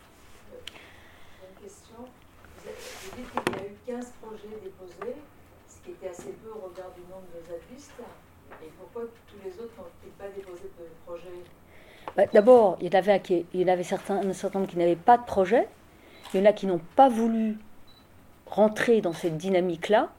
Une question. Vous dites qu'il y a eu 15 projets déposés, ce qui était assez peu au regard du nombre de zadistes. Et pourquoi tous les autres n'ont-ils pas déposé de projet? D'abord, il y en avait un certain nombre qui n'avaient pas de projet. Il y en a qui n'ont pas voulu rentrer dans cette dynamique-là.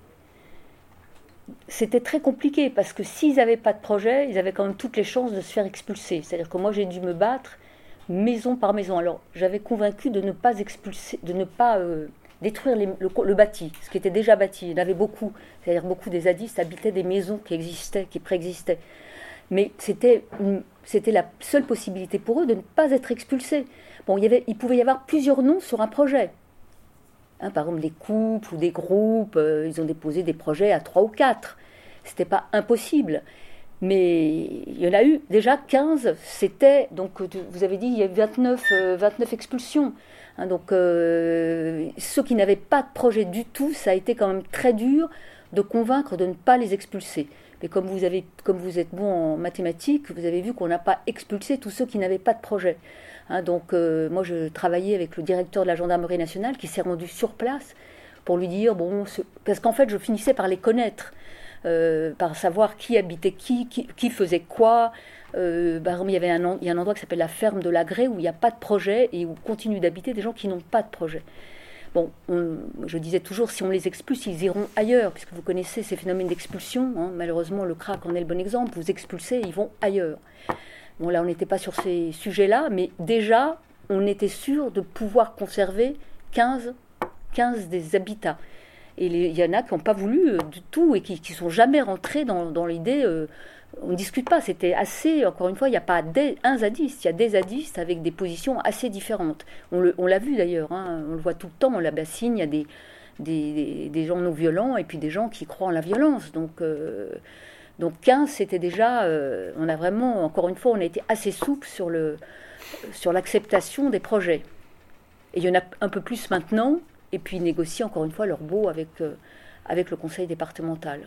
C'était très compliqué parce que s'ils n'avaient pas de projet, ils avaient quand même toutes les chances de se faire expulser. C'est-à-dire que moi, j'ai dû me battre maison par maison. Alors, j'avais convaincu de ne pas expulser, de ne pas détruire le bâti, ce qui était déjà bâti. Il y en avait beaucoup. C'est-à-dire beaucoup des zadistes habitaient des maisons qui existaient, qui préexistaient. Mais c'était la seule possibilité pour eux de ne pas être expulsés. Bon, il pouvait y avoir plusieurs noms sur un projet. Hein, par exemple, des couples ou des groupes, ils ont déposé des projets à 3 ou 4. C'était pas impossible. Mais il y en a eu déjà 15. C'était, donc vous avez dit, il y a eu 29 expulsions. Hein, donc ceux qui n'avaient pas de projet du tout, ça a été quand même très dur de convaincre de ne pas les expulser. Mais comme vous êtes bon en mathématiques, vous avez vu qu'on n'a pas expulsé tous ceux qui n'avaient pas de projet. Hein, donc moi je travaillais avec le directeur de la gendarmerie nationale qui s'est rendu sur place pour lui dire, parce qu'en fait je finissais par les connaître, par savoir qui habitait qui faisait quoi. Il y a un endroit qui s'appelle la ferme de l'Agré où il n'y a pas de projet et où continuent d'habiter des gens qui n'ont pas de projet. Bon, je disais toujours, si on les expulse, ils iront ailleurs, puisque vous connaissez ces phénomènes d'expulsion. Hein. Malheureusement, le crack en est le bon exemple. Vous expulsez, ils vont ailleurs. Bon, là, on n'était pas sur ces sujets-là, mais déjà, on était sûr de pouvoir conserver 15 des habitats. Et il y en a qui n'ont pas voulu du tout et qui ne sont jamais rentrés dans l'idée. On ne discute pas, c'était assez, encore une fois, il n'y a pas un zadiste, il y a des zadistes avec des positions assez différentes. On l'a vu d'ailleurs, hein, on le voit tout le temps, on la bassine, il y a des gens non violents et puis des gens qui croient en la violence. Donc 15, c'était déjà, on a vraiment, encore une fois, on a été assez souple sur l'acceptation des projets. Et il y en a un peu plus maintenant, et puis ils négocient encore une fois leur baux avec le conseil départemental.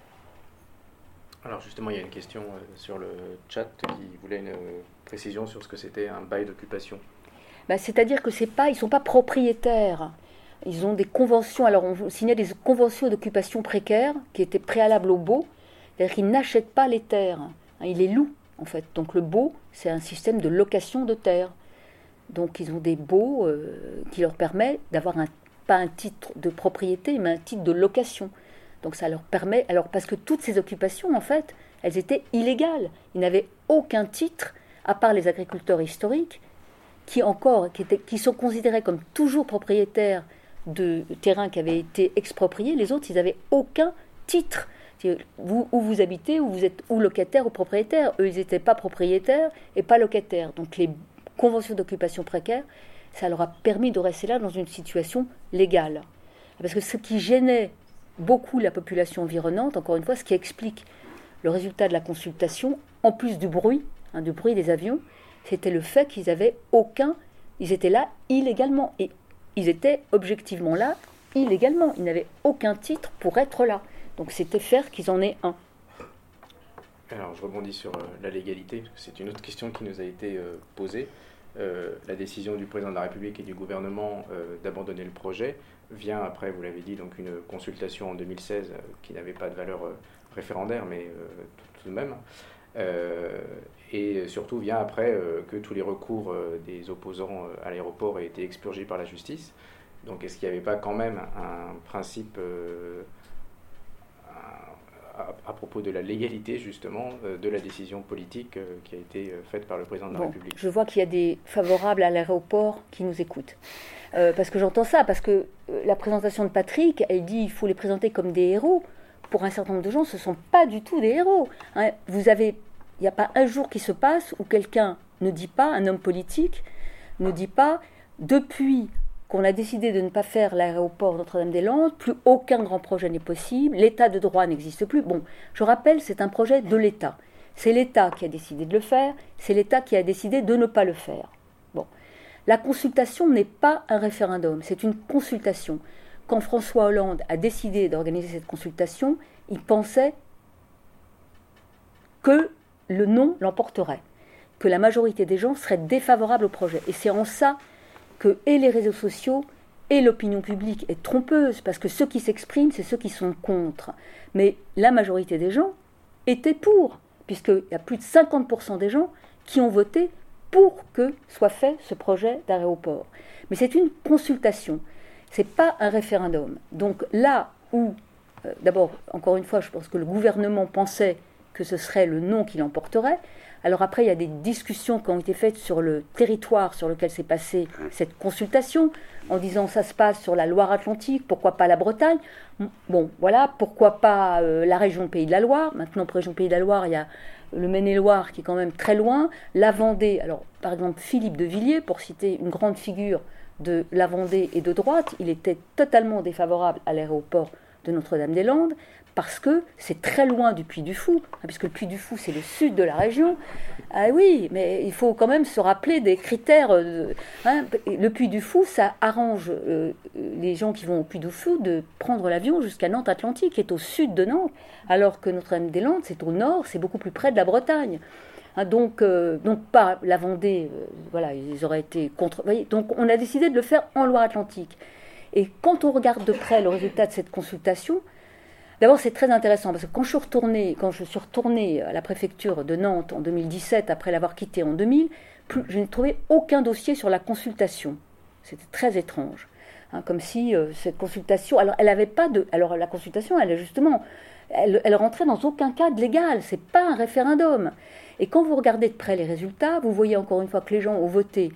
Alors justement, il y a une question sur le chat qui voulait une précision sur ce que c'était un bail d'occupation. C'est-à-dire que ils ne sont pas propriétaires. Ils ont des conventions. Alors on signait des conventions d'occupation précaire qui étaient préalables au baux. C'est-à-dire qu'ils n'achètent pas les terres. Ils les louent en fait. Donc le baux, c'est un système de location de terres. Donc ils ont des baux qui leur permettent d'avoir pas un titre de propriété, mais un titre de location. Donc ça leur permet, parce que toutes ces occupations, en fait, elles étaient illégales. Ils n'avaient aucun titre, à part les agriculteurs historiques, qui sont considérés comme toujours propriétaires de terrains qui avaient été expropriés. Les autres, ils n'avaient aucun titre. Où vous habitez, où vous êtes ou locataire ou propriétaire. Eux, ils n'étaient pas propriétaires et pas locataires. Donc les conventions d'occupation précaire, ça leur a permis de rester là dans une situation légale. Parce que ce qui gênait beaucoup la population environnante, encore une fois, ce qui explique le résultat de la consultation, en plus du bruit des avions, c'était le fait qu'ils étaient là illégalement. Et ils étaient objectivement là illégalement. Ils n'avaient aucun titre pour être là. Donc c'était faire qu'ils en aient un. Alors je rebondis sur la légalité, parce que c'est une autre question qui nous a été posée. La décision du président de la République et du gouvernement d'abandonner le projet vient après, vous l'avez dit, donc une consultation en 2016 qui n'avait pas de valeur référendaire, mais tout de même. Et surtout vient après que tous les recours des opposants à l'aéroport aient été expurgés par la justice. Donc est-ce qu'il n'y avait pas quand même un principe à propos de la légalité justement de la décision politique qui a été faite par le président de la République. Je vois qu'il y a des favorables à l'aéroport qui nous écoutent. Parce que j'entends ça, parce que la présentation de Patrick, elle dit qu'il faut les présenter comme des héros. Pour un certain nombre de gens, ce ne sont pas du tout des héros. Hein. Il n'y a pas un jour qui se passe où quelqu'un ne dit pas, un homme politique ne dit pas, depuis qu'on a décidé de ne pas faire l'aéroport Notre-Dame-des-Landes, plus aucun grand projet n'est possible, l'état de droit n'existe plus. Bon, je rappelle, c'est un projet de l'État. C'est l'État qui a décidé de le faire, c'est l'État qui a décidé de ne pas le faire. Bon. La consultation n'est pas un référendum, c'est une consultation. Quand François Hollande a décidé d'organiser cette consultation, il pensait que le non l'emporterait, que la majorité des gens seraient défavorables au projet. Et c'est en ça que et les réseaux sociaux et l'opinion publique est trompeuse, parce que ceux qui s'expriment, c'est ceux qui sont contre. Mais la majorité des gens étaient pour, puisqu'il y a plus de 50% des gens qui ont voté pour que soit fait ce projet d'aéroport. Mais c'est une consultation, ce n'est pas un référendum. Donc là où, d'abord, encore une fois, je pense que le gouvernement pensait que ce serait le non qui l'emporterait. Alors après, il y a des discussions qui ont été faites sur le territoire sur lequel s'est passée cette consultation, en disant ça se passe sur la Loire-Atlantique, pourquoi pas la Bretagne ? Bon, voilà, pourquoi pas la région Pays de la Loire ? Maintenant, pour la région Pays de la Loire, il y a le Maine-et-Loire qui est quand même très loin, la Vendée, alors par exemple Philippe de Villiers, pour citer une grande figure de la Vendée et de droite, il était totalement défavorable à l'aéroport de Notre-Dame-des-Landes, parce que c'est très loin du Puy du Fou, puisque le Puy du Fou c'est le sud de la région. Ah oui, mais il faut quand même se rappeler des critères. Le Puy du Fou, ça arrange les gens qui vont au Puy du Fou de prendre l'avion jusqu'à Nantes-Atlantique, qui est au sud de Nantes, alors que Notre-Dame-des-Landes, c'est au nord, c'est beaucoup plus près de la Bretagne. Donc pas la Vendée, voilà, ils auraient été contre. Voyez, donc on a décidé de le faire en Loire-Atlantique. Et quand on regarde de près le résultat de cette consultation, d'abord, c'est très intéressant parce que quand je suis retournée à la préfecture de Nantes en 2017, après l'avoir quittée en 2000, je n'ai trouvé aucun dossier sur la consultation. C'était très étrange. Comme si cette consultation... Alors, elle n'avait pas de... Alors, la consultation, elle rentrait dans aucun cadre légal. Ce n'est pas un référendum. Et quand vous regardez de près les résultats, vous voyez encore une fois que les gens ont voté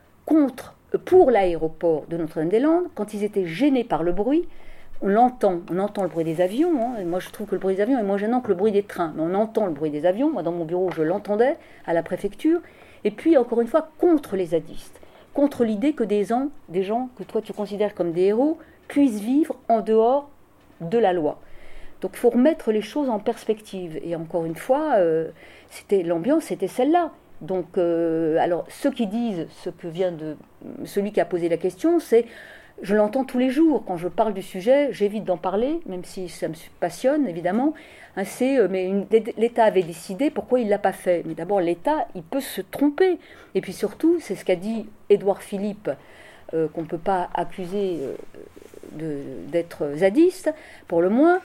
pour l'aéroport de Notre-Dame-des-Landes, quand ils étaient gênés par le bruit. On entend le bruit des avions. Et moi, je trouve que le bruit des avions est moins gênant que le bruit des trains. Mais on entend le bruit des avions. Moi, dans mon bureau, je l'entendais à la préfecture. Et puis, encore une fois, contre les zadistes. Contre l'idée que des gens que toi, tu considères comme des héros puissent vivre en dehors de la loi. Donc, il faut remettre les choses en perspective. Et encore une fois, l'ambiance, c'était celle-là. Donc, alors, ceux qui disent ce que vient de... Celui qui a posé la question, c'est... Je l'entends tous les jours. Quand je parle du sujet, j'évite d'en parler, même si ça me passionne, évidemment. L'État avait décidé, pourquoi il ne l'a pas fait ? Mais d'abord, l'État, il peut se tromper. Et puis surtout, c'est ce qu'a dit Édouard Philippe, qu'on ne peut pas accuser d'être zadiste, pour le moins.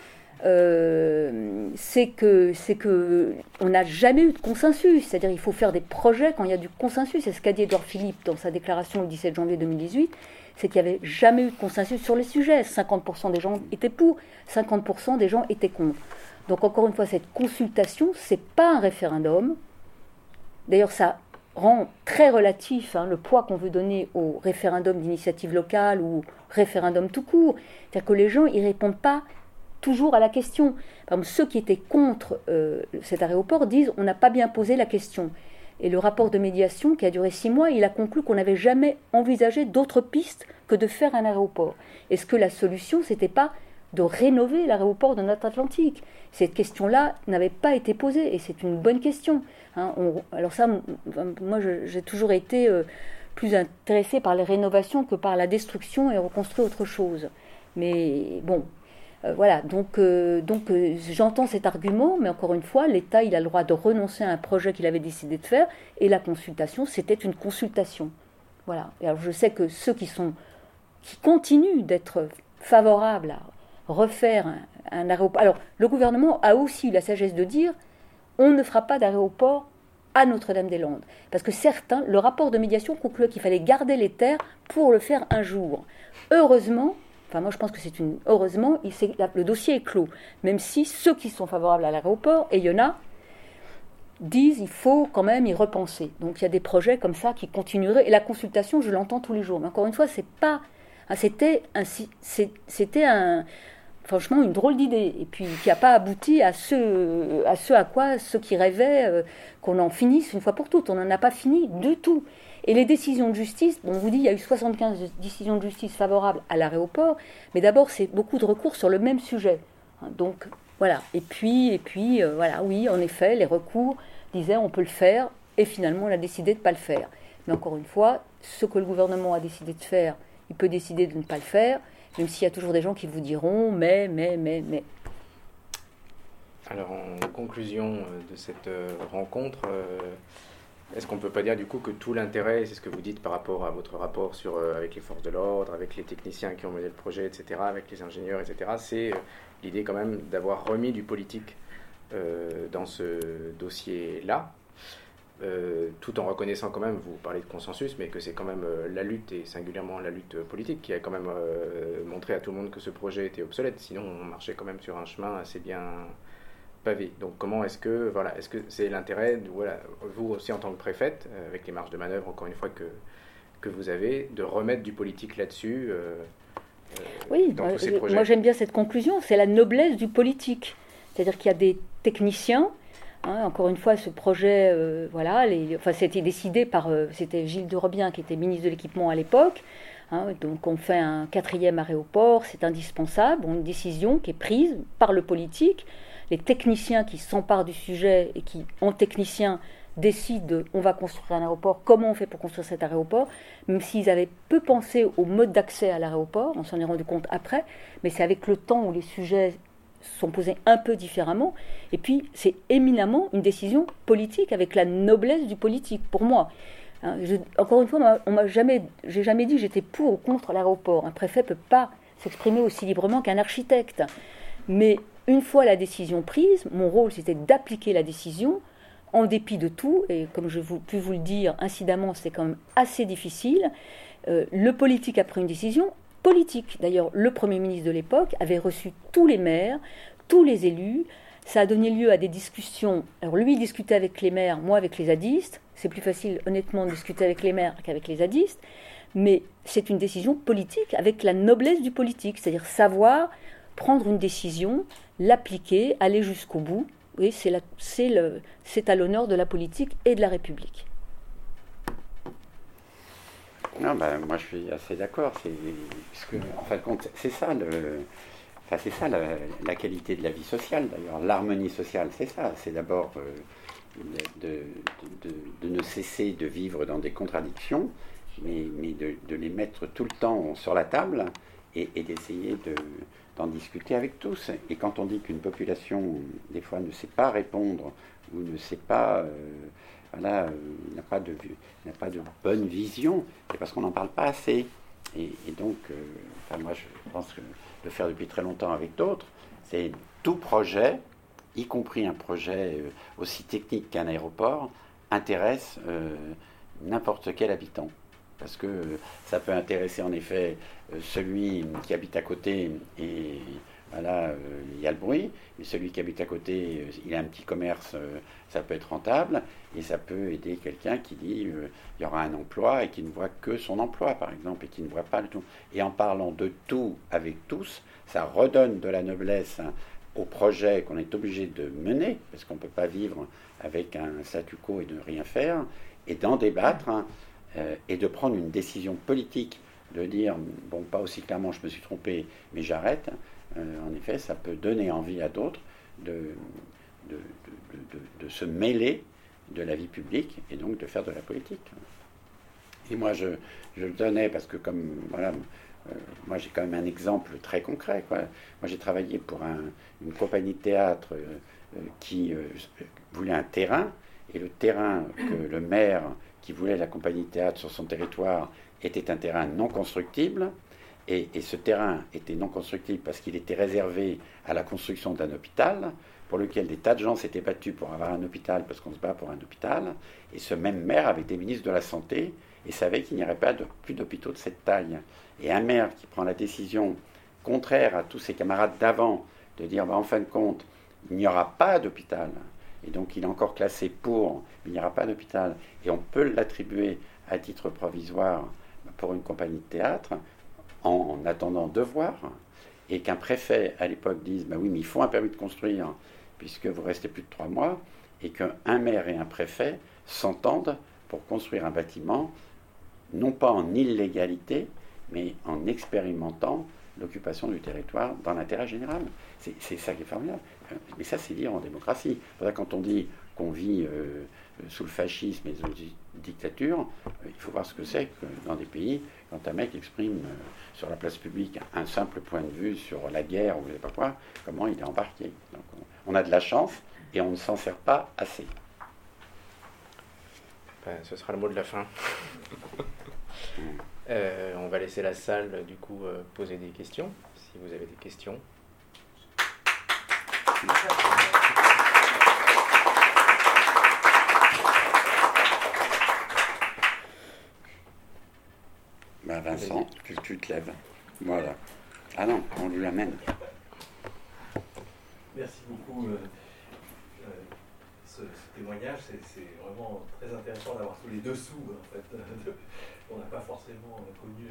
C'est que on n'a jamais eu de consensus. C'est-à-dire qu'il faut faire des projets quand il y a du consensus. C'est ce qu'a dit Édouard Philippe dans sa déclaration le 17 janvier 2018. C'est qu'il n'y avait jamais eu de consensus sur les sujets. 50% des gens étaient pour, 50% des gens étaient contre. Donc encore une fois, cette consultation, ce n'est pas un référendum. D'ailleurs, ça rend très relatif le poids qu'on veut donner au référendum d'initiative locale ou au référendum tout court. C'est-à-dire que les gens n'y répondent pas toujours à la question. Par exemple, ceux qui étaient contre cet aéroport disent « on n'a pas bien posé la question ». Et le rapport de médiation, qui a duré 6 mois, il a conclu qu'on n'avait jamais envisagé d'autres pistes que de faire un aéroport. Est-ce que la solution, ce n'était pas de rénover l'aéroport de Nantes-Atlantique ? Cette question-là n'avait pas été posée, et c'est une bonne question. Alors ça, moi, j'ai toujours été plus intéressée par les rénovations que par la destruction et reconstruire autre chose. Mais bon... Voilà, donc j'entends cet argument, mais encore une fois, l'État, il a le droit de renoncer à un projet qu'il avait décidé de faire, et la consultation, c'était une consultation. Voilà. Et alors je sais que ceux qui continuent d'être favorables à refaire un aéroport... Alors, le gouvernement a aussi eu la sagesse de dire, on ne fera pas d'aéroport à Notre-Dame-des-Landes. Parce que certains, le rapport de médiation concluait qu'il fallait garder les terres pour le faire un jour. Heureusement Enfin, moi, je pense que heureusement, le dossier est clos. Même si ceux qui sont favorables à l'aéroport, et il y en a, disent il faut quand même y repenser. Donc, il y a des projets comme ça qui continueraient. Et la consultation, je l'entends tous les jours. Mais encore une fois, c'était franchement une drôle d'idée. Et puis, qui n'a pas abouti à ce à quoi ceux qui rêvaient qu'on en finisse une fois pour toutes. On n'en a pas fini du tout. Et les décisions de justice, on vous dit il y a eu 75 décisions de justice favorables à l'aéroport, mais d'abord c'est beaucoup de recours sur le même sujet. Donc voilà. Et puis voilà, oui, en effet, les recours disaient on peut le faire, et finalement on a décidé de ne pas le faire. Mais encore une fois, ce que le gouvernement a décidé de faire, il peut décider de ne pas le faire, même s'il y a toujours des gens qui vous diront mais. Alors en conclusion de cette rencontre, est-ce qu'on ne peut pas dire du coup que tout l'intérêt, c'est ce que vous dites par rapport à votre rapport avec les forces de l'ordre, avec les techniciens qui ont mené le projet, etc., avec les ingénieurs, etc., c'est l'idée quand même d'avoir remis du politique dans ce dossier-là, tout en reconnaissant quand même, vous parlez de consensus, mais que c'est quand même la lutte, et singulièrement la lutte politique, qui a quand même montré à tout le monde que ce projet était obsolète, sinon on marchait quand même sur un chemin assez bien pavé. Donc comment est-ce que c'est l'intérêt, vous aussi en tant que préfète, avec les marges de manœuvre encore une fois que vous avez, de remettre du politique là-dessus oui, dans tous ces projets? Moi j'aime bien cette conclusion, c'est la noblesse du politique. C'est-à-dire qu'il y a des techniciens, encore une fois ce projet, c'était décidé par, c'était Gilles de Robien qui était ministre de l'équipement à l'époque, donc on fait un 4e aéroport, c'est indispensable, une décision qui est prise par le politique. Les techniciens qui s'emparent du sujet et qui, en techniciens, décident on va construire un aéroport, comment on fait pour construire cet aéroport, même s'ils avaient peu pensé au mode d'accès à l'aéroport, on s'en est rendu compte après, mais c'est avec le temps où les sujets sont posés un peu différemment, et puis c'est éminemment une décision politique avec la noblesse du politique, pour moi. Encore une fois, j'ai jamais dit que j'étais pour ou contre l'aéroport. Un préfet ne peut pas s'exprimer aussi librement qu'un architecte. Mais une fois la décision prise, mon rôle c'était d'appliquer la décision en dépit de tout, et comme je puis vous le dire, incidemment, c'est quand même assez difficile. Le politique a pris une décision politique. D'ailleurs, le Premier ministre de l'époque avait reçu tous les maires, tous les élus. Ça a donné lieu à des discussions. Alors lui, il discutait avec les maires, moi avec les zadistes. C'est plus facile, honnêtement, de discuter avec les maires qu'avec les zadistes. Mais c'est une décision politique avec la noblesse du politique, c'est-à-dire savoir prendre une décision, l'appliquer, aller jusqu'au bout. Oui, c'est à l'honneur de la politique et de la République. Non, moi je suis assez d'accord. Parce que, en fin de compte, c'est ça la qualité de la vie sociale. D'ailleurs, l'harmonie sociale, c'est ça. C'est d'abord de ne cesser de vivre dans des contradictions, mais de les mettre tout le temps sur la table et d'essayer d'en discuter avec tous. Et quand on dit qu'une population, des fois, ne sait pas répondre ou ne sait pas, n'a pas de bonne vision, c'est parce qu'on n'en parle pas assez. Et donc, moi, je pense que le faire depuis très longtemps avec d'autres, c'est tout projet, y compris un projet aussi technique qu'un aéroport, intéresse n'importe quel habitant. Parce que ça peut intéresser en effet celui qui habite à côté et voilà, il y a le bruit, et celui qui habite à côté, il a un petit commerce, ça peut être rentable, et ça peut aider quelqu'un qui dit il y aura un emploi et qui ne voit que son emploi par exemple, et qui ne voit pas le tout. Et en parlant de tout avec tous, ça redonne de la noblesse au projet qu'on est obligé de mener, parce qu'on ne peut pas vivre avec un statu quo et de ne rien faire, et d'en débattre, et de prendre une décision politique, de dire, bon, pas aussi clairement, je me suis trompé, mais j'arrête. En effet, ça peut donner envie à d'autres de se mêler de la vie publique et donc de faire de la politique. Et moi, je le donnais parce que moi j'ai quand même un exemple très concret, quoi. Moi j'ai travaillé pour une compagnie de théâtre qui voulait un terrain, et le terrain que le maire qui voulait la compagnie de théâtre sur son territoire était un terrain non constructible. Et ce terrain était non constructible parce qu'il était réservé à la construction d'un hôpital, pour lequel des tas de gens s'étaient battus pour avoir un hôpital, parce qu'on se bat pour un hôpital. Et ce même maire avait été ministre de la Santé et savait qu'il n'y aurait pas plus d'hôpitaux de cette taille. Et un maire qui prend la décision contraire à tous ses camarades d'avant, de dire en fin de compte, il n'y aura pas d'hôpital, et donc il est encore classé pour, mais il n'y aura pas d'hôpital, et on peut l'attribuer à titre provisoire pour une compagnie de théâtre, en attendant de voir, et qu'un préfet à l'époque dise oui, mais il faut un permis de construire, puisque vous restez plus de 3 mois, et qu'un maire et un préfet s'entendent pour construire un bâtiment, non pas en illégalité, mais en expérimentant l'occupation du territoire dans l'intérêt général. C'est ça qui est formidable. Mais ça, c'est dire en démocratie. Quand on dit qu'on vit sous le fascisme et sous la dictature, il faut voir ce que c'est que dans des pays, quand un mec exprime sur la place publique un simple point de vue sur la guerre ou je ne sais pas quoi, comment il est embarqué. Donc on a de la chance et on ne s'en sert pas assez. Ce sera le mot de la fin. On va laisser la salle, du coup, poser des questions, si vous avez des questions. Vincent, que tu te lèves. Voilà. Ah non, on lui amène. Merci beaucoup. Ce témoignage, c'est vraiment très intéressant d'avoir tous les dessous, en fait, qu'on n'a pas forcément connu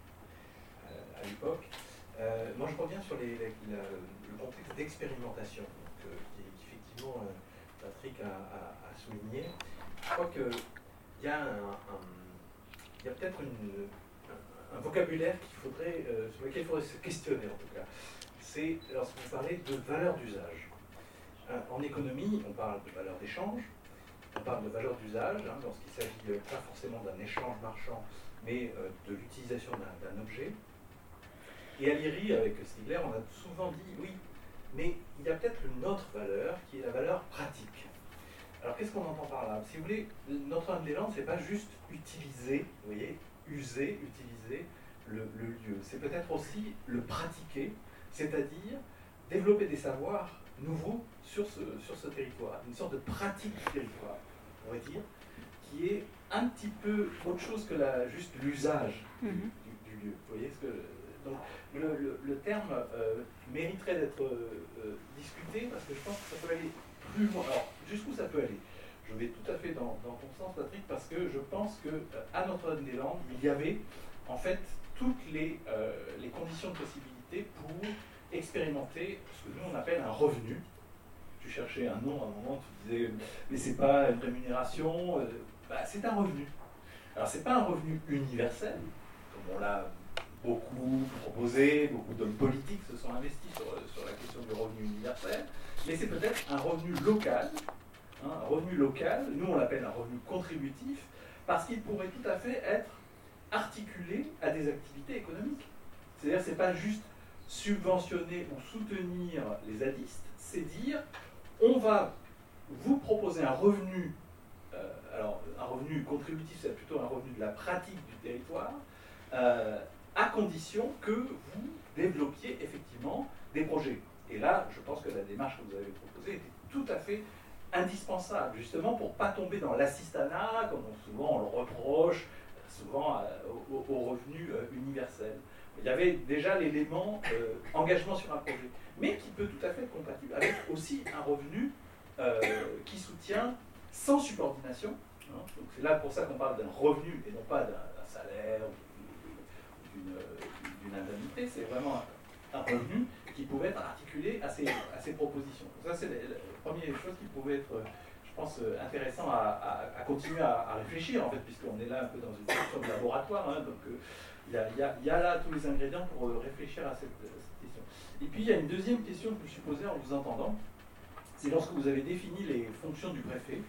à l'époque. Moi, je reviens sur le contexte d'expérimentation, qui effectivement, Patrick a souligné. Je crois qu'il y a peut-être un vocabulaire sur lequel il faudrait se questionner, en tout cas. C'est lorsque vous parlez de valeur d'usage. En économie, on parle de valeur d'échange, on parle de valeur d'usage, lorsqu'il s'agit pas forcément d'un échange marchand, mais de l'utilisation d'un objet. Et à l'IRI, avec Stigler, on a souvent dit, oui, mais il y a peut-être une autre valeur, qui est la valeur pratique. Alors qu'est-ce qu'on entend par là? Si vous voulez, Notre-Dame-des-Landes, c'est pas juste utiliser, vous voyez, user, utiliser le lieu. C'est peut-être aussi le pratiquer, c'est-à-dire développer des savoirs nouveaux sur ce territoire, une sorte de pratique du territoire, on va dire, qui est un petit peu autre chose que juste l'usage du lieu. Vous voyez ce que... Donc le terme mériterait d'être discuté parce que je pense que ça peut aller plus loin. Alors, jusqu'où ça peut aller? Je vais tout à fait dans ton sens, Patrick, parce que je pense qu'à Notre-Dame-des-Landes, il y avait en fait toutes les conditions de possibilité pour expérimenter ce que nous on appelle un revenu. Tu cherchais un nom à un moment, tu disais mais c'est pas une rémunération, c'est un revenu. Alors c'est pas un revenu universel, comme on l'a beaucoup proposé, beaucoup d'hommes politiques se sont investis sur la question du revenu universel, mais c'est peut-être un revenu local. Un revenu local, nous on l'appelle un revenu contributif, parce qu'il pourrait tout à fait être articulé à des activités économiques. C'est-à-dire c'est pas juste subventionner ou soutenir les zadistes, c'est dire on va vous proposer un revenu, alors un revenu contributif c'est plutôt un revenu de la pratique du territoire, à condition que vous développiez effectivement des projets. Et là, je pense que la démarche que vous avez proposée était tout à fait indispensable, justement pour ne pas tomber dans l'assistanat, comme souvent on le reproche, souvent au revenu universel. Il y avait déjà l'élément engagement sur un projet, mais qui peut tout à fait être compatible avec aussi un revenu qui soutient sans subordination. Donc c'est là pour ça qu'on parle d'un revenu et non pas d'un salaire ou d'une indemnité. C'est vraiment un revenu qui pouvait être articulé à ces propositions. Donc ça, c'est la première chose qui pouvait être, je pense, intéressant à continuer à réfléchir, en fait, puisqu'on est là un peu dans une fonction de laboratoire. Donc il y a là tous les ingrédients pour réfléchir à cette question. Et puis, il y a une deuxième question que je me suis posée en vous entendant. C'est lorsque vous avez défini les fonctions du préfet,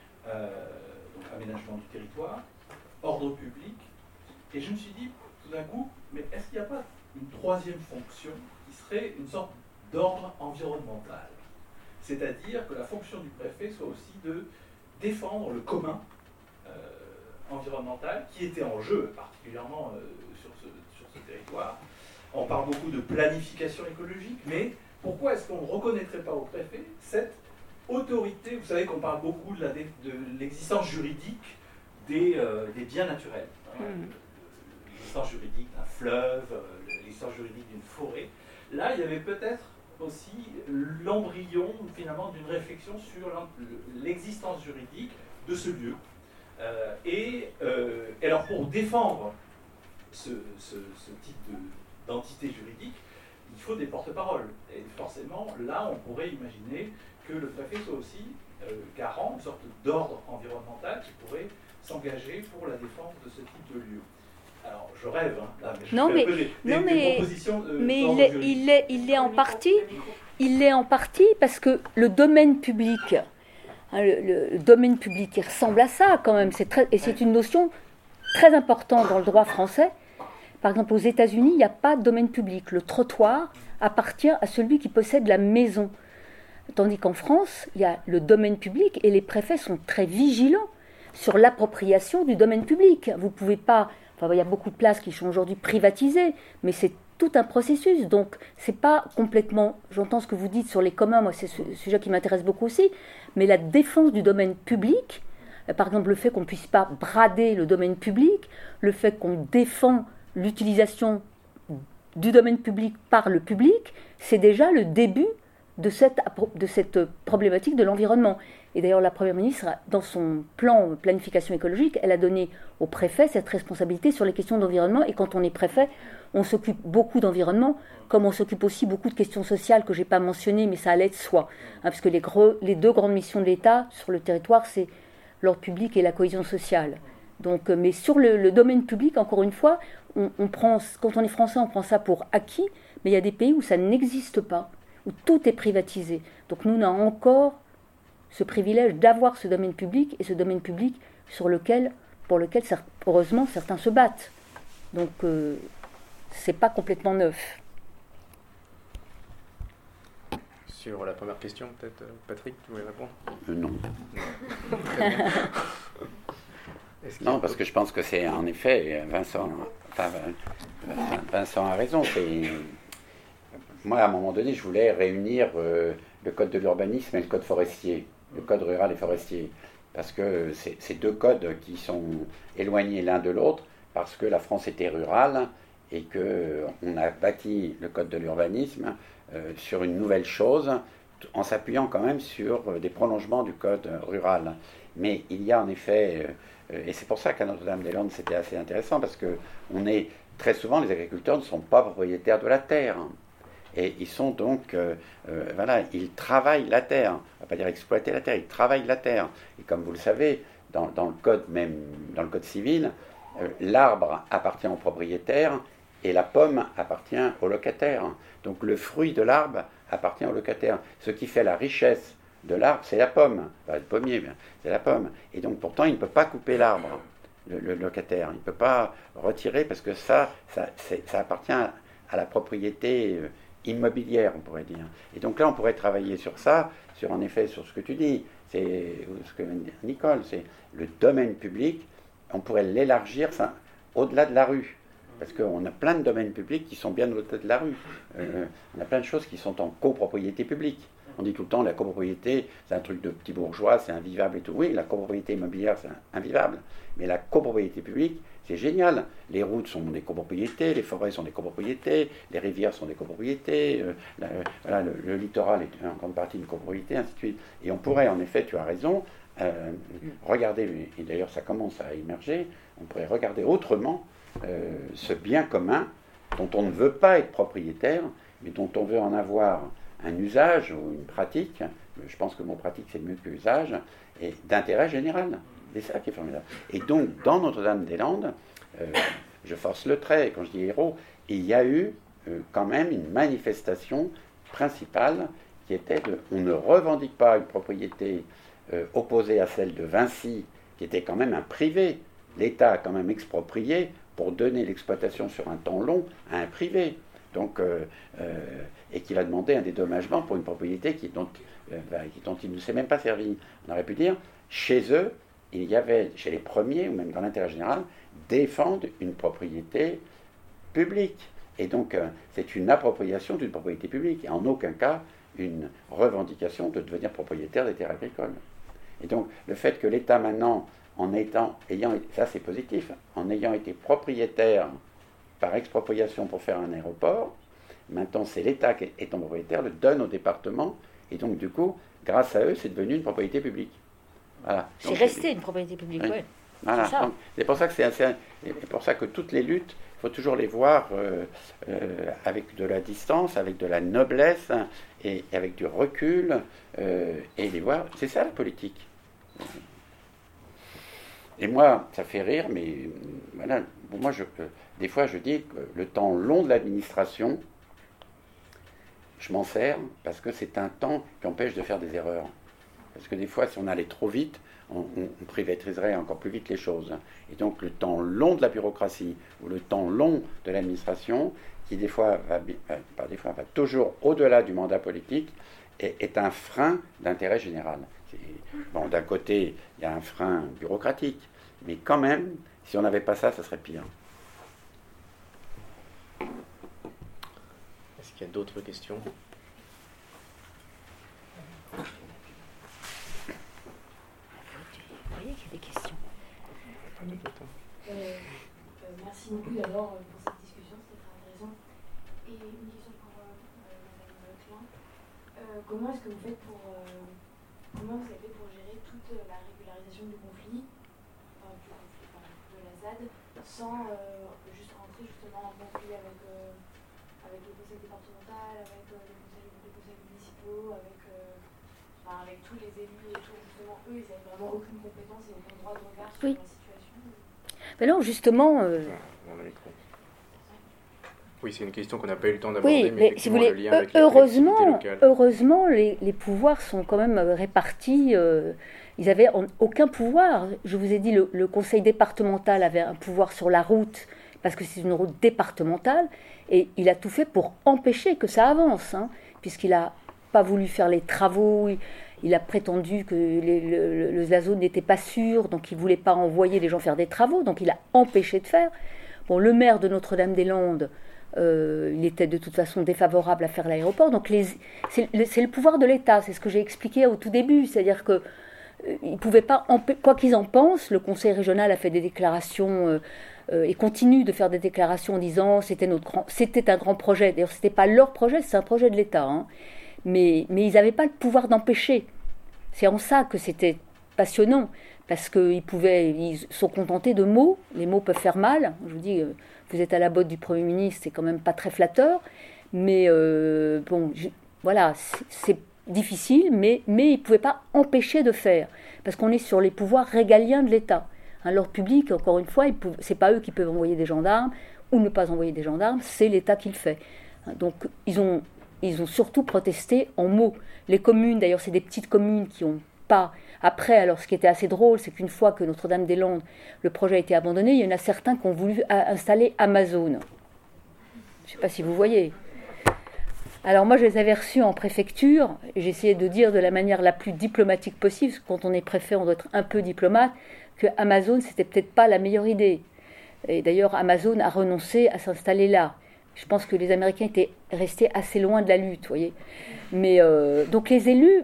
donc aménagement du territoire, ordre public, et je me suis dit, tout d'un coup, mais est-ce qu'il n'y a pas une troisième fonction qui serait une sorte d'ordre environnemental? C'est-à-dire que la fonction du préfet soit aussi de défendre le commun environnemental qui était en jeu, particulièrement sur ce territoire. On parle beaucoup de planification écologique, mais pourquoi est-ce qu'on ne reconnaîtrait pas au préfet cette autorité? Vous savez qu'on parle beaucoup de l'existence juridique des biens naturels. L'existence juridique d'un fleuve, l'existence juridique d'une forêt. Là, il y avait peut-être aussi l'embryon finalement d'une réflexion sur l'existence juridique de ce lieu. Et alors pour défendre ce type d'entité juridique, il faut des porte-paroles. Et forcément, là, on pourrait imaginer que le préfet soit aussi garant, une sorte d'ordre environnemental qui pourrait s'engager pour la défense de ce type de lieu. Alors, je rêve, hein, là, mais des propositions mais il est en partie. Il l'est en partie parce que le domaine public, hein, le domaine public, il ressemble à ça quand même. Et c'est une notion très importante dans le droit français. Par exemple, aux États-Unis, il n'y a pas de domaine public. Le trottoir appartient à celui qui possède la maison. Tandis qu'en France, il y a le domaine public et les préfets sont très vigilants sur l'appropriation du domaine public. Vous pouvez pas... Enfin, il y a beaucoup de places qui sont aujourd'hui privatisées, mais c'est tout un processus. Donc, c'est pas complètement... J'entends ce que vous dites sur les communs, moi, c'est ce sujet qui m'intéresse beaucoup aussi, mais la défense du domaine public, par exemple, le fait qu'on ne puisse pas brader le domaine public, le fait qu'on défend l'utilisation du domaine public par le public, c'est déjà le début de cette problématique de l'environnement. Et d'ailleurs, la Première ministre, dans son plan planification écologique, elle a donné au préfet cette responsabilité sur les questions d'environnement. Et quand on est préfet, on s'occupe beaucoup d'environnement, comme on s'occupe aussi beaucoup de questions sociales que je n'ai pas mentionnées, mais ça allait de soi. Hein, parce que les deux grandes missions de l'État sur le territoire, c'est l'ordre public et la cohésion sociale. Donc, mais sur le domaine public, encore une fois, quand on est français, on prend ça pour acquis, mais il y a des pays où ça n'existe pas, où tout est privatisé. Donc nous, on a encore ce privilège d'avoir ce domaine public, et ce domaine public pour lequel heureusement, certains se battent. Donc, c'est pas complètement neuf. Sur la première question, peut-être, Patrick, tu voulais répondre ? Non. Non, parce que je pense que c'est, en effet, Vincent a raison. Moi, à un moment donné, je voulais réunir le code de l'urbanisme et le code forestier, le code rural et forestier, parce que c'est deux codes qui sont éloignés l'un de l'autre, parce que la France était rurale et qu'on a bâti le code de l'urbanisme sur une nouvelle chose, en s'appuyant quand même sur des prolongements du code rural. Mais il y a en effet, et c'est pour ça qu'à Notre-Dame-des-Landes c'était assez intéressant, parce que très souvent les agriculteurs ne sont pas propriétaires de la terre. Et ils sont donc, ils travaillent la terre. On ne va pas dire exploiter la terre, ils travaillent la terre. Et comme vous le savez, dans le code civil, l'arbre appartient au propriétaire et la pomme appartient au locataire. Donc le fruit de l'arbre appartient au locataire. Ce qui fait la richesse de l'arbre, c'est la pomme. Enfin, le pommier, c'est la pomme. Et donc pourtant, il ne peut pas couper l'arbre, le locataire. Il ne peut pas retirer parce que ça appartient à la propriété immobilière, on pourrait dire. Et donc là, on pourrait travailler sur ça, en effet, sur ce que tu dis, c'est ce que Nicole, c'est le domaine public, on pourrait l'élargir au-delà de la rue. Parce qu'on a plein de domaines publics qui sont bien au-delà de la rue. On a plein de choses qui sont en copropriété publique. On dit tout le temps, la copropriété, c'est un truc de petit bourgeois, c'est invivable et tout. Oui, la copropriété immobilière, c'est invivable. Mais la copropriété publique, c'est génial. Les routes sont des copropriétés, les forêts sont des copropriétés, les rivières sont des copropriétés, le littoral est en grande partie une copropriété, ainsi de suite. Et on pourrait, en effet, tu as raison, regarder, et d'ailleurs ça commence à émerger, on pourrait regarder autrement ce bien commun dont on ne veut pas être propriétaire, mais dont on veut en avoir un usage ou une pratique, je pense que mon pratique c'est mieux que usage, et d'intérêt général. C'est ça qui est formidable. Et donc, dans Notre-Dame-des-Landes, je force le trait, quand je dis héros, il y a eu quand même une manifestation principale qui était on ne revendique pas une propriété opposée à celle de Vinci, qui était quand même un privé. L'État a quand même exproprié pour donner l'exploitation sur un temps long à un privé. Donc, et qui va demander un dédommagement pour une propriété dont il ne s'est même pas servi. On aurait pu dire, chez eux, il y avait, chez les premiers, ou même dans l'intérêt général, défendre une propriété publique. Et donc, c'est une appropriation d'une propriété publique, et en aucun cas une revendication de devenir propriétaire des terres agricoles. Et donc, le fait que l'État maintenant, ça c'est positif, en ayant été propriétaire par expropriation pour faire un aéroport. Maintenant, c'est l'État qui est en propriétaire, le donne au département, et donc du coup, grâce à eux, c'est devenu une propriété publique. Voilà. C'est resté une propriété publique, oui. Voilà. C'est ça. Donc, c'est pour ça que c'est pour ça que toutes les luttes, il faut toujours les voir avec de la distance, avec de la noblesse et avec du recul, et les voir. C'est ça la politique. Et moi, ça fait rire, mais voilà. Moi, des fois, je dis que le temps long de l'administration, je m'en sers parce que c'est un temps qui empêche de faire des erreurs. Parce que des fois, si on allait trop vite, on privatiserait encore plus vite les choses. Et donc, le temps long de la bureaucratie ou le temps long de l'administration, qui des fois va toujours au-delà du mandat politique, est un frein d'intérêt général. Bon, d'un côté, il y a un frein bureaucratique, mais quand même, si on n'avait pas ça, ça serait pire. Est-ce qu'il y a d'autres questions ? Vous voyez qu'il y a des questions. Merci beaucoup d'abord pour cette discussion, c'était très intéressant. Et une question pour Madame Klein. Comment est-ce que vous faites comment vous avez fait pour gérer toute la régularisation du conflit, de la ZAD, sans juste rentrer justement en conflit avec le conseil départemental, avec les conseils municipaux, avec tous les élus et tout, justement, eux, ils n'avaient vraiment aucune compétence et aucun droit de regard sur la situation. Mais non, justement... Oui, c'est une question qu'on n'a pas eu le temps d'aborder, Oui, mais si vous voulez, heureusement, les pouvoirs sont quand même répartis. Ils n'avaient aucun pouvoir. Je vous ai dit, le conseil départemental avait un pouvoir sur la route, parce que c'est une route départementale, et il a tout fait pour empêcher que ça avance, puisqu'il n'a pas voulu faire les travaux, il a prétendu que la zone n'était pas sûre, donc il ne voulait pas envoyer les gens faire des travaux, donc il a empêché de faire. Bon, le maire de Notre-Dame-des-Landes, il était de toute façon défavorable à faire l'aéroport, donc c'est le pouvoir de l'État, c'est ce que j'ai expliqué au tout début, c'est-à-dire que ils pouvaient pas, quoi qu'ils en pensent, le conseil régional a fait des déclarations et continue de faire des déclarations en disant c'était un grand projet, d'ailleurs c'était pas leur projet, c'est un projet de l'État, mais ils n'avaient pas le pouvoir d'empêcher. C'est en ça que c'était passionnant, parce ils sont contentés de mots, les mots peuvent faire mal, je vous dis, vous êtes à la botte du Premier ministre, c'est quand même pas très flatteur, mais voilà, c'est difficile, mais ils ne pouvaient pas empêcher de faire, parce qu'on est sur les pouvoirs régaliens de l'État. Leur public, encore une fois, c'est pas eux qui peuvent envoyer des gendarmes, ou ne pas envoyer des gendarmes, c'est l'État qui le fait. Donc ils ont surtout protesté en mots. Les communes, d'ailleurs, c'est des petites communes qui n'ont pas... Après, alors ce qui était assez drôle, c'est qu'une fois que Notre-Dame-des-Landes, le projet a été abandonné, il y en a certains qui ont voulu installer Amazon. Je ne sais pas si vous voyez. Alors moi, je les avais reçus en préfecture, et j'essayais de dire de la manière la plus diplomatique possible, parce que quand on est préfet, on doit être un peu diplomate, que Amazon, c'était peut-être pas la meilleure idée. Et d'ailleurs, Amazon a renoncé à s'installer là. Je pense que les Américains étaient restés assez loin de la lutte, vous voyez. Mais donc les élus,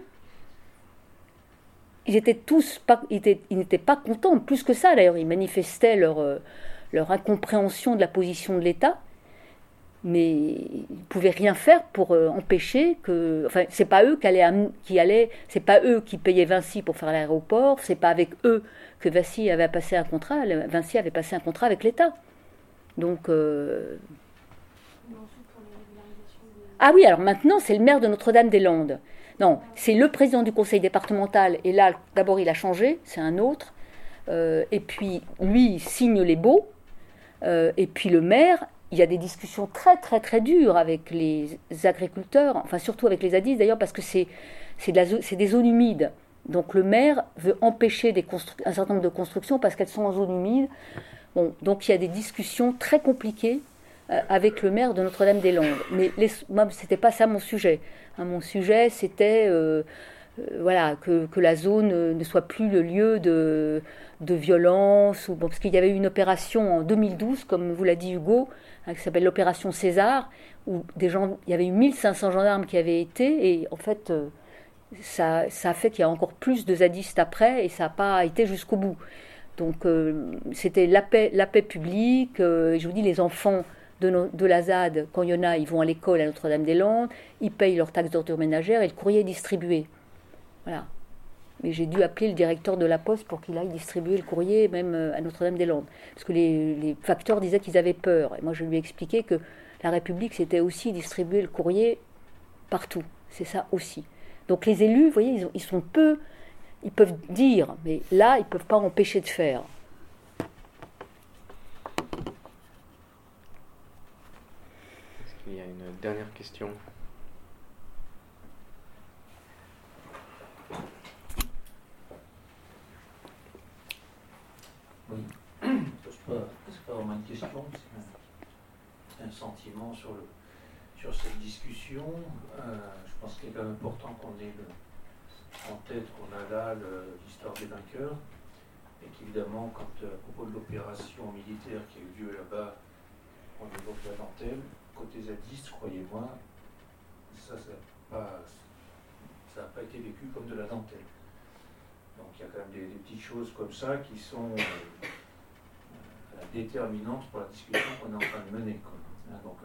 ils n'étaient pas contents. Plus que ça, d'ailleurs, ils manifestaient leur incompréhension de la position de l'État, mais ils ne pouvaient rien faire pour empêcher que... Enfin, c'est pas eux c'est pas eux qui payaient Vinci pour faire l'aéroport, c'est pas avec eux que Vinci avait passé un contrat avec l'État. Donc... Ah oui, alors maintenant, c'est le maire de Notre-Dame-des-Landes. Non, c'est le président du conseil départemental, et là, d'abord, il a changé, c'est un autre. Et puis, lui, il signe les baux. Et puis, le maire, il y a des discussions très, très, très dures avec les agriculteurs, enfin, surtout avec les zadistes, d'ailleurs, parce que c'est des zones humides. Donc, le maire veut empêcher un certain nombre de constructions parce qu'elles sont en zone humide. Bon, donc, il y a des discussions très compliquées avec le maire de Notre-Dame-des-Landes. Mais moi, c'était pas ça mon sujet. Mon sujet, c'était que la zone ne soit plus le lieu de violence, parce qu'il y avait eu une opération en 2012, comme vous l'a dit Hugo, qui s'appelle l'opération César, où il y avait eu 1500 gendarmes qui avaient été, et en fait, ça a fait qu'il y a encore plus de zadistes après, et ça n'a pas été jusqu'au bout. Donc, c'était la paix publique, je vous dis, les enfants de la ZAD, quand il y en a, ils vont à l'école à Notre-Dame-des-Landes, ils payent leur taxe d'ordure ménagère et le courrier est distribué. Voilà. Mais j'ai dû appeler le directeur de la Poste pour qu'il aille distribuer le courrier même à Notre-Dame-des-Landes. Parce que les facteurs disaient qu'ils avaient peur. Et moi, je lui ai expliqué que la République, c'était aussi distribuer le courrier partout. C'est ça aussi. Donc les élus, vous voyez, ils sont peu... Ils peuvent dire, mais là, ils ne peuvent pas empêcher de faire. Est-ce qu'il y a une dernière question ? Oui. C'est pas vraiment une question, c'est un sentiment sur cette discussion. Je pense qu'il est quand même important qu'on ait en tête qu'on a là l'histoire des vainqueurs, et qu'évidemment, quand à propos de l'opération militaire qui a eu lieu là-bas, on évoque la dentelle, côté zadiste, croyez-moi, ça n'a pas été vécu comme de la dentelle. Donc il y a quand même des petites choses comme ça qui sont déterminantes pour la discussion qu'on est en train de mener. Donc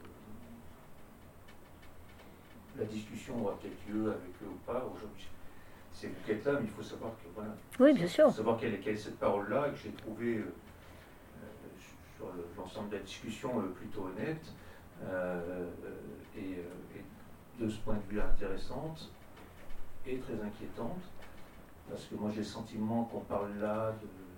la discussion aura peut-être lieu avec eux ou pas aujourd'hui. C'est vous qui êtes là, mais il faut savoir que voilà. Oui, bien sûr. Savoir quelle est cette parole-là, et que j'ai trouvé sur l'ensemble de la discussion plutôt honnête et de ce point de vue intéressante et très inquiétante. Parce que moi j'ai le sentiment qu'on parle là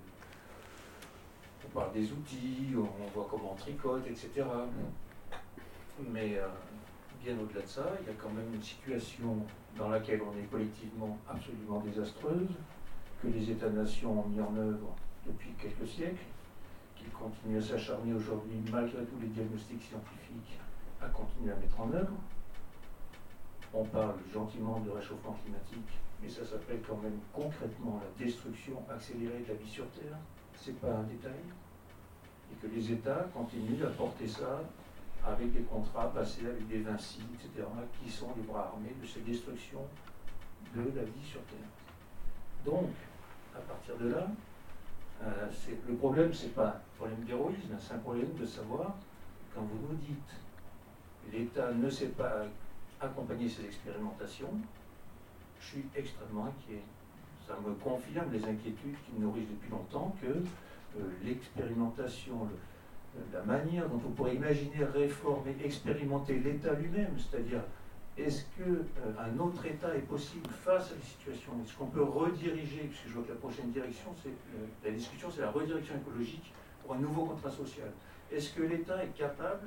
on parle des outils, on voit comment on tricote, etc. Mais bien au-delà de ça, il y a quand même une situation dans laquelle on est collectivement absolument désastreuse, que les États-nations ont mis en œuvre depuis quelques siècles, qu'ils continuent à s'acharner aujourd'hui, malgré tous les diagnostics scientifiques, à continuer à mettre en œuvre. On parle gentiment de réchauffement climatique, mais ça s'appelle quand même concrètement la destruction accélérée de la vie sur Terre. C'est pas un détail. Et que les États continuent à porter ça avec des contrats passés avec des Vinci, etc., qui sont les bras armés de cette destruction de la vie sur Terre. Donc, à partir de là, le problème, c'est pas un problème d'héroïsme, c'est un problème de savoir, quand vous nous dites l'État ne sait pas accompagner ces expérimentations, je suis extrêmement inquiet. Ça me confirme les inquiétudes qui me nourrissent depuis longtemps que l'expérimentation, la manière dont on pourrait imaginer réformer, expérimenter l'État lui-même, c'est-à-dire est-ce qu'un autre État est possible face à des situations? Est-ce qu'on peut rediriger, puisque je vois que la prochaine direction, la discussion, c'est la redirection écologique pour un nouveau contrat social. Est-ce que l'État est capable,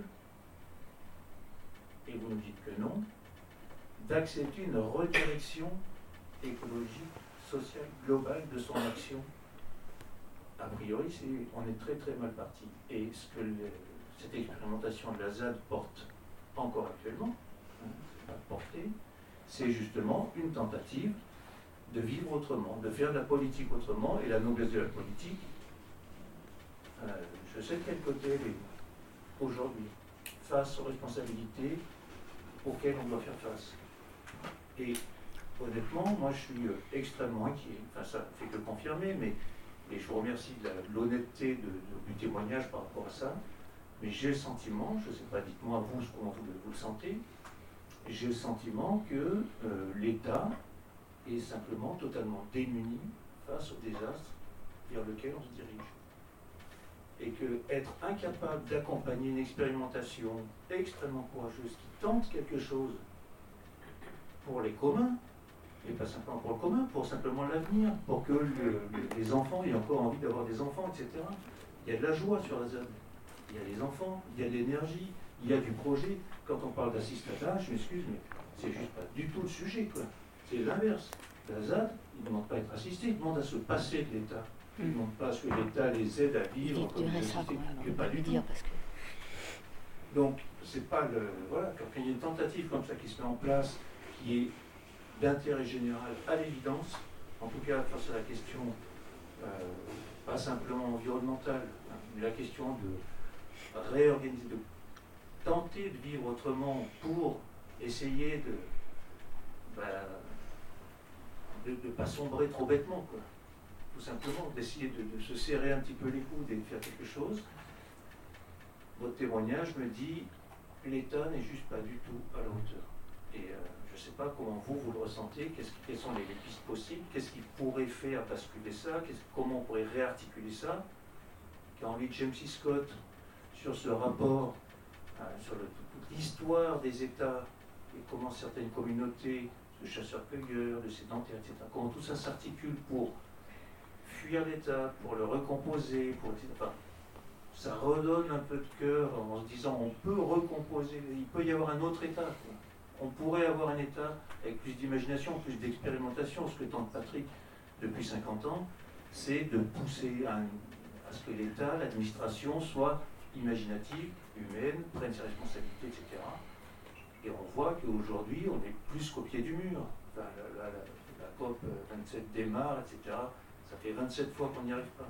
et vous nous dites que non, d'accepter une redirection écologique, sociale, globale de son action? A priori, on est très très mal parti. Et ce que cette expérimentation de la ZAD porte encore actuellement, c'est justement une tentative de vivre autrement, de faire de la politique autrement, et la noblesse de la politique, je sais de quel côté elle est aujourd'hui, face aux responsabilités auxquelles on doit faire face. Et honnêtement, moi je suis extrêmement inquiet, enfin ça ne fait que confirmer, et je vous remercie de l'honnêteté du témoignage par rapport à ça, mais j'ai le sentiment, je ne sais pas, dites-moi vous comment vous le sentez, j'ai le sentiment que l'État est simplement totalement démuni face au désastre vers lequel on se dirige. Et qu'être incapable d'accompagner une expérimentation extrêmement courageuse qui tente quelque chose pour les communs, et pas simplement pour le commun, pour simplement l'avenir, pour que les enfants aient encore envie d'avoir des enfants, etc. Il y a de la joie sur la ZAD. Il y a les enfants, il y a de l'énergie, il y a du projet. Quand on parle d'assistanat, je m'excuse, mais c'est juste pas du tout le sujet, quoi. C'est l'inverse. La ZAD, ils ne demandent pas à être assistés, ils demandent à se passer de l'État. Ils ne demandent pas à ce que l'État les aide à vivre comme des assistés. Pas du tout. Donc, c'est pas le. Voilà, quand il y a une tentative comme ça qui se met en place, qui est d'intérêt général à l'évidence, en tout cas face à la question pas simplement environnementale, mais la question de réorganiser, de tenter de vivre autrement pour essayer de ne pas sombrer trop bêtement, quoi. Tout simplement, d'essayer de se serrer un petit peu les coudes et de faire quelque chose. votre témoignage me dit l'État n'est juste pas du tout à la hauteur. Et je ne sais pas comment vous le ressentez, quelles sont les pistes possibles, qu'est-ce qui pourrait faire basculer ça, comment on pourrait réarticuler ça. Qu'a envie de James C. Scott sur ce rapport, sur toute l'histoire des États et comment certaines communautés de chasseurs-cueilleurs, de sédentaires, etc., comment tout ça s'articule pour fuir l'État, pour le recomposer, etc. Enfin, ça redonne un peu de cœur en se disant on peut recomposer, il peut y avoir un autre État. On pourrait avoir un État avec plus d'imagination, plus d'expérimentation. Ce que tente Patrick depuis 50 ans, c'est de pousser à ce que l'État, l'administration soit imaginative, humaine, prenne ses responsabilités, etc. Et on voit qu'aujourd'hui, on est plus qu'au pied du mur. Enfin, la COP 27 démarre, etc. Ça fait 27 fois qu'on n'y arrive pas.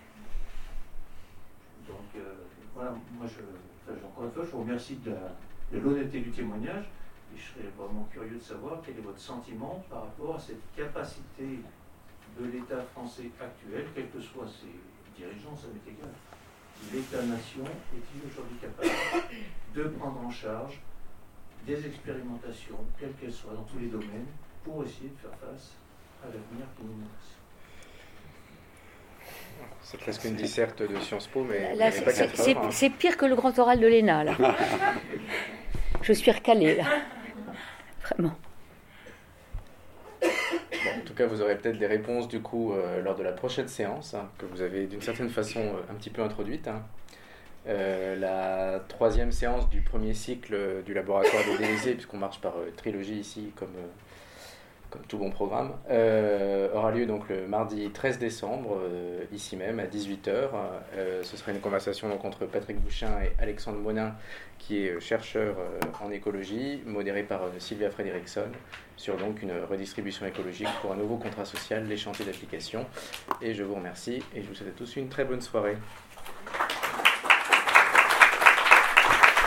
Donc voilà, moi, encore une fois, je vous remercie de l'honnêteté du témoignage. Et je serais vraiment curieux de savoir quel est votre sentiment par rapport à cette capacité de l'État français actuel, quels que soient ses dirigeants, ça m'est égal. L'État-nation est-il aujourd'hui capable de prendre en charge des expérimentations, quelles qu'elles soient, dans tous les domaines, pour essayer de faire face à l'avenir qui nous menace? C'est presque une disserte de Sciences Po, mais là, c'est pire que le grand oral de l'ENA, là. Je suis recalée, là. Vraiment. Bon, en tout cas, vous aurez peut-être des réponses, du coup, lors de la prochaine séance, que vous avez d'une certaine façon un petit peu introduite. La troisième séance du premier cycle du laboratoire des Élysées, puisqu'on marche par trilogie ici, comme tout bon programme, aura lieu donc le mardi 13 décembre, ici même, à 18h. Ce sera une conversation donc, entre Patrick Bouchain et Alexandre Monin, qui est chercheur en écologie, modérée par Sylvia Frederickson, sur donc une redistribution écologique pour un nouveau contrat social, les chantiers d'application. Et je vous remercie et je vous souhaite à tous une très bonne soirée.